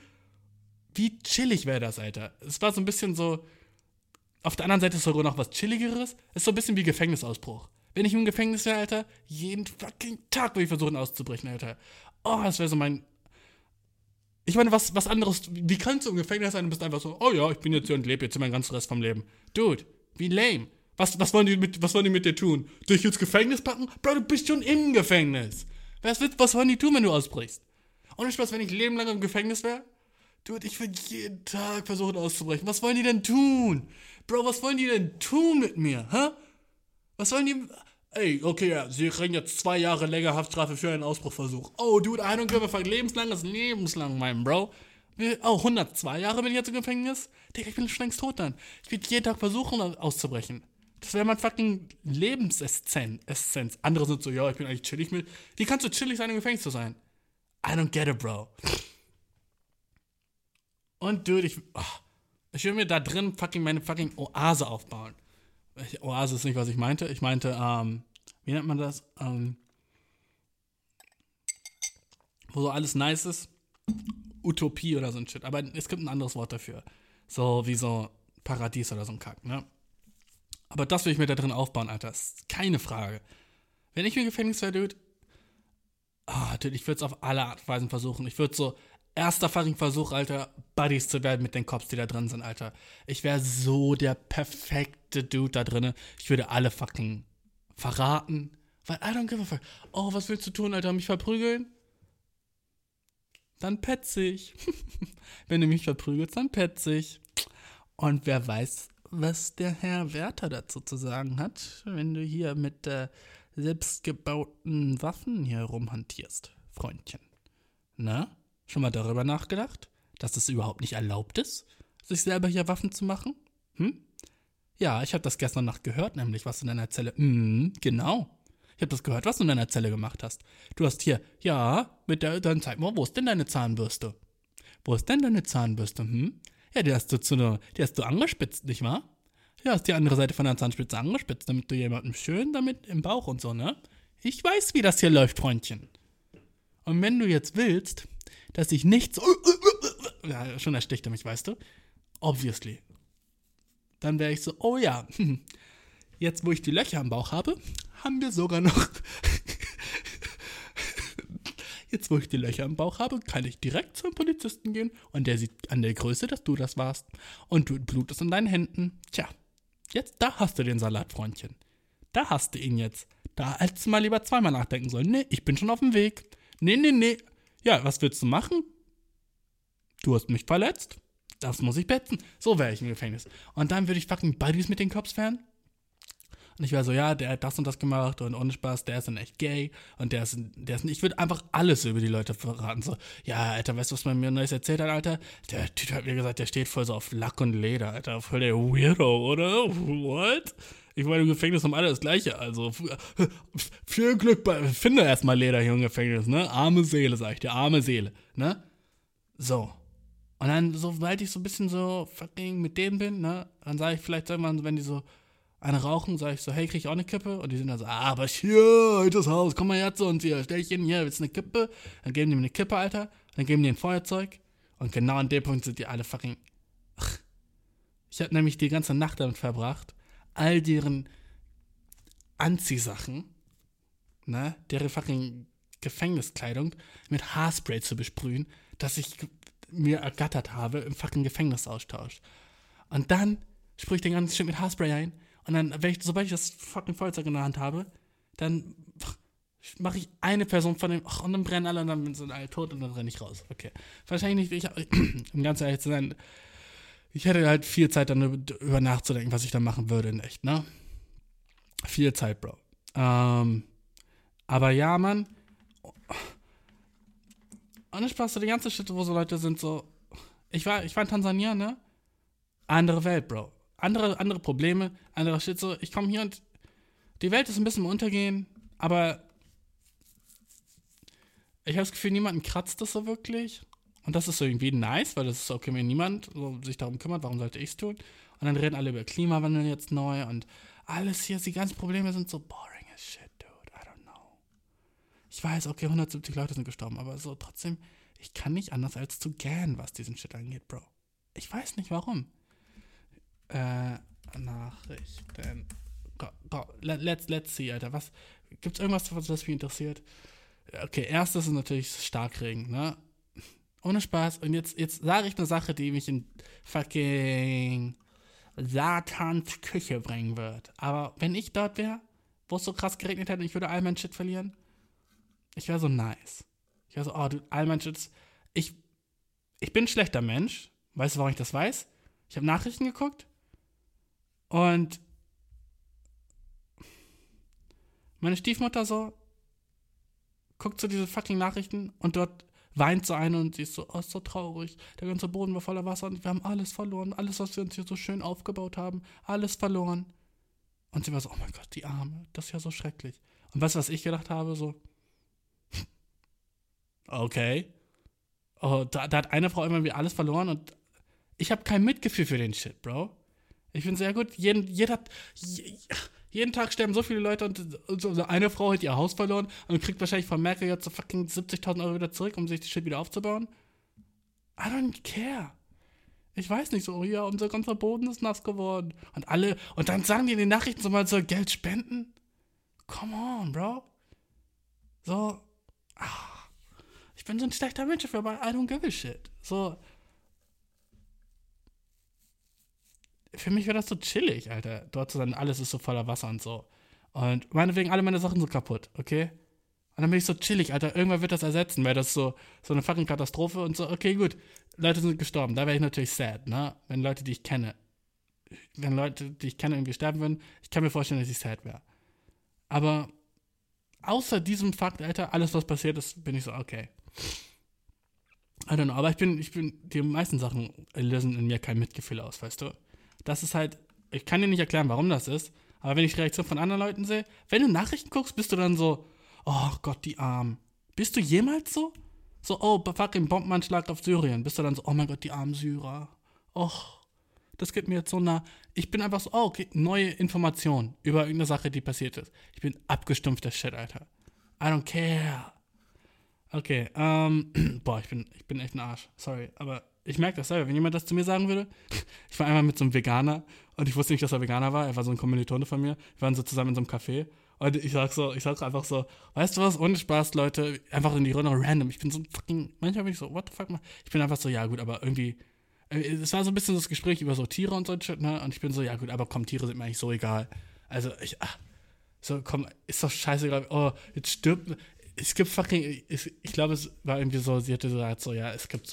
Wie chillig wäre das, Alter? Es war so ein bisschen so, auf der anderen Seite ist sogar noch was Chilligeres. Ist so ein bisschen wie Gefängnisausbruch. Wenn ich im Gefängnis wäre, Alter, jeden fucking Tag würde ich versuchen auszubrechen, Alter. Oh, das wäre so mein... Ich meine, was, was anderes, wie kannst du im Gefängnis sein und bist einfach so, oh ja, ich bin jetzt hier und lebe jetzt hier meinen ganzen Rest vom Leben. Dude, wie lame. Was, was, wollen die mit, was wollen die mit dir tun? Dich ins Gefängnis packen? Bro, du bist schon im Gefängnis. Was, was wollen die tun, wenn du ausbrichst? Ohne Spaß, wenn ich Leben lang im Gefängnis wäre? Dude, ich würde jeden Tag versuchen auszubrechen. Was wollen die denn tun? Bro, was wollen die denn tun mit mir? Hä? Was wollen die... Ey, okay, ja, sie kriegen jetzt zwei Jahre länger Haftstrafe für einen Ausbruchversuch. Oh, Dude, I don't give a fuck. Lebenslang ist lebenslang, mein Bro. Oh, hundertzwei Jahre bin ich jetzt im Gefängnis? Digga, ich bin schon längst tot dann. Ich würde jeden Tag versuchen auszubrechen. Das wäre mein fucking Lebensessenz. Andere sind so, ja, ich bin eigentlich chillig mit. Wie kannst du chillig sein, im Gefängnis zu sein? I don't get it, Bro. Und Dude, ich, oh, ich will mir da drin fucking meine fucking Oase aufbauen. Oase ist nicht, was ich meinte. Ich meinte, ähm, wie nennt man das? Ähm, wo so alles nice ist. Utopie oder so ein Shit. Aber es gibt ein anderes Wort dafür. So wie so Paradies oder so ein Kack, ne? Aber das will ich mir da drin aufbauen, Alter. Das ist keine Frage. Wenn ich im Gefängnis wäre, Dude, oh, Dude, ich würde es auf alle Art und Weisen versuchen. Ich würde so, erster fucking Versuch, Alter, Buddies zu werden mit den Cops, die da drin sind, Alter. Ich wäre so der perfekte Dude da drin. Ich würde alle fucking verraten. Weil, I don't give a fuck. Oh, was willst du tun, Alter? Mich verprügeln? Dann petz ich. Wenn du mich verprügelst, dann petz ich. Und wer weiß, was der Herr Wärter dazu zu sagen hat, wenn du hier mit äh, selbstgebauten Waffen hier rumhantierst, Freundchen. Na? Schon mal darüber nachgedacht, dass es überhaupt nicht erlaubt ist, sich selber hier Waffen zu machen? Hm? Ja, ich habe das gestern Nacht gehört, nämlich was du in deiner Zelle... Mhm, genau. Ich habe das gehört, was du in deiner Zelle gemacht hast. Du hast hier... Ja, mit der... Dann zeig mal, wo ist denn deine Zahnbürste? Wo ist denn deine Zahnbürste, hm? Ja, die hast du zu ne, die hast du angespitzt, nicht wahr? Du hast die andere Seite von der Zahnspitze angespitzt, damit du jemandem schön damit im Bauch und so, ne? Ich weiß, wie das hier läuft, Freundchen. Und wenn du jetzt willst, dass ich nichts... Ja, schon ersticht er mich, weißt du? Obviously. Dann wäre ich so, oh ja, jetzt wo ich die Löcher im Bauch habe, haben wir sogar noch... Jetzt, wo ich die Löcher im Bauch habe, kann ich direkt zum Polizisten gehen und der sieht an der Größe, dass du das warst. Und du blutest in deinen Händen. Tja, jetzt, da hast du den Salat, Freundchen. Da hast du ihn jetzt. Da hättest du mal lieber zweimal nachdenken sollen. Nee, ich bin schon auf dem Weg. Nee, nee, nee. Ja, was willst du machen? Du hast mich verletzt. das muss ich betten. So wäre ich im Gefängnis. Und dann würde ich fucking Buddies mit den Cops werden. Und ich wäre so, ja, der hat das und das gemacht und ohne Spaß, der ist dann echt gay und der ist, der ist ich würde einfach alles über die Leute verraten. So, ja, Alter, weißt du, was man mir Neues erzählt hat, Alter? Der Typ hat mir gesagt, der steht voll so auf Lack und Leder, Alter, voll der Weirdo, oder? What? Ich meine, im Gefängnis haben alle das Gleiche, also viel Glück bei, finde erstmal Leder hier im Gefängnis, ne? Arme Seele, sag ich dir, arme Seele, ne? So. Und dann, sobald ich so ein bisschen so fucking mit denen bin, ne, dann sage ich vielleicht irgendwann, wenn die so eine rauchen, sage ich so, hey, krieg ich auch eine Kippe? Und die sind dann so, ah, aber hier, altes Haus, komm mal her zu uns hier, stell dich hin, hier, willst du eine Kippe? Dann geben die mir eine Kippe, Alter, dann geben die ein Feuerzeug und genau an dem Punkt sind die alle fucking, ach. Ich habe nämlich die ganze Nacht damit verbracht, all deren Anziehsachen, ne, deren fucking Gefängniskleidung mit Haarspray zu besprühen, dass ich mir ergattert habe im fucking Gefängnisaustausch. Und dann sprühe ich den ganzen Shit mit Haarspray ein und dann, wenn ich, sobald ich das fucking Feuerzeug in der Hand habe, dann mache ich eine Person von dem, ach, und dann brennen alle und dann sind alle tot und dann renne ich raus. Okay. Wahrscheinlich nicht, ich, um ganz ehrlich zu sein, ich hätte halt viel Zeit dann über nachzudenken, was ich da machen würde in echt, ne? Viel Zeit, Bro. Ähm, aber ja, Mann, ohne Spaß, so die ganze Shit, wo so Leute sind, so, ich war, ich war in Tansania, ne? Andere Welt, Bro. Andere, andere Probleme, andere Shit, so, ich komme hier und die Welt ist ein bisschen im Untergehen, aber ich habe das Gefühl, niemanden kratzt das so wirklich. Und das ist so irgendwie nice, weil das ist so, okay, wenn niemand so sich darum kümmert, warum sollte ich es tun? Und dann reden alle über Klimawandel jetzt neu und alles hier, die ganzen Probleme sind so boring as shit, dude, I don't know. Ich weiß, okay, hundertsiebzig Leute sind gestorben, aber so trotzdem, ich kann nicht anders als zu gähnen, was diesen Shit angeht, Bro. Ich weiß nicht, warum. Äh, Nachrichten. Go, go, let, let's, let's see, Alter. Was, gibt's irgendwas, was, was mich interessiert? Okay, erstes ist natürlich Starkregen, ne? Ohne Spaß. Und jetzt, jetzt sage ich eine Sache, die mich in fucking Satans Küche bringen wird. Aber wenn ich dort wäre, wo es so krass geregnet hätte und ich würde all mein Shit verlieren, ich wäre so nice. Ich wäre so, oh, du, all mein Shit ist, ich, ich bin ein schlechter Mensch. Weißt du, warum ich das weiß? Ich habe Nachrichten geguckt und meine Stiefmutter so guckt so diese fucking Nachrichten und dort weint so eine und sie ist so, oh, ist so traurig. Der ganze Boden war voller Wasser und wir haben alles verloren. Alles, was wir uns hier so schön aufgebaut haben, alles verloren. Und sie war so, oh mein Gott, die Arme, das ist ja so schrecklich. Und weißt du, was ich gedacht habe? So, okay. Oh, da, da hat eine Frau immer wieder alles verloren und ich habe kein Mitgefühl für den Shit, Bro. Ich finde sehr gut, jeden, jeder, jeden Tag sterben so viele Leute und, und so eine Frau hat ihr Haus verloren und kriegt wahrscheinlich von Merkel jetzt so fucking siebzigtausend Euro wieder zurück, um sich die Shit wieder aufzubauen. I don't care. Ich weiß nicht, so, ja, unser ganzer Boden ist nass geworden. Und alle, und dann sagen die in den Nachrichten so mal so, Geld spenden? Come on, Bro. So, ach, ich bin so ein schlechter Mensch dafür, aber I don't give a shit. So, für mich wäre das so chillig, Alter, dort zu sein, alles ist so voller Wasser und so. Und meinetwegen alle meine Sachen so kaputt, okay? Und dann bin ich so chillig, Alter, irgendwann wird das ersetzen, weil das so, so eine fucking Katastrophe und so, okay, gut, Leute sind gestorben, da wäre ich natürlich sad, ne? Wenn Leute, die ich kenne, wenn Leute, die ich kenne, irgendwie sterben würden, ich kann mir vorstellen, dass ich sad wäre. Aber außer diesem Fakt, Alter, alles, was passiert ist, bin ich so, okay. I don't know, aber ich bin, ich bin, die meisten Sachen lösen in mir kein Mitgefühl aus, weißt du? Das ist halt, ich kann dir nicht erklären, warum das ist, aber wenn ich Reaktionen von anderen Leuten sehe, wenn du Nachrichten guckst, bist du dann so, oh Gott, die Armen. Bist du jemals so? So, oh, fucking Bombenanschlag auf Syrien. Bist du dann so, oh mein Gott, die armen Syrer. Oh, das geht mir jetzt so nah. Ich bin einfach so, oh, okay, neue Informationen über irgendeine Sache, die passiert ist. Ich bin abgestumpfter Shit, Alter. I don't care. Okay, ähm, boah, ich bin, ich bin echt ein Arsch. Sorry, aber ich merke das selber, wenn jemand das zu mir sagen würde. Ich war einmal mit so einem Veganer und ich wusste nicht, dass er Veganer war. Er war so ein Kommilitone von mir. Wir waren so zusammen in so einem Café. Und ich sag so, ich sag einfach so, weißt du was, ohne Spaß, Leute, einfach in die Runde random. Ich bin so ein fucking, manchmal bin ich so, what the fuck, man. Ich bin einfach so, ja gut, aber irgendwie, es war so ein bisschen das Gespräch über so Tiere und so Shit, ne? Und ich bin so, ja gut, aber komm, Tiere sind mir eigentlich so egal. Also ich, ach, so komm, ist doch scheißegal. Oh, jetzt stirbt, es gibt fucking, ich, ich glaube, es war irgendwie so, sie hatte gesagt so, ja, es gibt so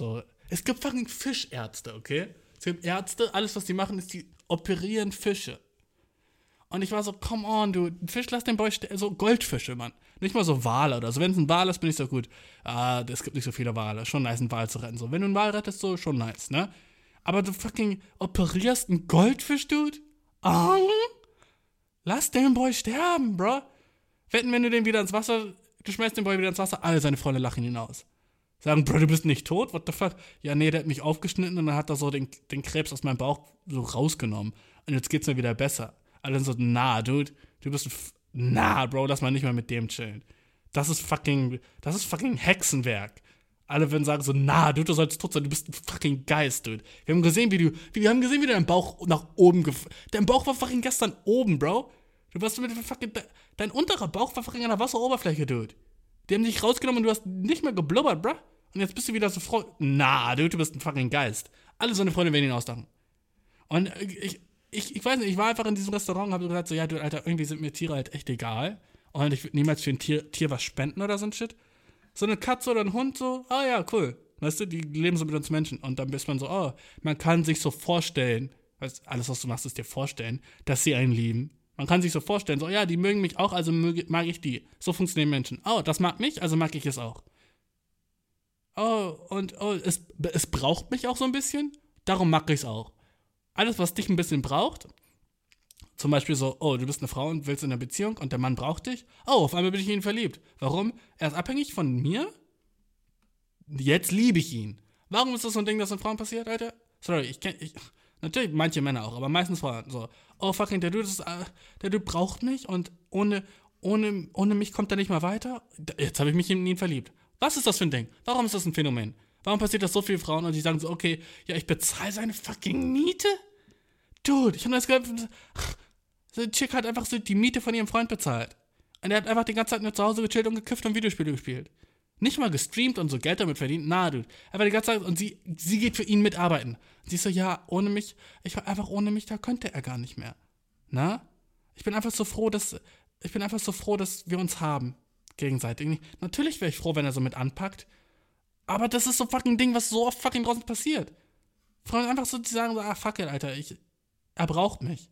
Es gibt fucking Fischärzte, okay? Es gibt Ärzte, alles, was die machen, ist, die operieren Fische. Und ich war so, come on, du, Fisch, lass den Boy sterben. So Goldfische, Mann. Nicht mal so Wale oder so. Wenn es ein Wal ist, bin ich so gut. Ah, es gibt nicht so viele Wale. Schon nice, einen Wal zu retten. So, wenn du einen Wal rettest, so, schon nice, ne? Aber du fucking operierst einen Goldfisch, Dude? Ah, lass den Boy sterben, bro. Wetten, wenn du den wieder ins Wasser, du schmeißt den Boy wieder ins Wasser, alle seine Freunde lachen ihn aus. Sagen, Bro, du bist nicht tot? What the fuck? Ja, nee, der hat mich aufgeschnitten und dann hat er so den, den Krebs aus meinem Bauch so rausgenommen. Und jetzt geht's mir wieder besser. Alle so, na, Dude, du bist, f- na, Bro, lass mal nicht mal mit dem chillen. Das ist fucking, das ist fucking Hexenwerk. Alle würden sagen so, na, Dude, du sollst tot sein, du bist ein fucking Geist, Dude. Wir haben gesehen, wie du, wir haben gesehen, wie dein Bauch nach oben gef... Dein Bauch war fucking gestern oben, Bro. Du warst mit fucking, dein unterer Bauch war fucking an der Wasseroberfläche, Dude. Die haben dich rausgenommen und du hast nicht mehr geblubbert, bro. Und jetzt bist du wieder so froh. Na, Dude, du bist ein fucking Geist. Alle seine Freunde werden ihn ausdachen. Und ich, ich, ich weiß nicht, ich war einfach in diesem Restaurant und habe gesagt so, ja, du, Alter, irgendwie sind mir Tiere halt echt egal. Und ich würde niemals für ein Tier, Tier was spenden oder so ein Shit. So eine Katze oder ein Hund so, ah ja, cool. Weißt du, die leben so mit uns Menschen. Und dann ist man so, oh, man kann sich so vorstellen, weißt, alles, was du machst, ist dir vorstellen, dass sie einen lieben. Man kann sich so vorstellen, so, ja, die mögen mich auch, also möge, mag ich die. So funktionieren Menschen. Oh, das mag mich, also mag ich es auch. Oh, und oh, es, es braucht mich auch so ein bisschen, darum mag ich es auch. Alles, was dich ein bisschen braucht, zum Beispiel so, oh, du bist eine Frau und willst in einer Beziehung und der Mann braucht dich. Oh, auf einmal bin ich in ihn verliebt. Warum? Er ist abhängig von mir? Jetzt liebe ich ihn. Warum ist das so ein Ding, das in Frauen passiert, Alter? Sorry, ich kenn, ich, natürlich manche Männer auch, aber meistens Frauen. So, oh fucking, der Dude, ist, äh, der Dude braucht mich und ohne, ohne, ohne mich kommt er nicht mal weiter. Jetzt habe ich mich in ihn verliebt. Was ist das für ein Ding? Warum ist das ein Phänomen? Warum passiert das so vielen Frauen und die sagen so, okay, ja, ich bezahle seine fucking Miete? Dude, ich habe das gehört, so ein Chick hat einfach so die Miete von ihrem Freund bezahlt. Und er hat einfach die ganze Zeit nur zu Hause gechillt und gekifft und Videospiele gespielt. Nicht mal gestreamt und so Geld damit verdient. Na, Dude. Einfach die ganze Zeit, und sie, sie geht für ihn mitarbeiten. Und sie ist so, ja, ohne mich, ich war einfach ohne mich, da könnte er gar nicht mehr. Na? Ich bin einfach so froh, dass, ich bin einfach so froh, dass wir uns haben. Gegenseitig. Natürlich wäre ich froh, wenn er so mit anpackt. Aber das ist so fucking Ding, was so oft fucking draußen passiert. Frauen einfach so, die sagen so, ah, fuck it, Alter, ich, er braucht mich.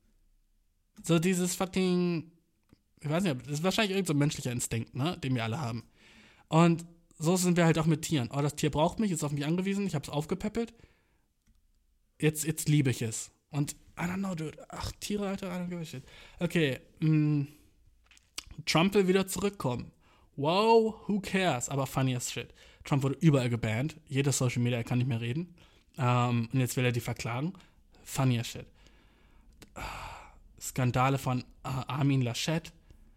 So dieses fucking, ich weiß nicht, das ist wahrscheinlich irgendein so menschlicher Instinkt, ne, den wir alle haben. Und so sind wir halt auch mit Tieren. Oh, das Tier braucht mich, ist auf mich angewiesen, ich hab's aufgepäppelt. Jetzt, jetzt liebe ich es. Und, I don't know, dude, ach, Tiere, Alter, I don't give a shit. Okay, mh, Trump will wieder zurückkommen. Wow, who cares? Aber funny as shit. Trump wurde überall gebannt. Jedes Social Media, er kann nicht mehr reden. Ähm, und jetzt will er die verklagen. Funny as shit. Skandale von äh, Armin Laschet.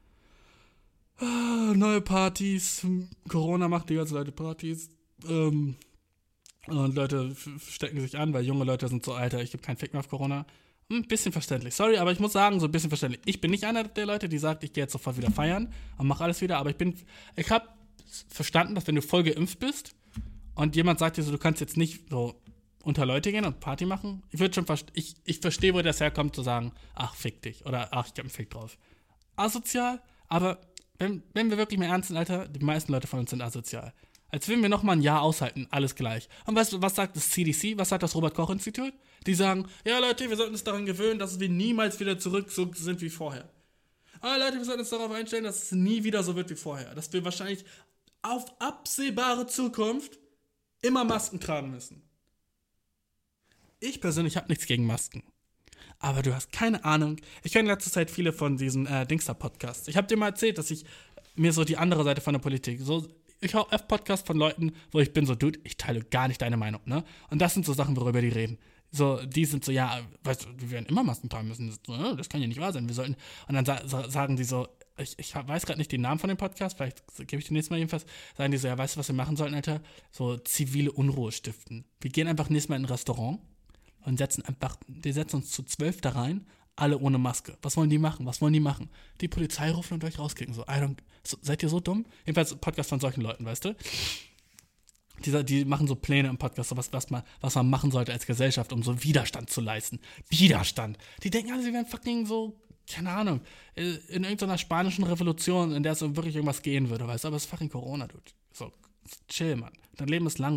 Ah, neue Partys. Corona macht die ganze Leute Partys. Ähm, und Leute f- stecken sich an, weil junge Leute sind so, Alter, ich gebe keinen Fick mehr auf Corona. Ein bisschen verständlich. Sorry, aber ich muss sagen, so ein bisschen verständlich. Ich bin nicht einer der Leute, die sagt, ich gehe jetzt sofort wieder feiern und mache alles wieder, aber ich bin, ich habe verstanden, dass wenn du voll geimpft bist und jemand sagt dir so, du kannst jetzt nicht so unter Leute gehen und Party machen, ich würde schon verstehen, ich, ich verstehe, wo das herkommt, zu sagen, ach, fick dich oder ach, ich hab einen Fick drauf. Asozial, aber wenn, wenn wir wirklich mal ernst sind, Alter, die meisten Leute von uns sind asozial. Als würden wir noch mal ein Jahr aushalten, alles gleich. Und weißt du, was sagt das C D C, was sagt das Robert-Koch-Institut? Die sagen, ja Leute, wir sollten uns daran gewöhnen, dass wir niemals wieder zurück so sind wie vorher. Ah Leute, wir sollten uns darauf einstellen, dass es nie wieder so wird wie vorher. Dass wir wahrscheinlich auf absehbare Zukunft immer Masken tragen müssen. Ich persönlich habe nichts gegen Masken. Aber du hast keine Ahnung. Ich kenne in letzter Zeit viele von diesen äh, Dingster-Podcasts. Ich habe dir mal erzählt, dass ich mir so die andere Seite von der Politik, so, ich höre oft Podcasts von Leuten, wo ich bin so, Dude, ich teile gar nicht deine Meinung, ne? Und das sind so Sachen, worüber die reden. So, die sind so, ja, weißt du, wir werden immer Masken tragen müssen. Das, so, das kann ja nicht wahr sein. Wir sollten. Und dann sa- sa- sagen die so, ich, ich weiß gerade nicht den Namen von dem Podcast, vielleicht gebe ich den nächstes Mal jedenfalls, sagen die so, ja, weißt du, was wir machen sollten, Alter? So zivile Unruhe stiften. Wir gehen einfach nächstes Mal in ein Restaurant und setzen einfach, wir setzen uns zu zwölf da rein, alle ohne Maske. Was wollen die machen? Was wollen die machen? Die Polizei rufen und euch rauskicken. So, I don't, so, seid ihr so dumm? Jedenfalls ein Podcast von solchen Leuten, weißt du? Die, die machen so Pläne im Podcast, so was, was, man, was man machen sollte als Gesellschaft, um so Widerstand zu leisten. Widerstand. Die denken alle, sie wären fucking so, keine Ahnung, in irgendeiner spanischen Revolution, in der es um wirklich irgendwas gehen würde, weißt du? Aber es ist fucking Corona, dude. So, chill, Mann. Dein Leben ist langweilig.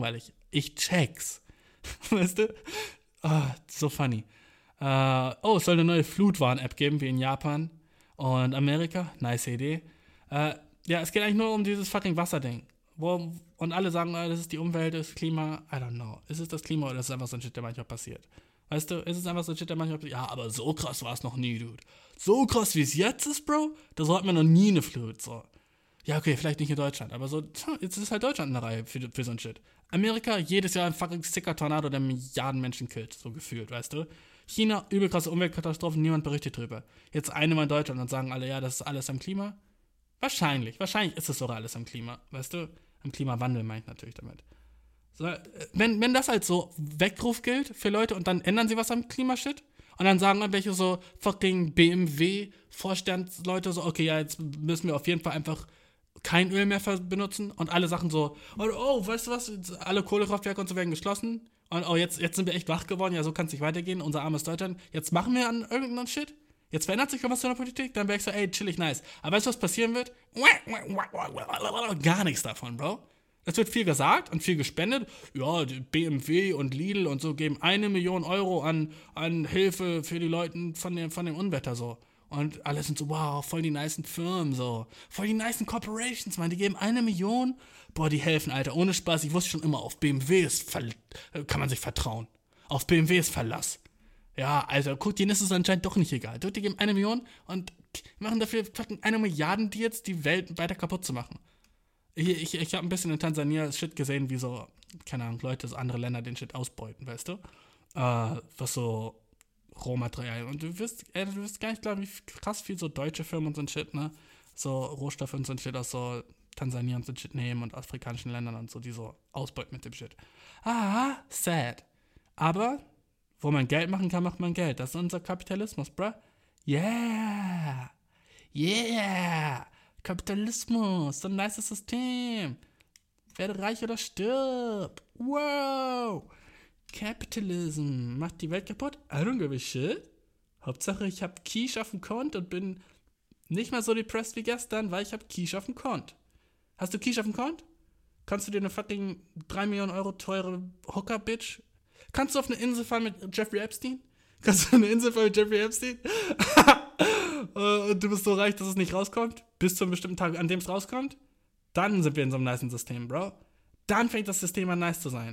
Ich check's. Weißt du? Oh, so funny. Uh, oh, es soll eine neue Flutwarn-App geben, wie in Japan und Amerika. Nice Idee. Uh, ja, es geht eigentlich nur um dieses fucking Wasserding. Wo, und alle sagen, oh, das ist die Umwelt, das Klima. I don't know. Ist es das Klima oder ist es einfach so ein Shit, der manchmal passiert? Weißt du, ist es einfach so ein Shit, der manchmal passiert? Ja, aber so krass war es noch nie, Dude. So krass, wie es jetzt ist, Bro, da so hat man noch nie eine Flut, so. Ja, okay, vielleicht nicht in Deutschland, aber so, jetzt ist halt Deutschland in der Reihe für, für so ein Shit. Amerika, jedes Jahr ein fucking sicker Tornado, der Milliarden Menschen killt, so gefühlt, weißt du? China, übel krasse Umweltkatastrophen, niemand berichtet drüber. Jetzt eine mal in Deutschland und sagen alle, ja, das ist alles am Klima. Wahrscheinlich, wahrscheinlich ist es sogar alles am Klima, weißt du? Am Klimawandel meine ich natürlich damit. So, wenn, wenn das halt so Weckruf gilt für Leute und dann ändern sie was am Klimashit und dann sagen irgendwelche so fucking B M W-Vorstandsleute so, okay, ja, jetzt müssen wir auf jeden Fall einfach kein Öl mehr benutzen und alle Sachen so, oh, oh weißt du was, alle Kohlekraftwerke und so werden geschlossen und oh, jetzt, jetzt sind wir echt wach geworden, ja, so kann es nicht weitergehen, unser armes Deutschland, jetzt machen wir an irgendeinem Shit, jetzt verändert sich was in der Politik, dann wäre ich so, ey, chillig, nice. Aber weißt du, was passieren wird? Gar nichts davon, Bro. Es wird viel gesagt und viel gespendet. Ja, B M W und Lidl und so geben eine Million Euro an, an Hilfe für die Leute von dem, von dem Unwetter so. Und alle sind so, wow, voll die nicen Firmen so. Voll die nicen Corporations, man, die geben eine Million. Boah, die helfen, Alter, ohne Spaß. Ich wusste schon immer, auf B M W ist Ver- kann man sich vertrauen. Auf B M W ist Verlass. Ja, Alter, guck, denen ist es anscheinend doch nicht egal. Die geben eine Million und machen dafür fucking eine Milliarde Deals, die Welt weiter kaputt zu machen. Ich, ich, ich habe ein bisschen in Tansania Shit gesehen, wie so, keine Ahnung, Leute aus anderen Ländern den Shit ausbeuten, weißt du? Äh, was so Rohmaterialien. Und du wirst, ey, du wirst gar nicht glauben, wie krass viel so deutsche Firmen und so ein Shit, ne? So Rohstoffe und so ein Shit aus so Tansania und so ein Shit nehmen und afrikanischen Ländern und so, die so ausbeuten mit dem Shit. Ah, sad. Aber wo man Geld machen kann, macht man Geld. Das ist unser Kapitalismus, bruh. Yeah. Yeah. Kapitalismus. So ein nice System. Werde reich oder stirb. Wow. Capitalism. Macht die Welt kaputt? I don't give a shit. Hauptsache, ich hab Quiche auf dem Konto und bin nicht mal so depressed wie gestern, weil ich hab Quiche auf dem Konto. Hast du Quiche auf dem Konto? Kannst du dir eine fucking drei Millionen Euro teure Hooker-Bitch? Kannst du auf eine Insel fahren mit Jeffrey Epstein? Kannst du auf eine Insel fahren mit Jeffrey Epstein? Und du bist so reich, dass es nicht rauskommt? Bis zu einem bestimmten Tag, an dem es rauskommt? Dann sind wir in so einem nicen System, Bro. Dann fängt das System an, nice zu sein.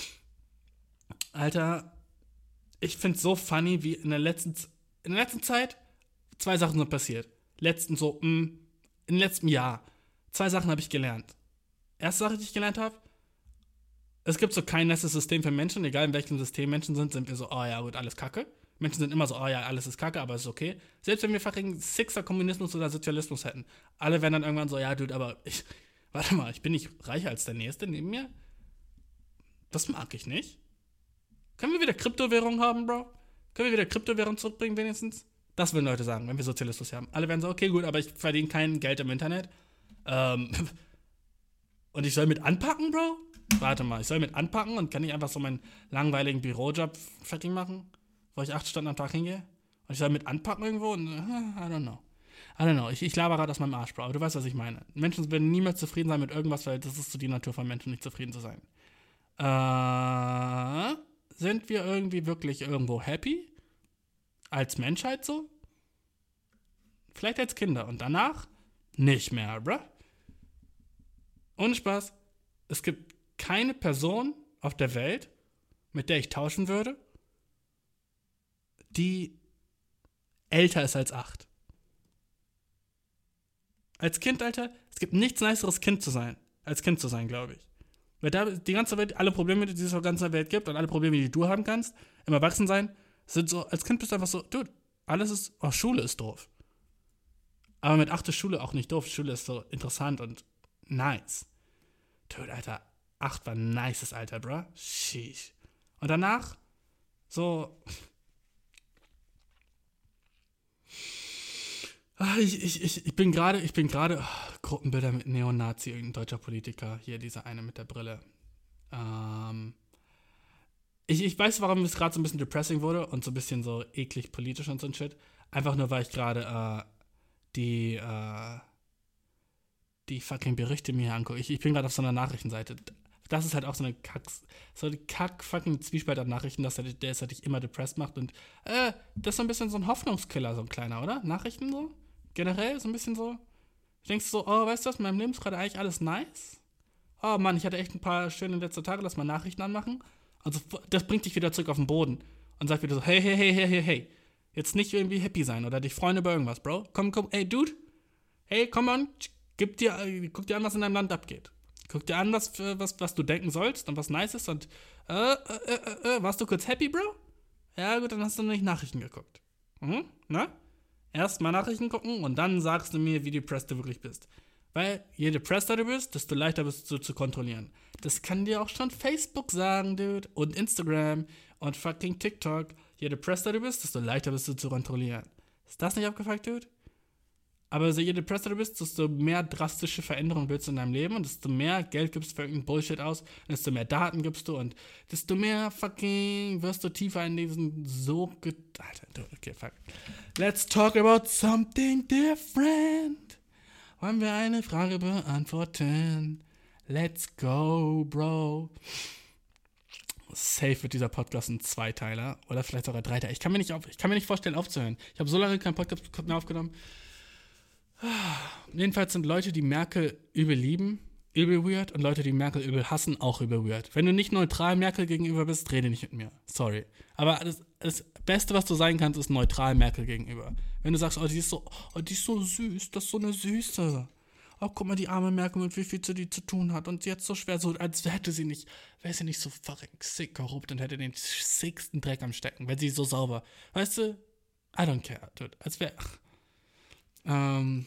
Alter, ich find's so funny, wie in der letzten, in der letzten Zeit zwei Sachen sind passiert. Letzten so, mh, im letzten Jahr. Zwei Sachen habe ich gelernt. Erste Sache, die ich gelernt habe, es gibt so kein nestes System für Menschen, egal in welchem System Menschen sind, sind wir so, oh ja, gut, alles Kacke. Menschen sind immer so, oh ja, alles ist Kacke, aber es ist okay. Selbst wenn wir fucking Sixer Kommunismus oder Sozialismus hätten, alle wären dann irgendwann so, ja, Dude, aber ich, warte mal, ich bin nicht reicher als der Nächste neben mir? Das mag ich nicht. Können wir wieder Kryptowährung haben, Bro? Können wir wieder Kryptowährung zurückbringen wenigstens? Das würden Leute sagen, wenn wir Sozialismus haben. Alle werden so, okay, gut, aber ich verdiene kein Geld im Internet. Ähm, und ich soll mit anpacken, Bro? Warte mal, ich soll mit anpacken und kann nicht einfach so meinen langweiligen Bürojob fertig machen, wo ich acht Stunden am Tag hingehe? Und ich soll mit anpacken irgendwo? Und, I don't know. I don't know. Ich, ich laber gerade aus meinem Arsch, Bro. Aber du weißt, was ich meine. Menschen werden niemals zufrieden sein mit irgendwas, weil das ist so die Natur von Menschen, nicht zufrieden zu sein. Äh, sind wir irgendwie wirklich irgendwo happy? Als Menschheit so? Vielleicht als Kinder. Und danach? Nicht mehr, bro. Ohne Spaß. Es gibt keine Person auf der Welt, mit der ich tauschen würde, die älter ist als acht. Als Kind, Alter, es gibt nichts niceres Kind zu sein, als Kind zu sein, glaube ich. Weil da die ganze Welt, alle Probleme, die es auf der ganzen Welt gibt und alle Probleme, die du haben kannst, im Erwachsensein, sind so, als Kind bist du einfach so, dude, alles ist, oh, Schule ist doof. Aber mit acht ist Schule auch nicht doof, Schule ist so interessant und nice. Dude, Alter, acht war ein nices Alter, bro. Sheesh. Und danach, so, Ich, ich, ich, ich bin gerade, ich bin gerade, oh, Gruppenbilder mit Neonazi, irgendein deutscher Politiker, hier dieser eine mit der Brille. Ähm, ich, ich weiß, warum es gerade so ein bisschen depressing wurde und so ein bisschen so eklig politisch und so ein Shit. Einfach nur, weil ich gerade äh, die, äh, die fucking Berichte mir angucke. Ich, ich bin gerade auf so einer Nachrichtenseite. Das ist halt auch so eine Kack, so eine Kack-fucking Zwiespalt an Nachrichten, dass der, der es halt dich immer depressed macht. Und äh, das ist so ein bisschen so ein Hoffnungskiller, so ein kleiner, oder? Nachrichten so? Generell so ein bisschen so. Ich denke so, oh, weißt du was, in meinem Leben ist gerade eigentlich alles nice. Oh Mann, ich hatte echt ein paar schöne letzte Tage, lass mal Nachrichten anmachen. Also das bringt dich wieder zurück auf den Boden. Und sagt wieder so, hey, hey, hey, hey, hey, hey. Jetzt nicht irgendwie happy sein oder dich freuen über irgendwas, Bro. Komm, komm, ey, Dude. Hey, komm on, gib dir, guck dir an, was in deinem Land abgeht. Guck dir an, was, was, was du denken sollst und was nice ist und äh, äh, äh, äh, warst du kurz happy, Bro? Ja, gut, dann hast du nicht Nachrichten geguckt. Mhm, na? Erst mal Nachrichten gucken und dann sagst du mir, wie depressed du wirklich bist. Weil je depresster du bist, desto leichter bist du zu kontrollieren. Das kann dir auch schon Facebook sagen, Dude. Und Instagram und fucking TikTok. Je depresster du bist, desto leichter bist du zu kontrollieren. Ist das nicht abgefuckt, Dude? Aber so je depresser du bist, desto mehr drastische Veränderungen willst du in deinem Leben und desto mehr Geld gibst du für irgendeinen Bullshit aus, desto mehr Daten gibst du und desto mehr fucking wirst du tiefer in diesen so ge- Alter, okay, fuck. Let's talk about something different. Wollen wir eine Frage beantworten? Let's go, Bro. Safe wird dieser Podcast ein Zweiteiler oder vielleicht sogar Dreiteiler. Ich kann mir nicht, auf, ich kann mir nicht vorstellen, aufzuhören. Ich habe so lange keinen Podcast mehr aufgenommen. Jedenfalls sind Leute, die Merkel übel lieben, übel weird und Leute, die Merkel übel hassen, auch übel weird. Wenn du nicht neutral Merkel gegenüber bist, rede nicht mit mir. Sorry. Aber das, das Beste, was du sein kannst, ist neutral Merkel gegenüber. Wenn du sagst, oh, die ist so, oh, die ist so süß, das ist so eine Süße. Oh, guck mal, die arme Merkel, mit wie viel sie die zu tun hat und jetzt so schwer, so als hätte sie nicht, wäre sie nicht so fucking sick korrupt und hätte den sicksten Dreck am Stecken, wenn sie so sauber. Weißt du? I don't care, dude. Als wäre. Ähm.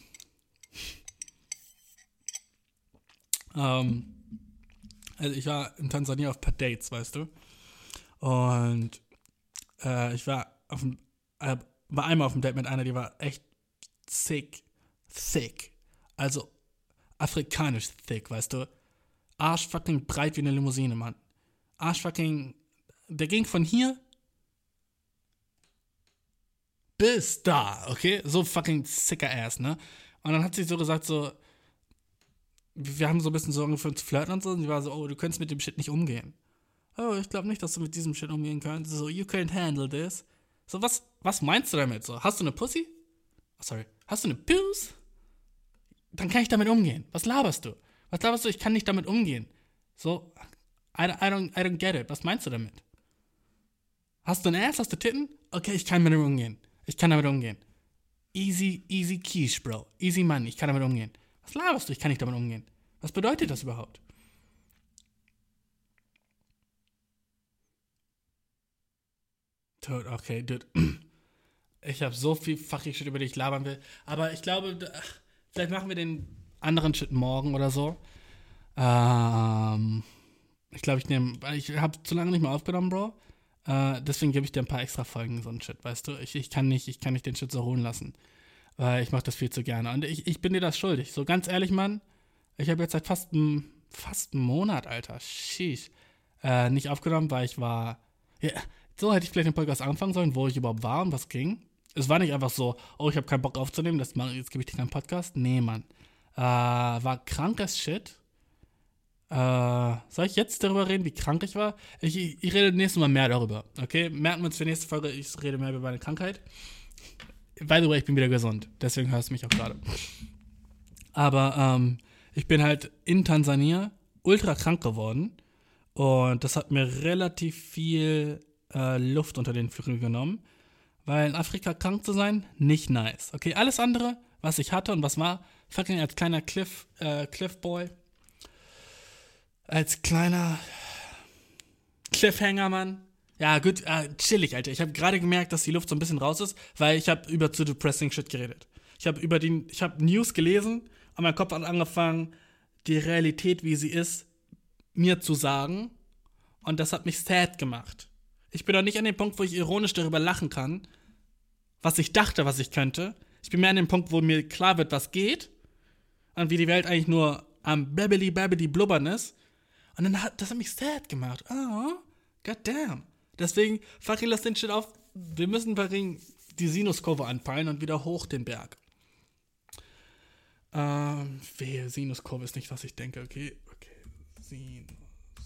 ähm. Also ich war in Tansania auf paar Dates, weißt du? Und äh, ich war auf dem, äh, war einmal auf dem Date mit einer, die war echt sick, thick. Also afrikanisch thick, weißt du? Arsch fucking breit wie eine Limousine, Mann. Arsch fucking, der ging von hier bis da, okay? So fucking sicker Ass, ne? Und dann hat sie so gesagt, so, wir haben so ein bisschen so angefangen zu flirten und so, und sie war so, oh, du könntest mit dem Shit nicht umgehen. Oh, ich glaube nicht, dass du mit diesem Shit umgehen kannst. So, you can't handle this. So, was, was meinst du damit? So, hast du eine Pussy? Oh, sorry. Hast du eine Puss? Dann kann ich damit umgehen. Was laberst du? Was laberst du? Ich kann nicht damit umgehen. So, I, I, don't, I don't get it. Was meinst du damit? Hast du ein Ass? Hast du Titten? Okay, ich kann damit umgehen. Ich kann damit umgehen. Easy, easy Quiche, Bro. Easy Money. Ich kann damit umgehen. Was laberst du? Ich kann nicht damit umgehen. Was bedeutet das überhaupt? Dude, okay, dude. Ich habe so viel fucking Shit, über die ich labern will. Aber ich glaube, vielleicht machen wir den anderen Shit morgen oder so. Ähm, ich glaube, ich nehme, weil ich habe zu lange nicht mehr aufgenommen, Bro. Äh, deswegen gebe ich dir ein paar extra Folgen, so ein Shit, weißt du? Ich, ich, kann nicht, ich kann nicht den Shit so ruhen lassen. Weil ich mache das viel zu gerne. Und ich, ich bin dir das schuldig. So ganz ehrlich, Mann. Ich habe jetzt seit fast einem fast einem Monat, Alter. Sheesh. Äh, nicht aufgenommen, weil ich war. Ja, so hätte ich vielleicht den Podcast anfangen sollen, wo ich überhaupt war und was ging. Es war nicht einfach so, oh, ich habe keinen Bock aufzunehmen, das mach, jetzt gebe ich dir keinen Podcast. Nee, Mann. Äh, war krank as shit. Äh, soll ich jetzt darüber reden, wie krank ich war? Ich, ich, ich rede nächstes Mal mehr darüber, okay? Merken wir uns für die nächste Folge, ich rede mehr über meine Krankheit. By the way, ich bin wieder gesund, deswegen hörst du mich auch gerade. Aber ähm, ich bin halt in Tansania ultra krank geworden und das hat mir relativ viel äh, Luft unter den Flügeln genommen, weil in Afrika krank zu sein, nicht nice. Okay, alles andere, was ich hatte und was war, fucking als kleiner Cliff, äh, Cliffboy, als kleiner Cliffhanger, Mann. Ja, gut, äh, chillig, Alter. Ich habe gerade gemerkt, dass die Luft so ein bisschen raus ist, weil ich habe über zu depressing Shit geredet. Ich habe über die, ich habe News gelesen und mein Kopf hat angefangen, die Realität, wie sie ist, mir zu sagen. Und das hat mich sad gemacht. Ich bin doch nicht an dem Punkt, wo ich ironisch darüber lachen kann, was ich dachte, was ich könnte. Ich bin mehr an dem Punkt, wo mir klar wird, was geht und wie die Welt eigentlich nur am babbly babbly blubbern ist. Und dann hat das hat mich sad gemacht. Oh, goddamn. Deswegen, fucking lass den Shit auf. Wir müssen fucking die Sinuskurve anpeilen und wieder hoch den Berg. Ähm, wehe, Sinuskurve ist nicht, was ich denke. Okay, okay. Sinus.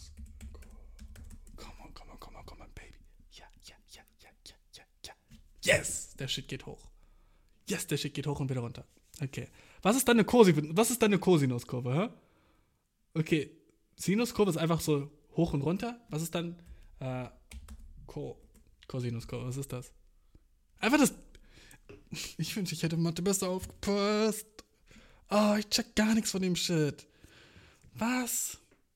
Yes, der Shit geht hoch. Yes, der Shit geht hoch und wieder runter. Okay. Was ist deine Cosi- Was ist deine Cosinuskurve, hä? Okay. Sinuskurve ist einfach so hoch und runter. Was ist dann äh, Co- Cosinuskurve? Was ist das? Einfach das. Ich wünsche, ich hätte Mathe besser aufgepasst. Oh, ich check gar nichts von dem Shit. Was?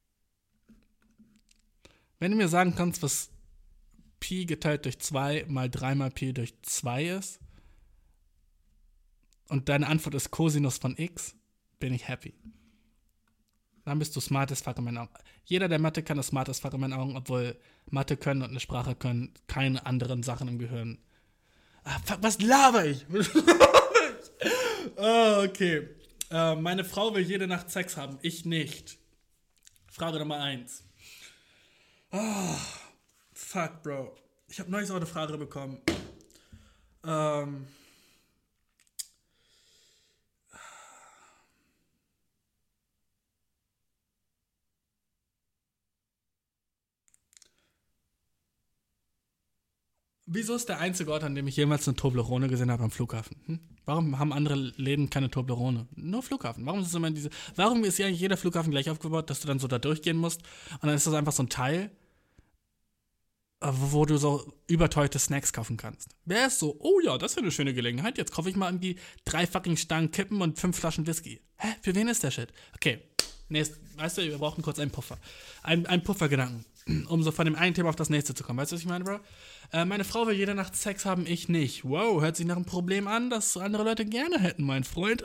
Wenn du mir sagen kannst, was Pi geteilt durch zwei mal drei mal Pi durch zwei ist und deine Antwort ist Cosinus von x, bin ich happy. Dann bist du smart as fuck in meinen Augen. Jeder, der Mathe kann, ist smart as fuck in meinen Augen, obwohl Mathe können und eine Sprache können keine anderen Sachen im Gehirn. Ah, fuck, was laber ich? Oh, okay. Äh, meine Frau will jede Nacht Sex haben, ich nicht. Frage Nummer eins. Oh, fuck, Bro. Ich habe neulich auch eine Frage bekommen. Ähm. Wieso ist der einzige Ort, an dem ich jemals eine Toblerone gesehen habe, am Flughafen? Hm? Warum haben andere Läden keine Toblerone? Nur Flughafen. Warum ist es immer diese? Warum ist ja jeder Flughafen gleich aufgebaut, dass du dann so da durchgehen musst und dann ist das einfach so ein Teil, wo du so überteuerte Snacks kaufen kannst. Wer ist so, oh ja, das ist ja eine schöne Gelegenheit, jetzt kaufe ich mal irgendwie drei fucking Stangen Kippen und fünf Flaschen Whisky. Hä, für wen ist der Shit? Okay, nächst, weißt du, wir brauchen kurz einen Puffer. Ein, ein Puffergedanken, um so von dem einen Thema auf das nächste zu kommen. Weißt du, was ich meine, Bro? Äh, meine Frau will jede Nacht Sex haben, ich nicht. Wow, hört sich nach einem Problem an, das andere Leute gerne hätten, mein Freund.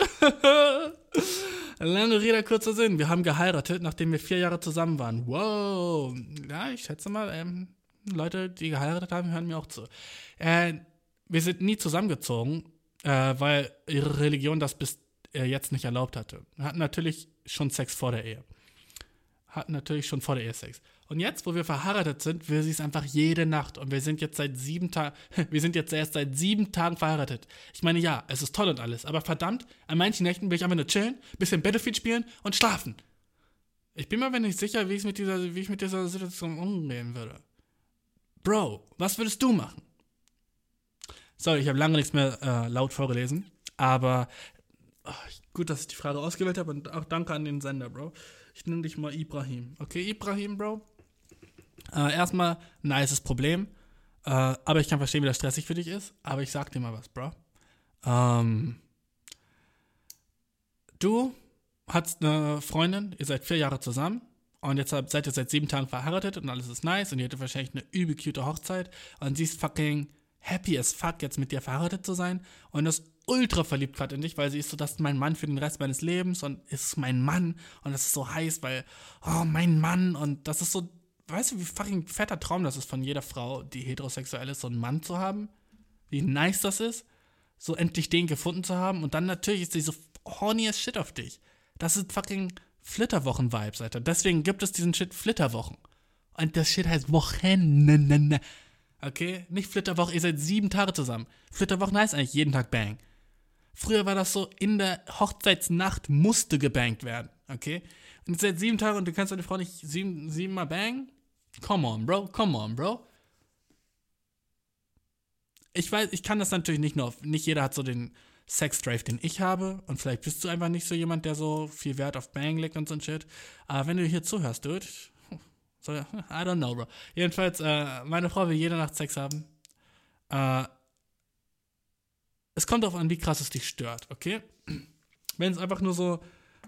Lange Rede, kurzer Sinn. Wir haben geheiratet, nachdem wir vier Jahre zusammen waren. Wow. Ja, ich schätze mal, ähm, Leute, die geheiratet haben, hören mir auch zu. Äh, wir sind nie zusammengezogen, äh, weil ihre Religion das bis äh, jetzt nicht erlaubt hatte. Wir hatten natürlich schon Sex vor der Ehe. Hatten natürlich schon vor der Ehe Sex. Und jetzt, wo wir verheiratet sind, will sie es einfach jede Nacht. Und wir sind jetzt seit sieben Tagen, wir sind jetzt erst seit sieben Tagen verheiratet. Ich meine, ja, es ist toll und alles, aber verdammt, an manchen Nächten will ich einfach nur chillen, bisschen Battlefield spielen und schlafen. Ich bin mir aber nicht sicher, wie ich mit dieser, wie ich mit dieser Situation umgehen würde. Bro, was würdest du machen? Sorry, ich habe lange nichts mehr äh, laut vorgelesen, aber ach, gut, dass ich die Frage ausgewählt habe und auch danke an den Sender, Bro. Ich nenne dich mal Ibrahim. Okay, Ibrahim, Bro? Äh, erstmal, nices Problem, äh, aber ich kann verstehen, wie das stressig für dich ist, aber ich sag dir mal was, Bro. Ähm, du hast eine Freundin, ihr seid vier Jahre zusammen. Und jetzt seid ihr seit sieben Tagen verheiratet und alles ist nice und ihr hattet wahrscheinlich eine übel cute Hochzeit und sie ist fucking happy as fuck, jetzt mit dir verheiratet zu sein und ist ultra verliebt gerade in dich, weil sie ist so, das ist mein Mann für den Rest meines Lebens und ist mein Mann und das ist so heiß, weil, oh, mein Mann und das ist so, weißt du, wie fucking fetter Traum das ist von jeder Frau, die heterosexuell ist, so einen Mann zu haben? Wie nice das ist, so endlich den gefunden zu haben und dann natürlich ist sie so horny as shit auf dich. Das ist fucking Flitterwochen-Vibes, Alter. Deswegen gibt es diesen Shit Flitterwochen. Und das Shit heißt Wochen. Okay? Nicht Flitterwoche, ihr seid sieben Tage zusammen. Flitterwochen heißt eigentlich jeden Tag Bang. Früher war das so, in der Hochzeitsnacht musste gebangt werden. Okay? Und ihr seid sieben Tage und du kannst deine Frau nicht sieben, sieben Mal bangen? Come on, Bro. Come on, Bro. Ich weiß, ich kann das natürlich nicht nur auf, nicht jeder hat so den Sex-Drive, den ich habe. Und vielleicht bist du einfach nicht so jemand, der so viel Wert auf Bang legt und so ein Shit. Aber wenn du hier zuhörst, dude, so, I don't know, Bro. Jedenfalls, äh, meine Frau will jede Nacht Sex haben. Äh, es kommt darauf an, wie krass es dich stört, okay? Wenn es einfach nur so.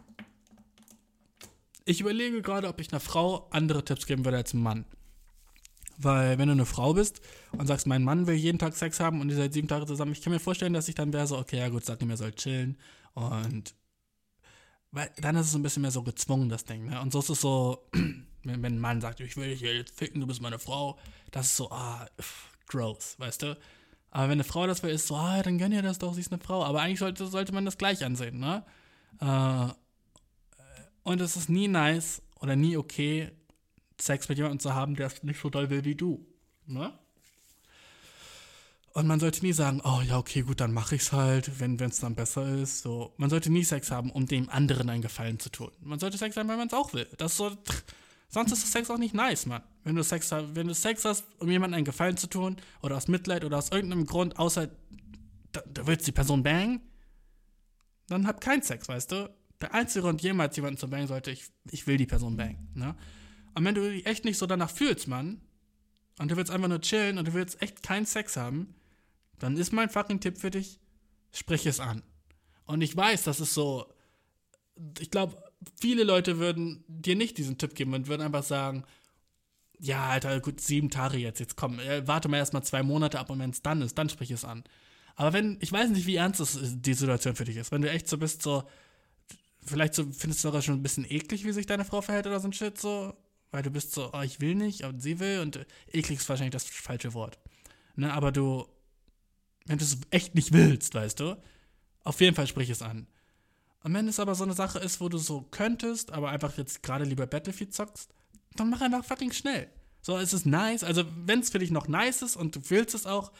Ich überlege gerade, ob ich einer Frau andere Tipps geben würde als einem Mann. Weil, wenn du eine Frau bist und sagst, mein Mann will jeden Tag Sex haben und ihr seid sieben Tage zusammen, ich kann mir vorstellen, dass ich dann wäre so, okay, ja gut, sag ihm, er soll chillen. Und weil dann ist es so ein bisschen mehr so gezwungen, das Ding. Ne? Und so ist es so, wenn, wenn ein Mann sagt, ich will dich jetzt ficken, du bist meine Frau, das ist so, ah, pff, gross, weißt du? Aber wenn eine Frau das will, ist so, ah, dann gönn ihr das doch, sie ist eine Frau. Aber eigentlich sollte, sollte man das gleich ansehen, ne? Äh, und es ist nie nice oder nie okay, Sex mit jemandem zu haben, der es nicht so doll will wie du, ne? Und man sollte nie sagen, oh ja, okay, gut, dann mache ich's halt, wenn es dann besser ist. So, man sollte nie Sex haben, um dem anderen einen Gefallen zu tun. Man sollte Sex haben, weil man es auch will. Das ist so, Sonst ist Sex auch nicht nice, Mann. Wenn du Sex hast, wenn du Sex hast, um jemandem einen Gefallen zu tun, oder aus Mitleid oder aus irgendeinem Grund, außer da, da willst die Person bangen, dann hab keinen Sex, weißt du? Der einzige Grund, jemals jemanden zu bangen, sollte, ich, ich will die Person bangen, ne? Und wenn du dich echt nicht so danach fühlst, Mann, und du willst einfach nur chillen und du willst echt keinen Sex haben, dann ist mein fucking Tipp für dich, sprich es an. Und ich weiß, das ist so, ich glaube, viele Leute würden dir nicht diesen Tipp geben und würden einfach sagen, ja, Alter, gut, sieben Tage jetzt, jetzt komm, äh, warte mal erstmal zwei Monate ab und wenn es dann ist, dann sprich es an. Aber wenn, ich weiß nicht, wie ernst es, die Situation für dich ist, wenn du echt so bist, so, vielleicht so, findest du sogar schon ein bisschen eklig, wie sich deine Frau verhält oder so ein Shit, so, weil du bist so, oh, ich will nicht, und sie will, und äh, eklig ist wahrscheinlich das falsche Wort. Ne, aber du, wenn du es echt nicht willst, weißt du, auf jeden Fall sprich es an. Und wenn es aber so eine Sache ist, wo du so könntest, aber einfach jetzt gerade lieber Battlefield zockst, dann mach einfach fucking schnell. So, es ist nice, also wenn es für dich noch nice ist und du willst es auch,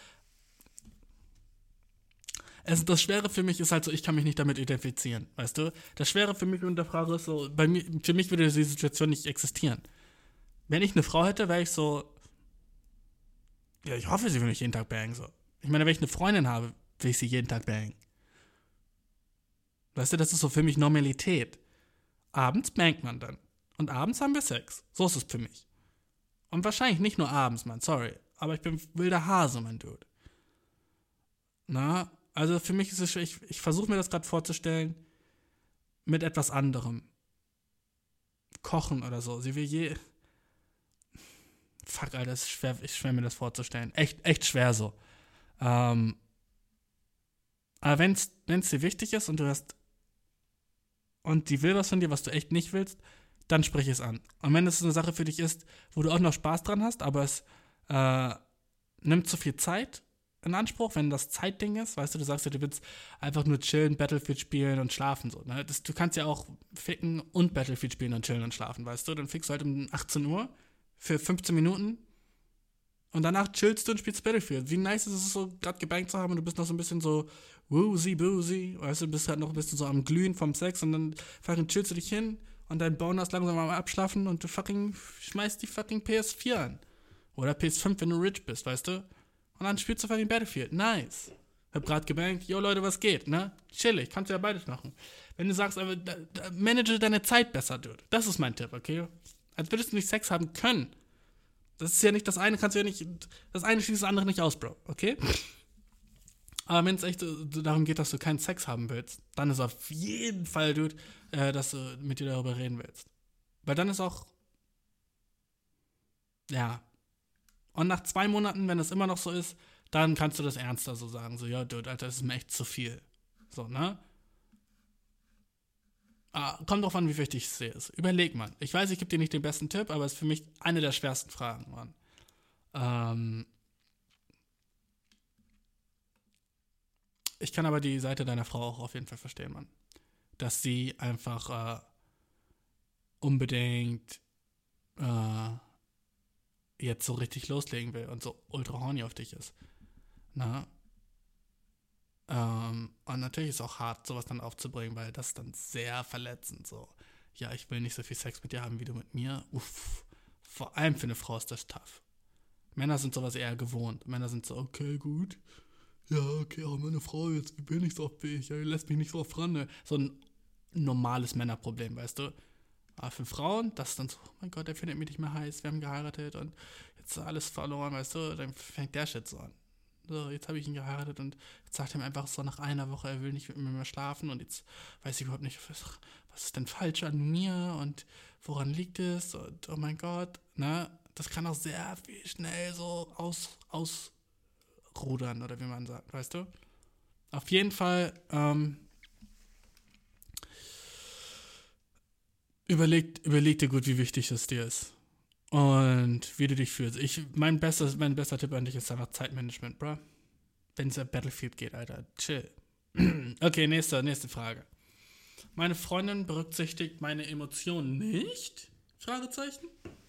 es, das Schwere für mich ist halt so, ich kann mich nicht damit identifizieren, weißt du? Das Schwere für mich und der Frage ist so, bei mir, für mich würde diese Situation nicht existieren. Wenn ich eine Frau hätte, wäre ich so, ja, ich hoffe, sie will mich jeden Tag bangen, so. Ich meine, wenn ich eine Freundin habe, will ich sie jeden Tag bangen. Weißt du, das ist so für mich Normalität. Abends bangt man dann. Und abends haben wir Sex. So ist es für mich. Und wahrscheinlich nicht nur abends, Mann, sorry. Aber ich bin wilder Hase, mein Dude. Na, also für mich ist es, ich, ich versuche mir das gerade vorzustellen, mit etwas anderem. Kochen oder so. Sie will je... Fuck, Alter, es ist schwer, ist schwer mir das vorzustellen. Echt, echt schwer so. Ähm, aber wenn es dir wichtig ist und du hast und die will was von dir, was du echt nicht willst, dann sprich es an. Und wenn es eine Sache für dich ist, wo du auch noch Spaß dran hast, aber es äh, nimmt zu viel Zeit in Anspruch, wenn das Zeitding ist, weißt du, du sagst ja, du willst einfach nur chillen, Battlefield spielen und schlafen, so, ne? Das, du kannst ja auch ficken und Battlefield spielen und chillen und schlafen, weißt du? Dann fickst du halt um achtzehn Uhr für fünfzehn Minuten und danach chillst du und spielst Battlefield. Wie nice ist es so, gerade gebankt zu haben und du bist noch so ein bisschen so woozy, boozy, weißt du, du bist halt noch ein bisschen so am Glühen vom Sex und dann fucking chillst du dich hin und dein Bonus langsam mal abschlafen und du fucking schmeißt die fucking P S vier an. Oder P S fünf, wenn du rich bist, weißt du? Und dann spielst du fucking Battlefield. Nice. Hab grad gebankt, yo Leute, was geht, ne? Chillig, kannst du ja beides machen. Wenn du sagst, aber da, da, manage deine Zeit besser, Dude. Das ist mein Tipp, okay? Als würdest du nicht Sex haben können. Das ist ja nicht das eine, kannst du ja nicht, das eine schließt das andere nicht aus, Bro, okay? Aber wenn es echt darum geht, dass du keinen Sex haben willst, dann ist auf jeden Fall, Dude, äh, dass du mit dir darüber reden willst. Weil dann ist auch, ja. Und nach zwei Monaten, wenn das immer noch so ist, dann kannst du das ernster so sagen. So, ja, Dude, Alter, das ist mir echt zu viel. So, ne? Ah, kommt drauf an, wie wichtig es dir ist. Überleg mal. Ich weiß, ich gebe dir nicht den besten Tipp, aber es ist für mich eine der schwersten Fragen, Mann. Ähm, ich kann aber die Seite deiner Frau auch auf jeden Fall verstehen, Mann. Dass sie einfach äh, unbedingt äh, jetzt so richtig loslegen will und so ultra horny auf dich ist. Na? Ähm, und natürlich ist es auch hart, sowas dann aufzubringen, weil das ist dann sehr verletzend. So, ja, ich will nicht so viel Sex mit dir haben, wie du mit mir. Uff. Vor allem für eine Frau ist das tough. Männer sind sowas eher gewohnt. Männer sind so, okay, gut. Ja, okay, aber meine Frau jetzt, ich bin nicht so oft wie ich, ja, lässt mich nicht so oft ran. Ne? So ein normales Männerproblem, weißt du. Aber für Frauen, das ist dann so, oh mein Gott, der findet mich nicht mehr heiß, wir haben geheiratet und jetzt ist alles verloren, weißt du. Dann fängt der Shit so an. So, jetzt habe ich ihn geheiratet und jetzt sagt er mir einfach so nach einer Woche, er will nicht mit mir mehr schlafen und jetzt weiß ich überhaupt nicht, was, was ist denn falsch an mir und woran liegt es und oh mein Gott, ne, das kann auch sehr viel schnell so aus, ausrudern oder wie man sagt, weißt du? Auf jeden Fall, ähm, überleg, überleg dir gut, wie wichtig es dir ist. Und wie du dich fühlst. Ich, mein, bester, mein bester Tipp an dich ist einfach Zeitmanagement, bro. Wenn es um Battlefield geht, Alter. Chill. Okay, nächste, nächste Frage. Meine Freundin berücksichtigt meine Emotionen nicht? Fragezeichen.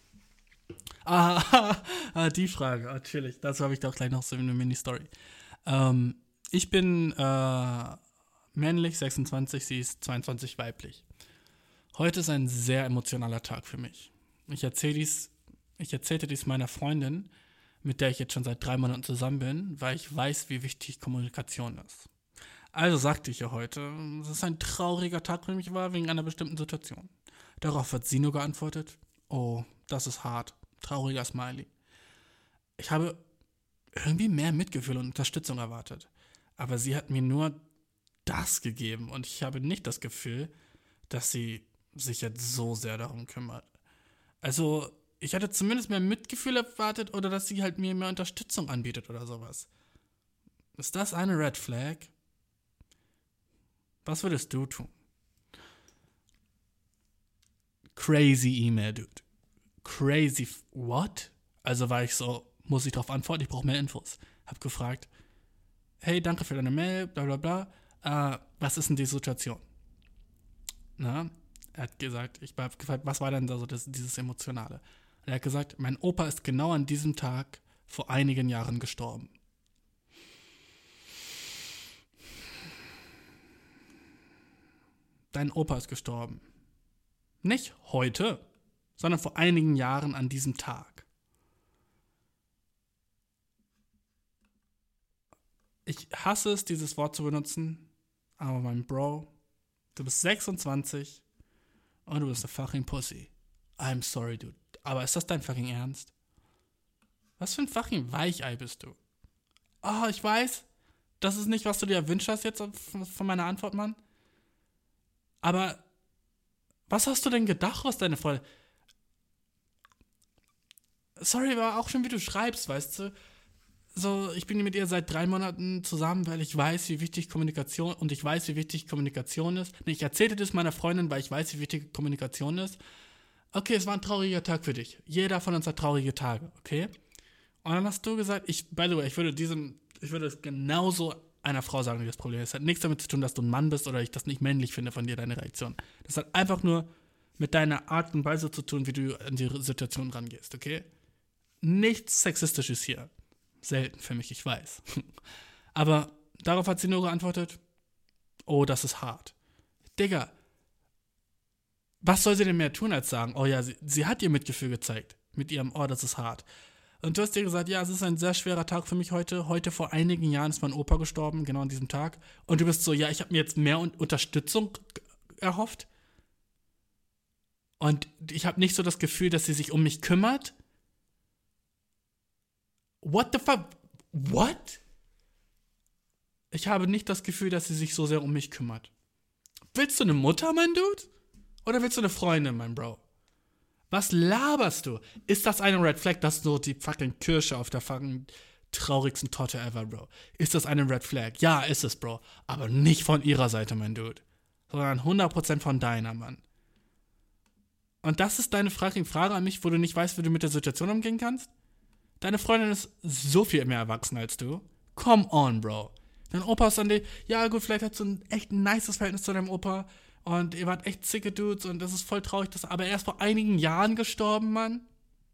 Ah, ah die Frage. Ah, chillig. Dazu habe ich doch gleich noch so eine Mini-Story. Ähm, ich bin äh, männlich, sechsundzwanzig, sie ist zweiundzwanzig, weiblich. Heute ist ein sehr emotionaler Tag für mich. ich erzähle dies, ich erzählte dies meiner Freundin, mit der ich jetzt schon seit drei Monaten zusammen bin, weil ich weiß, wie wichtig Kommunikation ist. Also sagte ich ihr heute, dass es ein trauriger Tag für mich war, wegen einer bestimmten Situation. Darauf hat sie nur geantwortet, oh, das ist hart, trauriger Smiley. Ich habe irgendwie mehr Mitgefühl und Unterstützung erwartet, aber sie hat mir nur das gegeben und ich habe nicht das Gefühl, dass sie sich jetzt so sehr darum kümmert. Also, ich hatte zumindest mehr Mitgefühl erwartet oder dass sie halt mir mehr Unterstützung anbietet oder sowas. Ist das eine Red Flag? Was würdest du tun? Crazy E-Mail, dude. Crazy, f- what? Also war ich so, muss ich darauf antworten, ich brauche mehr Infos. Hab gefragt, hey, danke für deine Mail, bla bla bla. Äh, was ist denn die Situation? Na, er hat gesagt, ich habe gefragt, was war denn da so das, dieses Emotionale? Und er hat gesagt, mein Opa ist genau an diesem Tag vor einigen Jahren gestorben. Dein Opa ist gestorben. Nicht heute, sondern vor einigen Jahren an diesem Tag. Ich hasse es, dieses Wort zu benutzen, aber mein Bro, du bist sechsundzwanzig und du bist eine fucking Pussy. I'm sorry, dude. Aber ist das dein fucking Ernst? Was für ein fucking Weichei bist du? Oh, ich weiß, das ist nicht, was du dir erwünscht hast jetzt von meiner Antwort, Mann. Aber was hast du denn gedacht, was deine Freundin... Sorry, aber auch schon wie du schreibst, weißt du? So, ich bin mit ihr seit drei Monaten zusammen, weil ich weiß, wie wichtig Kommunikation... Und ich weiß, wie wichtig Kommunikation ist. Nee, ich erzählte das meiner Freundin, weil ich weiß, wie wichtig Kommunikation ist. Okay, es war ein trauriger Tag für dich. Jeder von uns hat traurige Tage, okay? Und dann hast du gesagt, ich, by the way, ich würde diesem, ich würde es genauso einer Frau sagen, wie das Problem ist. Es hat nichts damit zu tun, dass du ein Mann bist oder ich das nicht männlich finde von dir, deine Reaktion. Das hat einfach nur mit deiner Art und Weise zu tun, wie du an die Situation rangehst, okay? Nichts Sexistisches hier. Selten für mich, ich weiß. Aber darauf hat sie nur geantwortet, oh, das ist hart. Digga, was soll sie denn mehr tun, als sagen, oh ja, sie, sie hat ihr Mitgefühl gezeigt. Mit ihrem, oh, das ist hart. Und du hast dir gesagt, ja, es ist ein sehr schwerer Tag für mich heute. Heute vor einigen Jahren ist mein Opa gestorben, genau an diesem Tag. Und du bist so, ja, ich habe mir jetzt mehr Un- Unterstützung erhofft. Und ich habe nicht so das Gefühl, dass sie sich um mich kümmert. What the fuck? What? Ich habe nicht das Gefühl, dass sie sich so sehr um mich kümmert. Willst du eine Mutter, mein Dude? Oder willst du eine Freundin, mein Bro? Was laberst du? Ist das eine Red Flag? Das ist so die fucking Kirsche auf der fucking traurigsten Torte ever, Bro. Ist das eine Red Flag? Ja, ist es, Bro. Aber nicht von ihrer Seite, mein Dude. Sondern hundert Prozent von deiner, Mann. Und das ist deine fucking Frage an mich, wo du nicht weißt, wie du mit der Situation umgehen kannst? Deine Freundin ist so viel mehr erwachsen als du. Come on, Bro. Dein Opa ist an dir, ja gut, vielleicht hast du ein echt nices Verhältnis zu deinem Opa. Und ihr wart echt zicke Dudes und das ist voll traurig, dass, aber er ist vor einigen Jahren gestorben, Mann.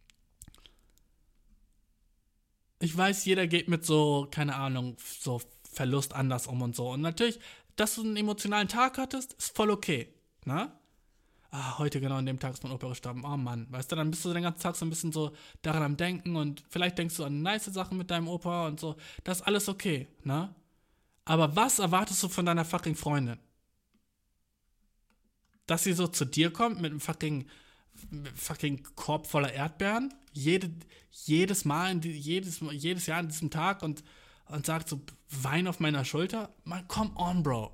Ich weiß, jeder geht mit so, keine Ahnung, so Verlust anders um und so. Und natürlich, dass du einen emotionalen Tag hattest, ist voll okay, ne? Ah, heute genau an dem Tag ist mein Opa gestorben. Oh Mann, weißt du, dann bist du den ganzen Tag so ein bisschen so daran am Denken und vielleicht denkst du an nice Sachen mit deinem Opa und so. Das ist alles okay, ne? Aber was erwartest du von deiner fucking Freundin? Dass sie so zu dir kommt mit einem fucking, fucking Korb voller Erdbeeren, jede, jedes Mal, in die, jedes, jedes Jahr an diesem Tag und, und sagt so, Wein auf meiner Schulter? Man, come on, Bro.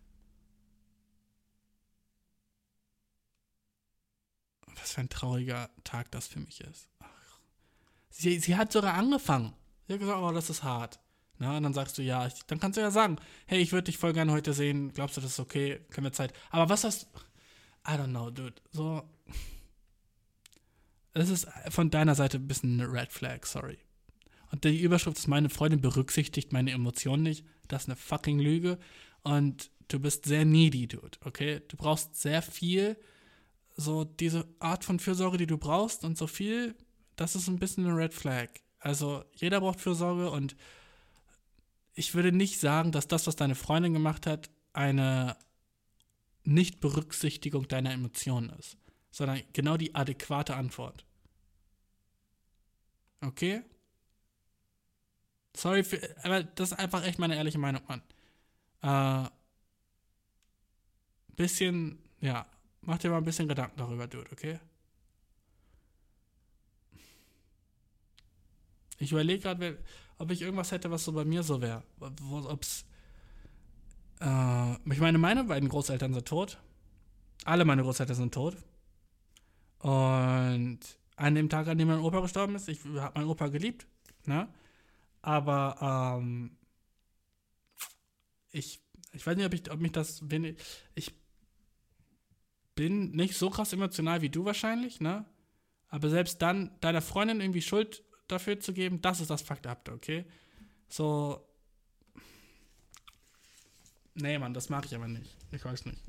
Was für ein trauriger Tag das für mich ist. Ach. Sie, sie hat sogar angefangen. Sie hat gesagt, oh, das ist hart. Na, und dann sagst du, ja, ich, dann kannst du ja sagen, hey, ich würde dich voll gerne heute sehen, glaubst du, das ist okay, können wir Zeit. Aber was hast I don't know, dude. So. Es ist von deiner Seite ein bisschen eine Red Flag, sorry. Und die Überschrift ist, meine Freundin berücksichtigt meine Emotionen nicht. Das ist eine fucking Lüge. Und du bist sehr needy, dude, okay? Du brauchst sehr viel, so diese Art von Fürsorge, die du brauchst und so viel, das ist ein bisschen eine Red Flag. Also jeder braucht Fürsorge und ich würde nicht sagen, dass das, was deine Freundin gemacht hat, eine Nicht-Berücksichtigung deiner Emotionen ist, sondern genau die adäquate Antwort. Okay? Sorry, für, aber das ist einfach echt meine ehrliche Meinung, Mann. Äh, bisschen, ja, mach dir mal ein bisschen Gedanken darüber, Dude, okay? Ich überlege gerade, ob ich irgendwas hätte, was so bei mir so wäre. Ob's, äh, ich meine, meine beiden Großeltern sind tot. Alle meine Großeltern sind tot. Und an dem Tag, an dem mein Opa gestorben ist, ich habe meinen Opa geliebt, ne? Aber, ähm, ich, ich weiß nicht, ob, ich, ob mich das, wenn ich, ich bin nicht so krass emotional wie du wahrscheinlich, ne? Aber selbst dann, deiner Freundin irgendwie Schuld dafür zu geben, das ist das Fucked up, okay? So, nee, Mann, das mag ich aber nicht. Ich weiß nicht.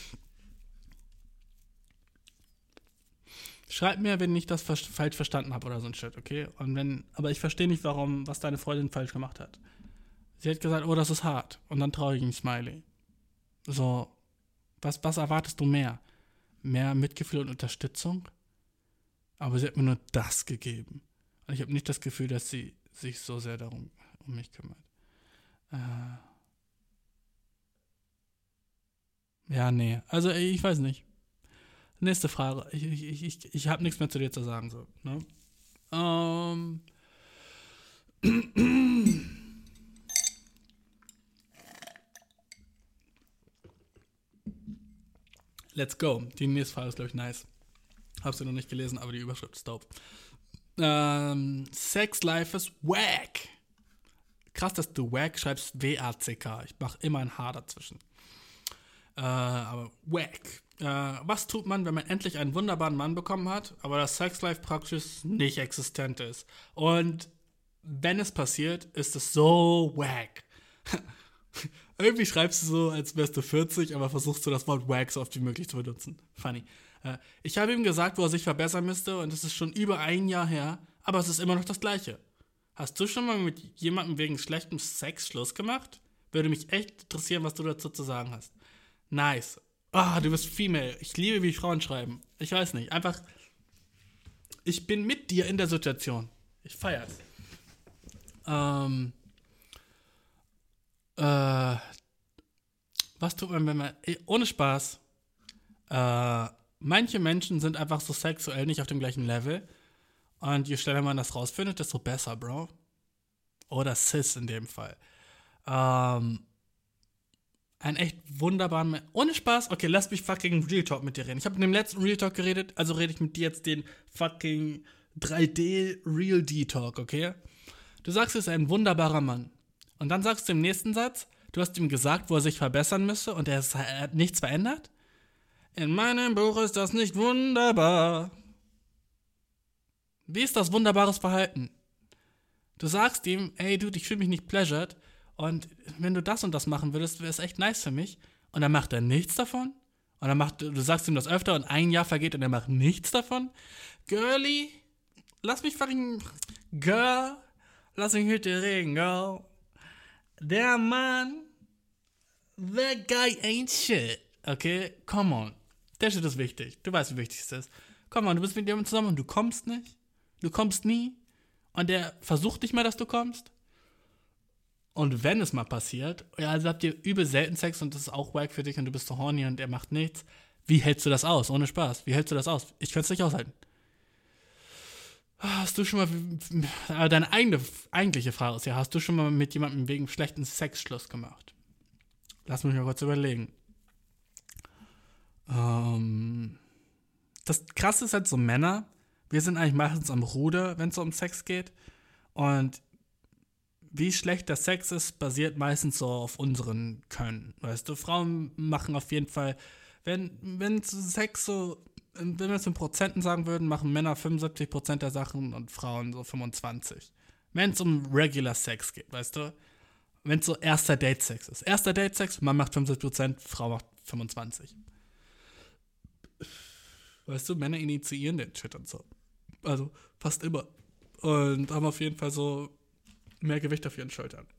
Schreib mir, wenn ich das ver- falsch verstanden habe oder so ein Shit, okay? Und wenn, aber ich verstehe nicht, warum, was deine Freundin falsch gemacht hat. Sie hat gesagt, oh, das ist hart. Und dann traurig ein Smiley. So, was, was erwartest du mehr? Mehr Mitgefühl und Unterstützung? Aber sie hat mir nur das gegeben. Und ich habe nicht das Gefühl, dass sie sich so sehr darum um mich kümmert. Äh ja, nee. Also, ich weiß nicht. Nächste Frage. Ich, ich, ich, ich habe nichts mehr zu dir zu sagen. So, ne? Ähm. Let's go. Die nächste Frage ist, glaube ich, nice. Hab's ja noch nicht gelesen, aber die Überschrift ist dope. Ähm, Sex Life is wack. Krass, dass du wack schreibst W A C K. Ich mache immer ein H dazwischen. Äh, aber wack. Äh, was tut man, wenn man endlich einen wunderbaren Mann bekommen hat, aber das Sexlife praktisch nicht existent ist? Und wenn es passiert, ist es so wack. Irgendwie schreibst du so, als wärst du vierzig, aber versuchst du das Wort wack so oft wie möglich zu benutzen. Funny. Äh, ich habe ihm gesagt, wo er sich verbessern müsste, und es ist schon über ein Jahr her, aber es ist immer noch das Gleiche. Hast du schon mal mit jemandem wegen schlechtem Sex Schluss gemacht? Würde mich echt interessieren, was du dazu zu sagen hast. Nice. Ah, du bist female. Ich liebe, wie Frauen schreiben. Ich weiß nicht. Einfach, ich bin mit dir in der Situation. Ich feier's. Ähm, äh, was tut man, wenn man, ey, ohne Spaß, äh, manche Menschen sind einfach so sexuell nicht auf dem gleichen Level. Und je schneller man das rausfindet, desto besser, Bro. Oder cis in dem Fall. Ähm, Ein echt wunderbaren Mann. Ohne Spaß, okay, lass mich fucking Real Talk mit dir reden. Ich habe in dem letzten Real Talk geredet, also rede ich mit dir jetzt den fucking drei D Real D-Talk, okay? Du sagst, er ist ein wunderbarer Mann. Und dann sagst du im nächsten Satz, du hast ihm gesagt, wo er sich verbessern müsse, und er, ist, er hat nichts verändert? In meinem Buch ist das nicht wunderbar. Wie ist das wunderbares Verhalten? Du sagst ihm, ey, Dude, ich fühle mich nicht pleasured, und wenn du das und das machen würdest, wäre es echt nice für mich. Und dann macht er nichts davon. Und dann macht, du sagst ihm das öfter und ein Jahr vergeht und er macht nichts davon. Girlie, lass mich fucking, Girl, lass mich mit dir reden, Girl. Der Mann, that guy ain't shit. Okay, come on. Der Shit ist wichtig. Du weißt, wie wichtig es ist. Come on, du bist mit jemandem zusammen und du kommst nicht. Du kommst nie. Und der versucht nicht mal, dass du kommst. Und wenn es mal passiert, ja, also habt ihr übel selten Sex und das ist auch wack für dich und du bist so horny und er macht nichts. Wie hältst du das aus? Ohne Spaß. Wie hältst du das aus? Ich könnte es nicht aushalten. Hast du schon mal, äh, deine eigene, eigentliche Frage ist ja, hast du schon mal mit jemandem wegen schlechten Sex Schluss gemacht? Lass mich mal kurz überlegen. Ähm, das Krasse ist halt so, Männer, wir sind eigentlich meistens am Ruder, wenn es so um Sex geht. Und wie schlecht der Sex ist, basiert meistens so auf unseren Können. Weißt du, Frauen machen auf jeden Fall, wenn, wenn Sex so, wenn wir es in Prozenten sagen würden, machen Männer fünfundsiebzig Prozent der Sachen und Frauen so fünfundzwanzig. Wenn es um Regular Sex geht, weißt du, wenn es so erster Date-Sex ist. Erster Date-Sex, Mann macht fünfundsiebzig Prozent, Frau macht fünfundzwanzig. Weißt du, Männer initiieren den Shit und so. Also fast immer. Und haben auf jeden Fall so mehr Gewicht auf ihren Schultern.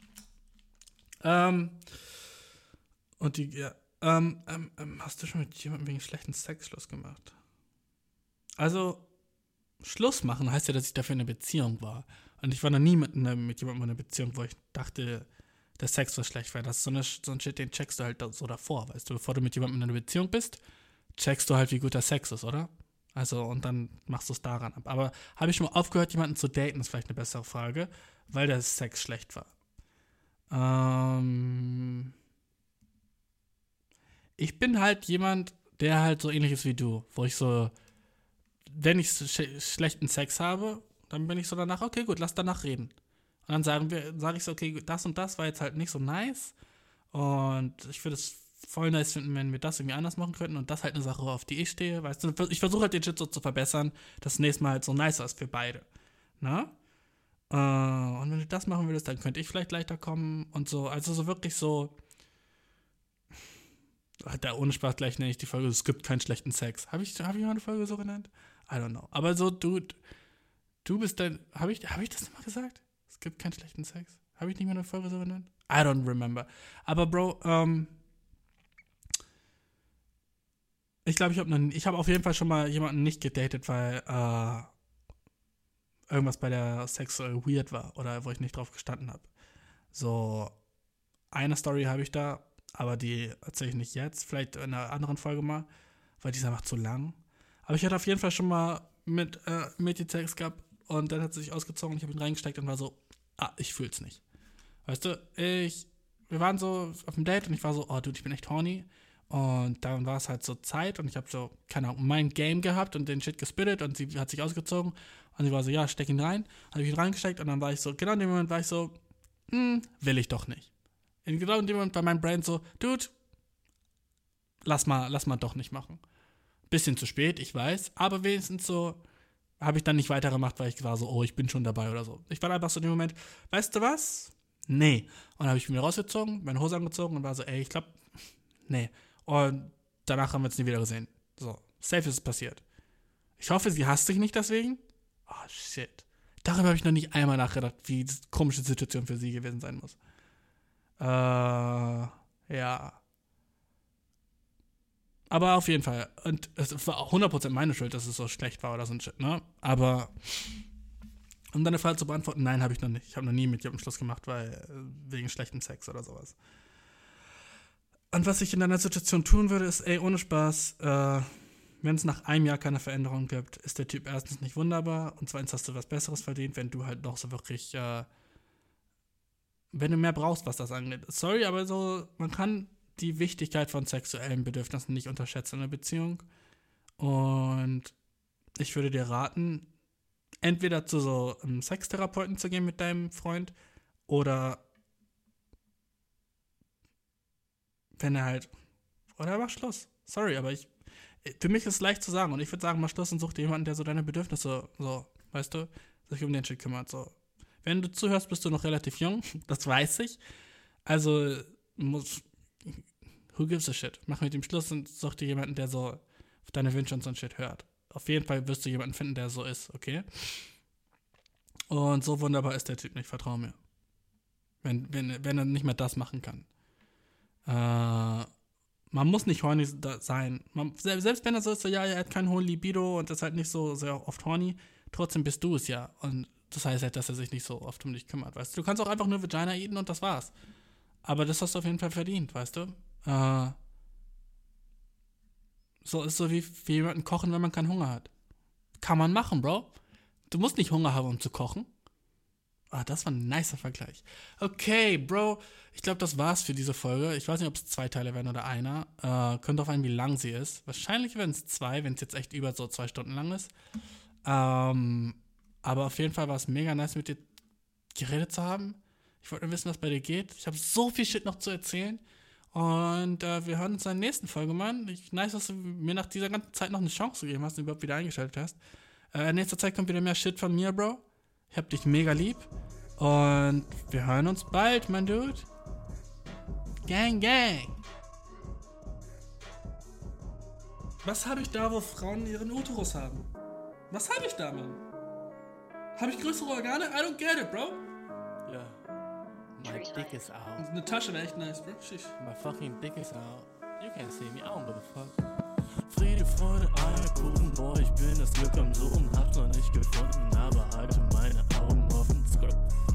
Ähm, und die, ja, ähm, ähm, hast du schon mit jemandem wegen schlechten Sex Schluss gemacht? Also, Schluss machen heißt ja, dass ich dafür in einer Beziehung war. Und ich war noch nie mit, ne, mit jemandem in einer Beziehung, wo ich dachte, der Sex war schlecht, weil das ist so, eine, so ein Shit, den checkst du halt da, so davor, weißt du, bevor du mit jemandem in einer Beziehung bist, checkst du halt, wie gut der Sex ist, oder? Also, und dann machst du es daran ab. Aber habe ich schon mal aufgehört, jemanden zu daten, ist vielleicht eine bessere Frage, weil der Sex schlecht war. Ähm, ich bin halt jemand, der halt so ähnlich ist wie du, wo ich so, wenn ich sch- schlechten Sex habe, dann bin ich so danach, okay, gut, lass danach reden. Und dann sagen wir, sage ich so, okay, das und das war jetzt halt nicht so nice. Und ich würde es voll nice finden, wenn wir das irgendwie anders machen könnten. Und das halt eine Sache, auf die ich stehe. Weißt du, ich versuche halt den Shit so zu verbessern, dass das nächste Mal halt so nicer ist für beide. Na? Äh, und wenn du das machen würdest, dann könnte ich vielleicht leichter kommen und so. Also so wirklich so. Da ohne Spaß gleich nenne ich die Folge, es gibt keinen schlechten Sex. Habe ich, hab ich mal eine Folge so genannt? I don't know. Aber so, du, du bist dann, habe ich, hab ich das immer gesagt? Es gibt keinen schlechten Sex. Habe ich nicht mal eine Folge so genannt? I don't remember. Aber Bro, ähm, ich glaube, ich habe ich hab auf jeden Fall schon mal jemanden nicht gedatet, weil äh, irgendwas bei der Sex äh, weird war oder wo ich nicht drauf gestanden habe. So, eine Story habe ich da, aber die erzähle ich nicht jetzt, vielleicht in einer anderen Folge mal, weil die ist einfach zu lang. Aber ich hatte auf jeden Fall schon mal mit äh, Mädchen Sex gehabt und dann hat sie sich ausgezogen und ich habe ihn reingesteckt und war so, ah, ich fühl's nicht. Weißt du, ich, wir waren so auf dem Date und ich war so, oh Dude, ich bin echt horny. Und dann war es halt so Zeit und ich habe so, keine Ahnung, mein Game gehabt und den Shit gespittet und sie hat sich ausgezogen und sie war so, ja, steck ihn rein. Habe ich ihn reingesteckt und dann war ich so, genau in dem Moment war ich so, hm, will ich doch nicht. Und genau in dem Moment war mein Brain so, Dude, lass mal, lass mal doch nicht machen. Bisschen zu spät, ich weiß, aber wenigstens so habe ich dann nicht weitergemacht, weil ich war so, oh, ich bin schon dabei oder so. Ich war einfach so in dem Moment, weißt du was? Nee. Und dann habe ich mir rausgezogen, meine Hose angezogen und war so, ey, ich glaube, nee. Und danach haben wir es nie wieder gesehen. So, safe ist es passiert. Ich hoffe, sie hasst sich nicht deswegen. Oh, shit. Darüber habe ich noch nicht einmal nachgedacht, wie die komische Situation für sie gewesen sein muss. Äh, ja. Aber auf jeden Fall. Und es war auch hundert Prozent meine Schuld, dass es so schlecht war oder so ein Shit, ne? Aber, um deine Frage zu beantworten, nein, habe ich noch nicht. Ich habe noch nie mit jemandem Schluss gemacht, weil wegen schlechtem Sex oder sowas. Und was ich in deiner Situation tun würde, ist, ey, ohne Spaß, äh, wenn es nach einem Jahr keine Veränderung gibt, ist der Typ erstens nicht wunderbar und zweitens hast du was Besseres verdient, wenn du halt noch so wirklich, äh, wenn du mehr brauchst, was das angeht. Sorry, aber so, man kann die Wichtigkeit von sexuellen Bedürfnissen nicht unterschätzen in einer Beziehung. Und ich würde dir raten, entweder zu so einem Sextherapeuten zu gehen mit deinem Freund oder wenn er halt, oder mach Schluss. Sorry, aber ich, für mich ist es leicht zu sagen und ich würde sagen, mach Schluss und such dir jemanden, der so deine Bedürfnisse, so, weißt du, sich um den Shit kümmert, so. Wenn du zuhörst, bist du noch relativ jung, das weiß ich. Also, muss, who gives a shit? Mach mit ihm Schluss und such dir jemanden, der so auf deine Wünsche und so ein Shit hört. Auf jeden Fall wirst du jemanden finden, der so ist, okay? Und so wunderbar ist der Typ nicht, vertrau mir. Wenn, wenn, wenn er nicht mehr das machen kann. Äh, man muss nicht horny sein. Man, selbst wenn er so ist, so, ja, er hat kein hohen Libido und ist halt nicht so sehr oft horny, trotzdem bist du es ja. Und das heißt halt, dass er sich nicht so oft um dich kümmert, weißt du? Du kannst auch einfach nur Vagina eaten und das war's. Aber das hast du auf jeden Fall verdient, weißt du? Äh, so ist so wie, wie jemanden kochen, wenn man keinen Hunger hat. Kann man machen, Bro. Du musst nicht Hunger haben, um zu kochen. Ah, das war ein nicer Vergleich. Okay, Bro, ich glaube, das war's für diese Folge. Ich weiß nicht, ob es zwei Teile werden oder einer. Äh, kommt drauf an, wie lang sie ist. Wahrscheinlich werden es zwei, wenn es jetzt echt über so zwei Stunden lang ist. Ähm, aber auf jeden Fall war es mega nice, mit dir geredet zu haben. Ich wollte nur wissen, was bei dir geht. Ich habe so viel Shit noch zu erzählen. Und äh, wir hören uns in der nächsten Folge, Mann. Ich, nice, dass du mir nach dieser ganzen Zeit noch eine Chance gegeben hast und überhaupt wieder eingeschaltet hast. Äh, in nächster Zeit kommt wieder mehr Shit von mir, Bro. Ich hab dich mega lieb. Und wir hören uns bald, mein Dude. Gang, gang. Was habe ich da, wo Frauen ihren Uterus haben? Was habe ich da, Mann? Habe ich größere Organe? I don't get it, Bro. Ja. My dick is out. Eine Tasche wäre echt nice, Bro. Sheesh. My fucking dick is out. You can't see me. I don't give a fuck. Friede, Freude, Eierkuchen, boah, ich bin das Glück am Suchen, hab's noch nicht gefunden, aber halte meine Augen offen. Skrrt.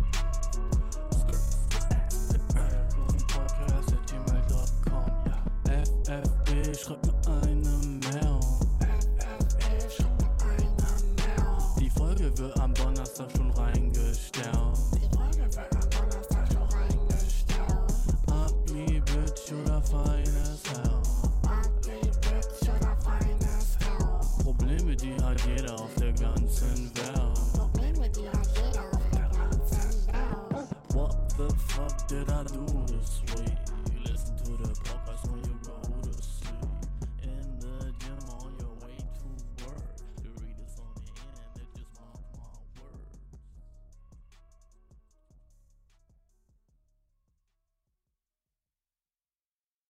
Eierkuchenpodcast at gmail dot com, ja. F F B, schreib mir eine Mail. F F B, schreib mir eine Mail. Die Folge wird am Donnerstag schon reingestellt. Die Folge wird am Donnerstag schon reingestellt. Ugly Bitch oder feines Hell. Ugly Bitch oder feines Hell. Probleme, die hat jeder auf der ganzen Welt. Probleme, die hat jeder auf der ganzen Welt. What the fuck did I do this way? You listen to the podcast.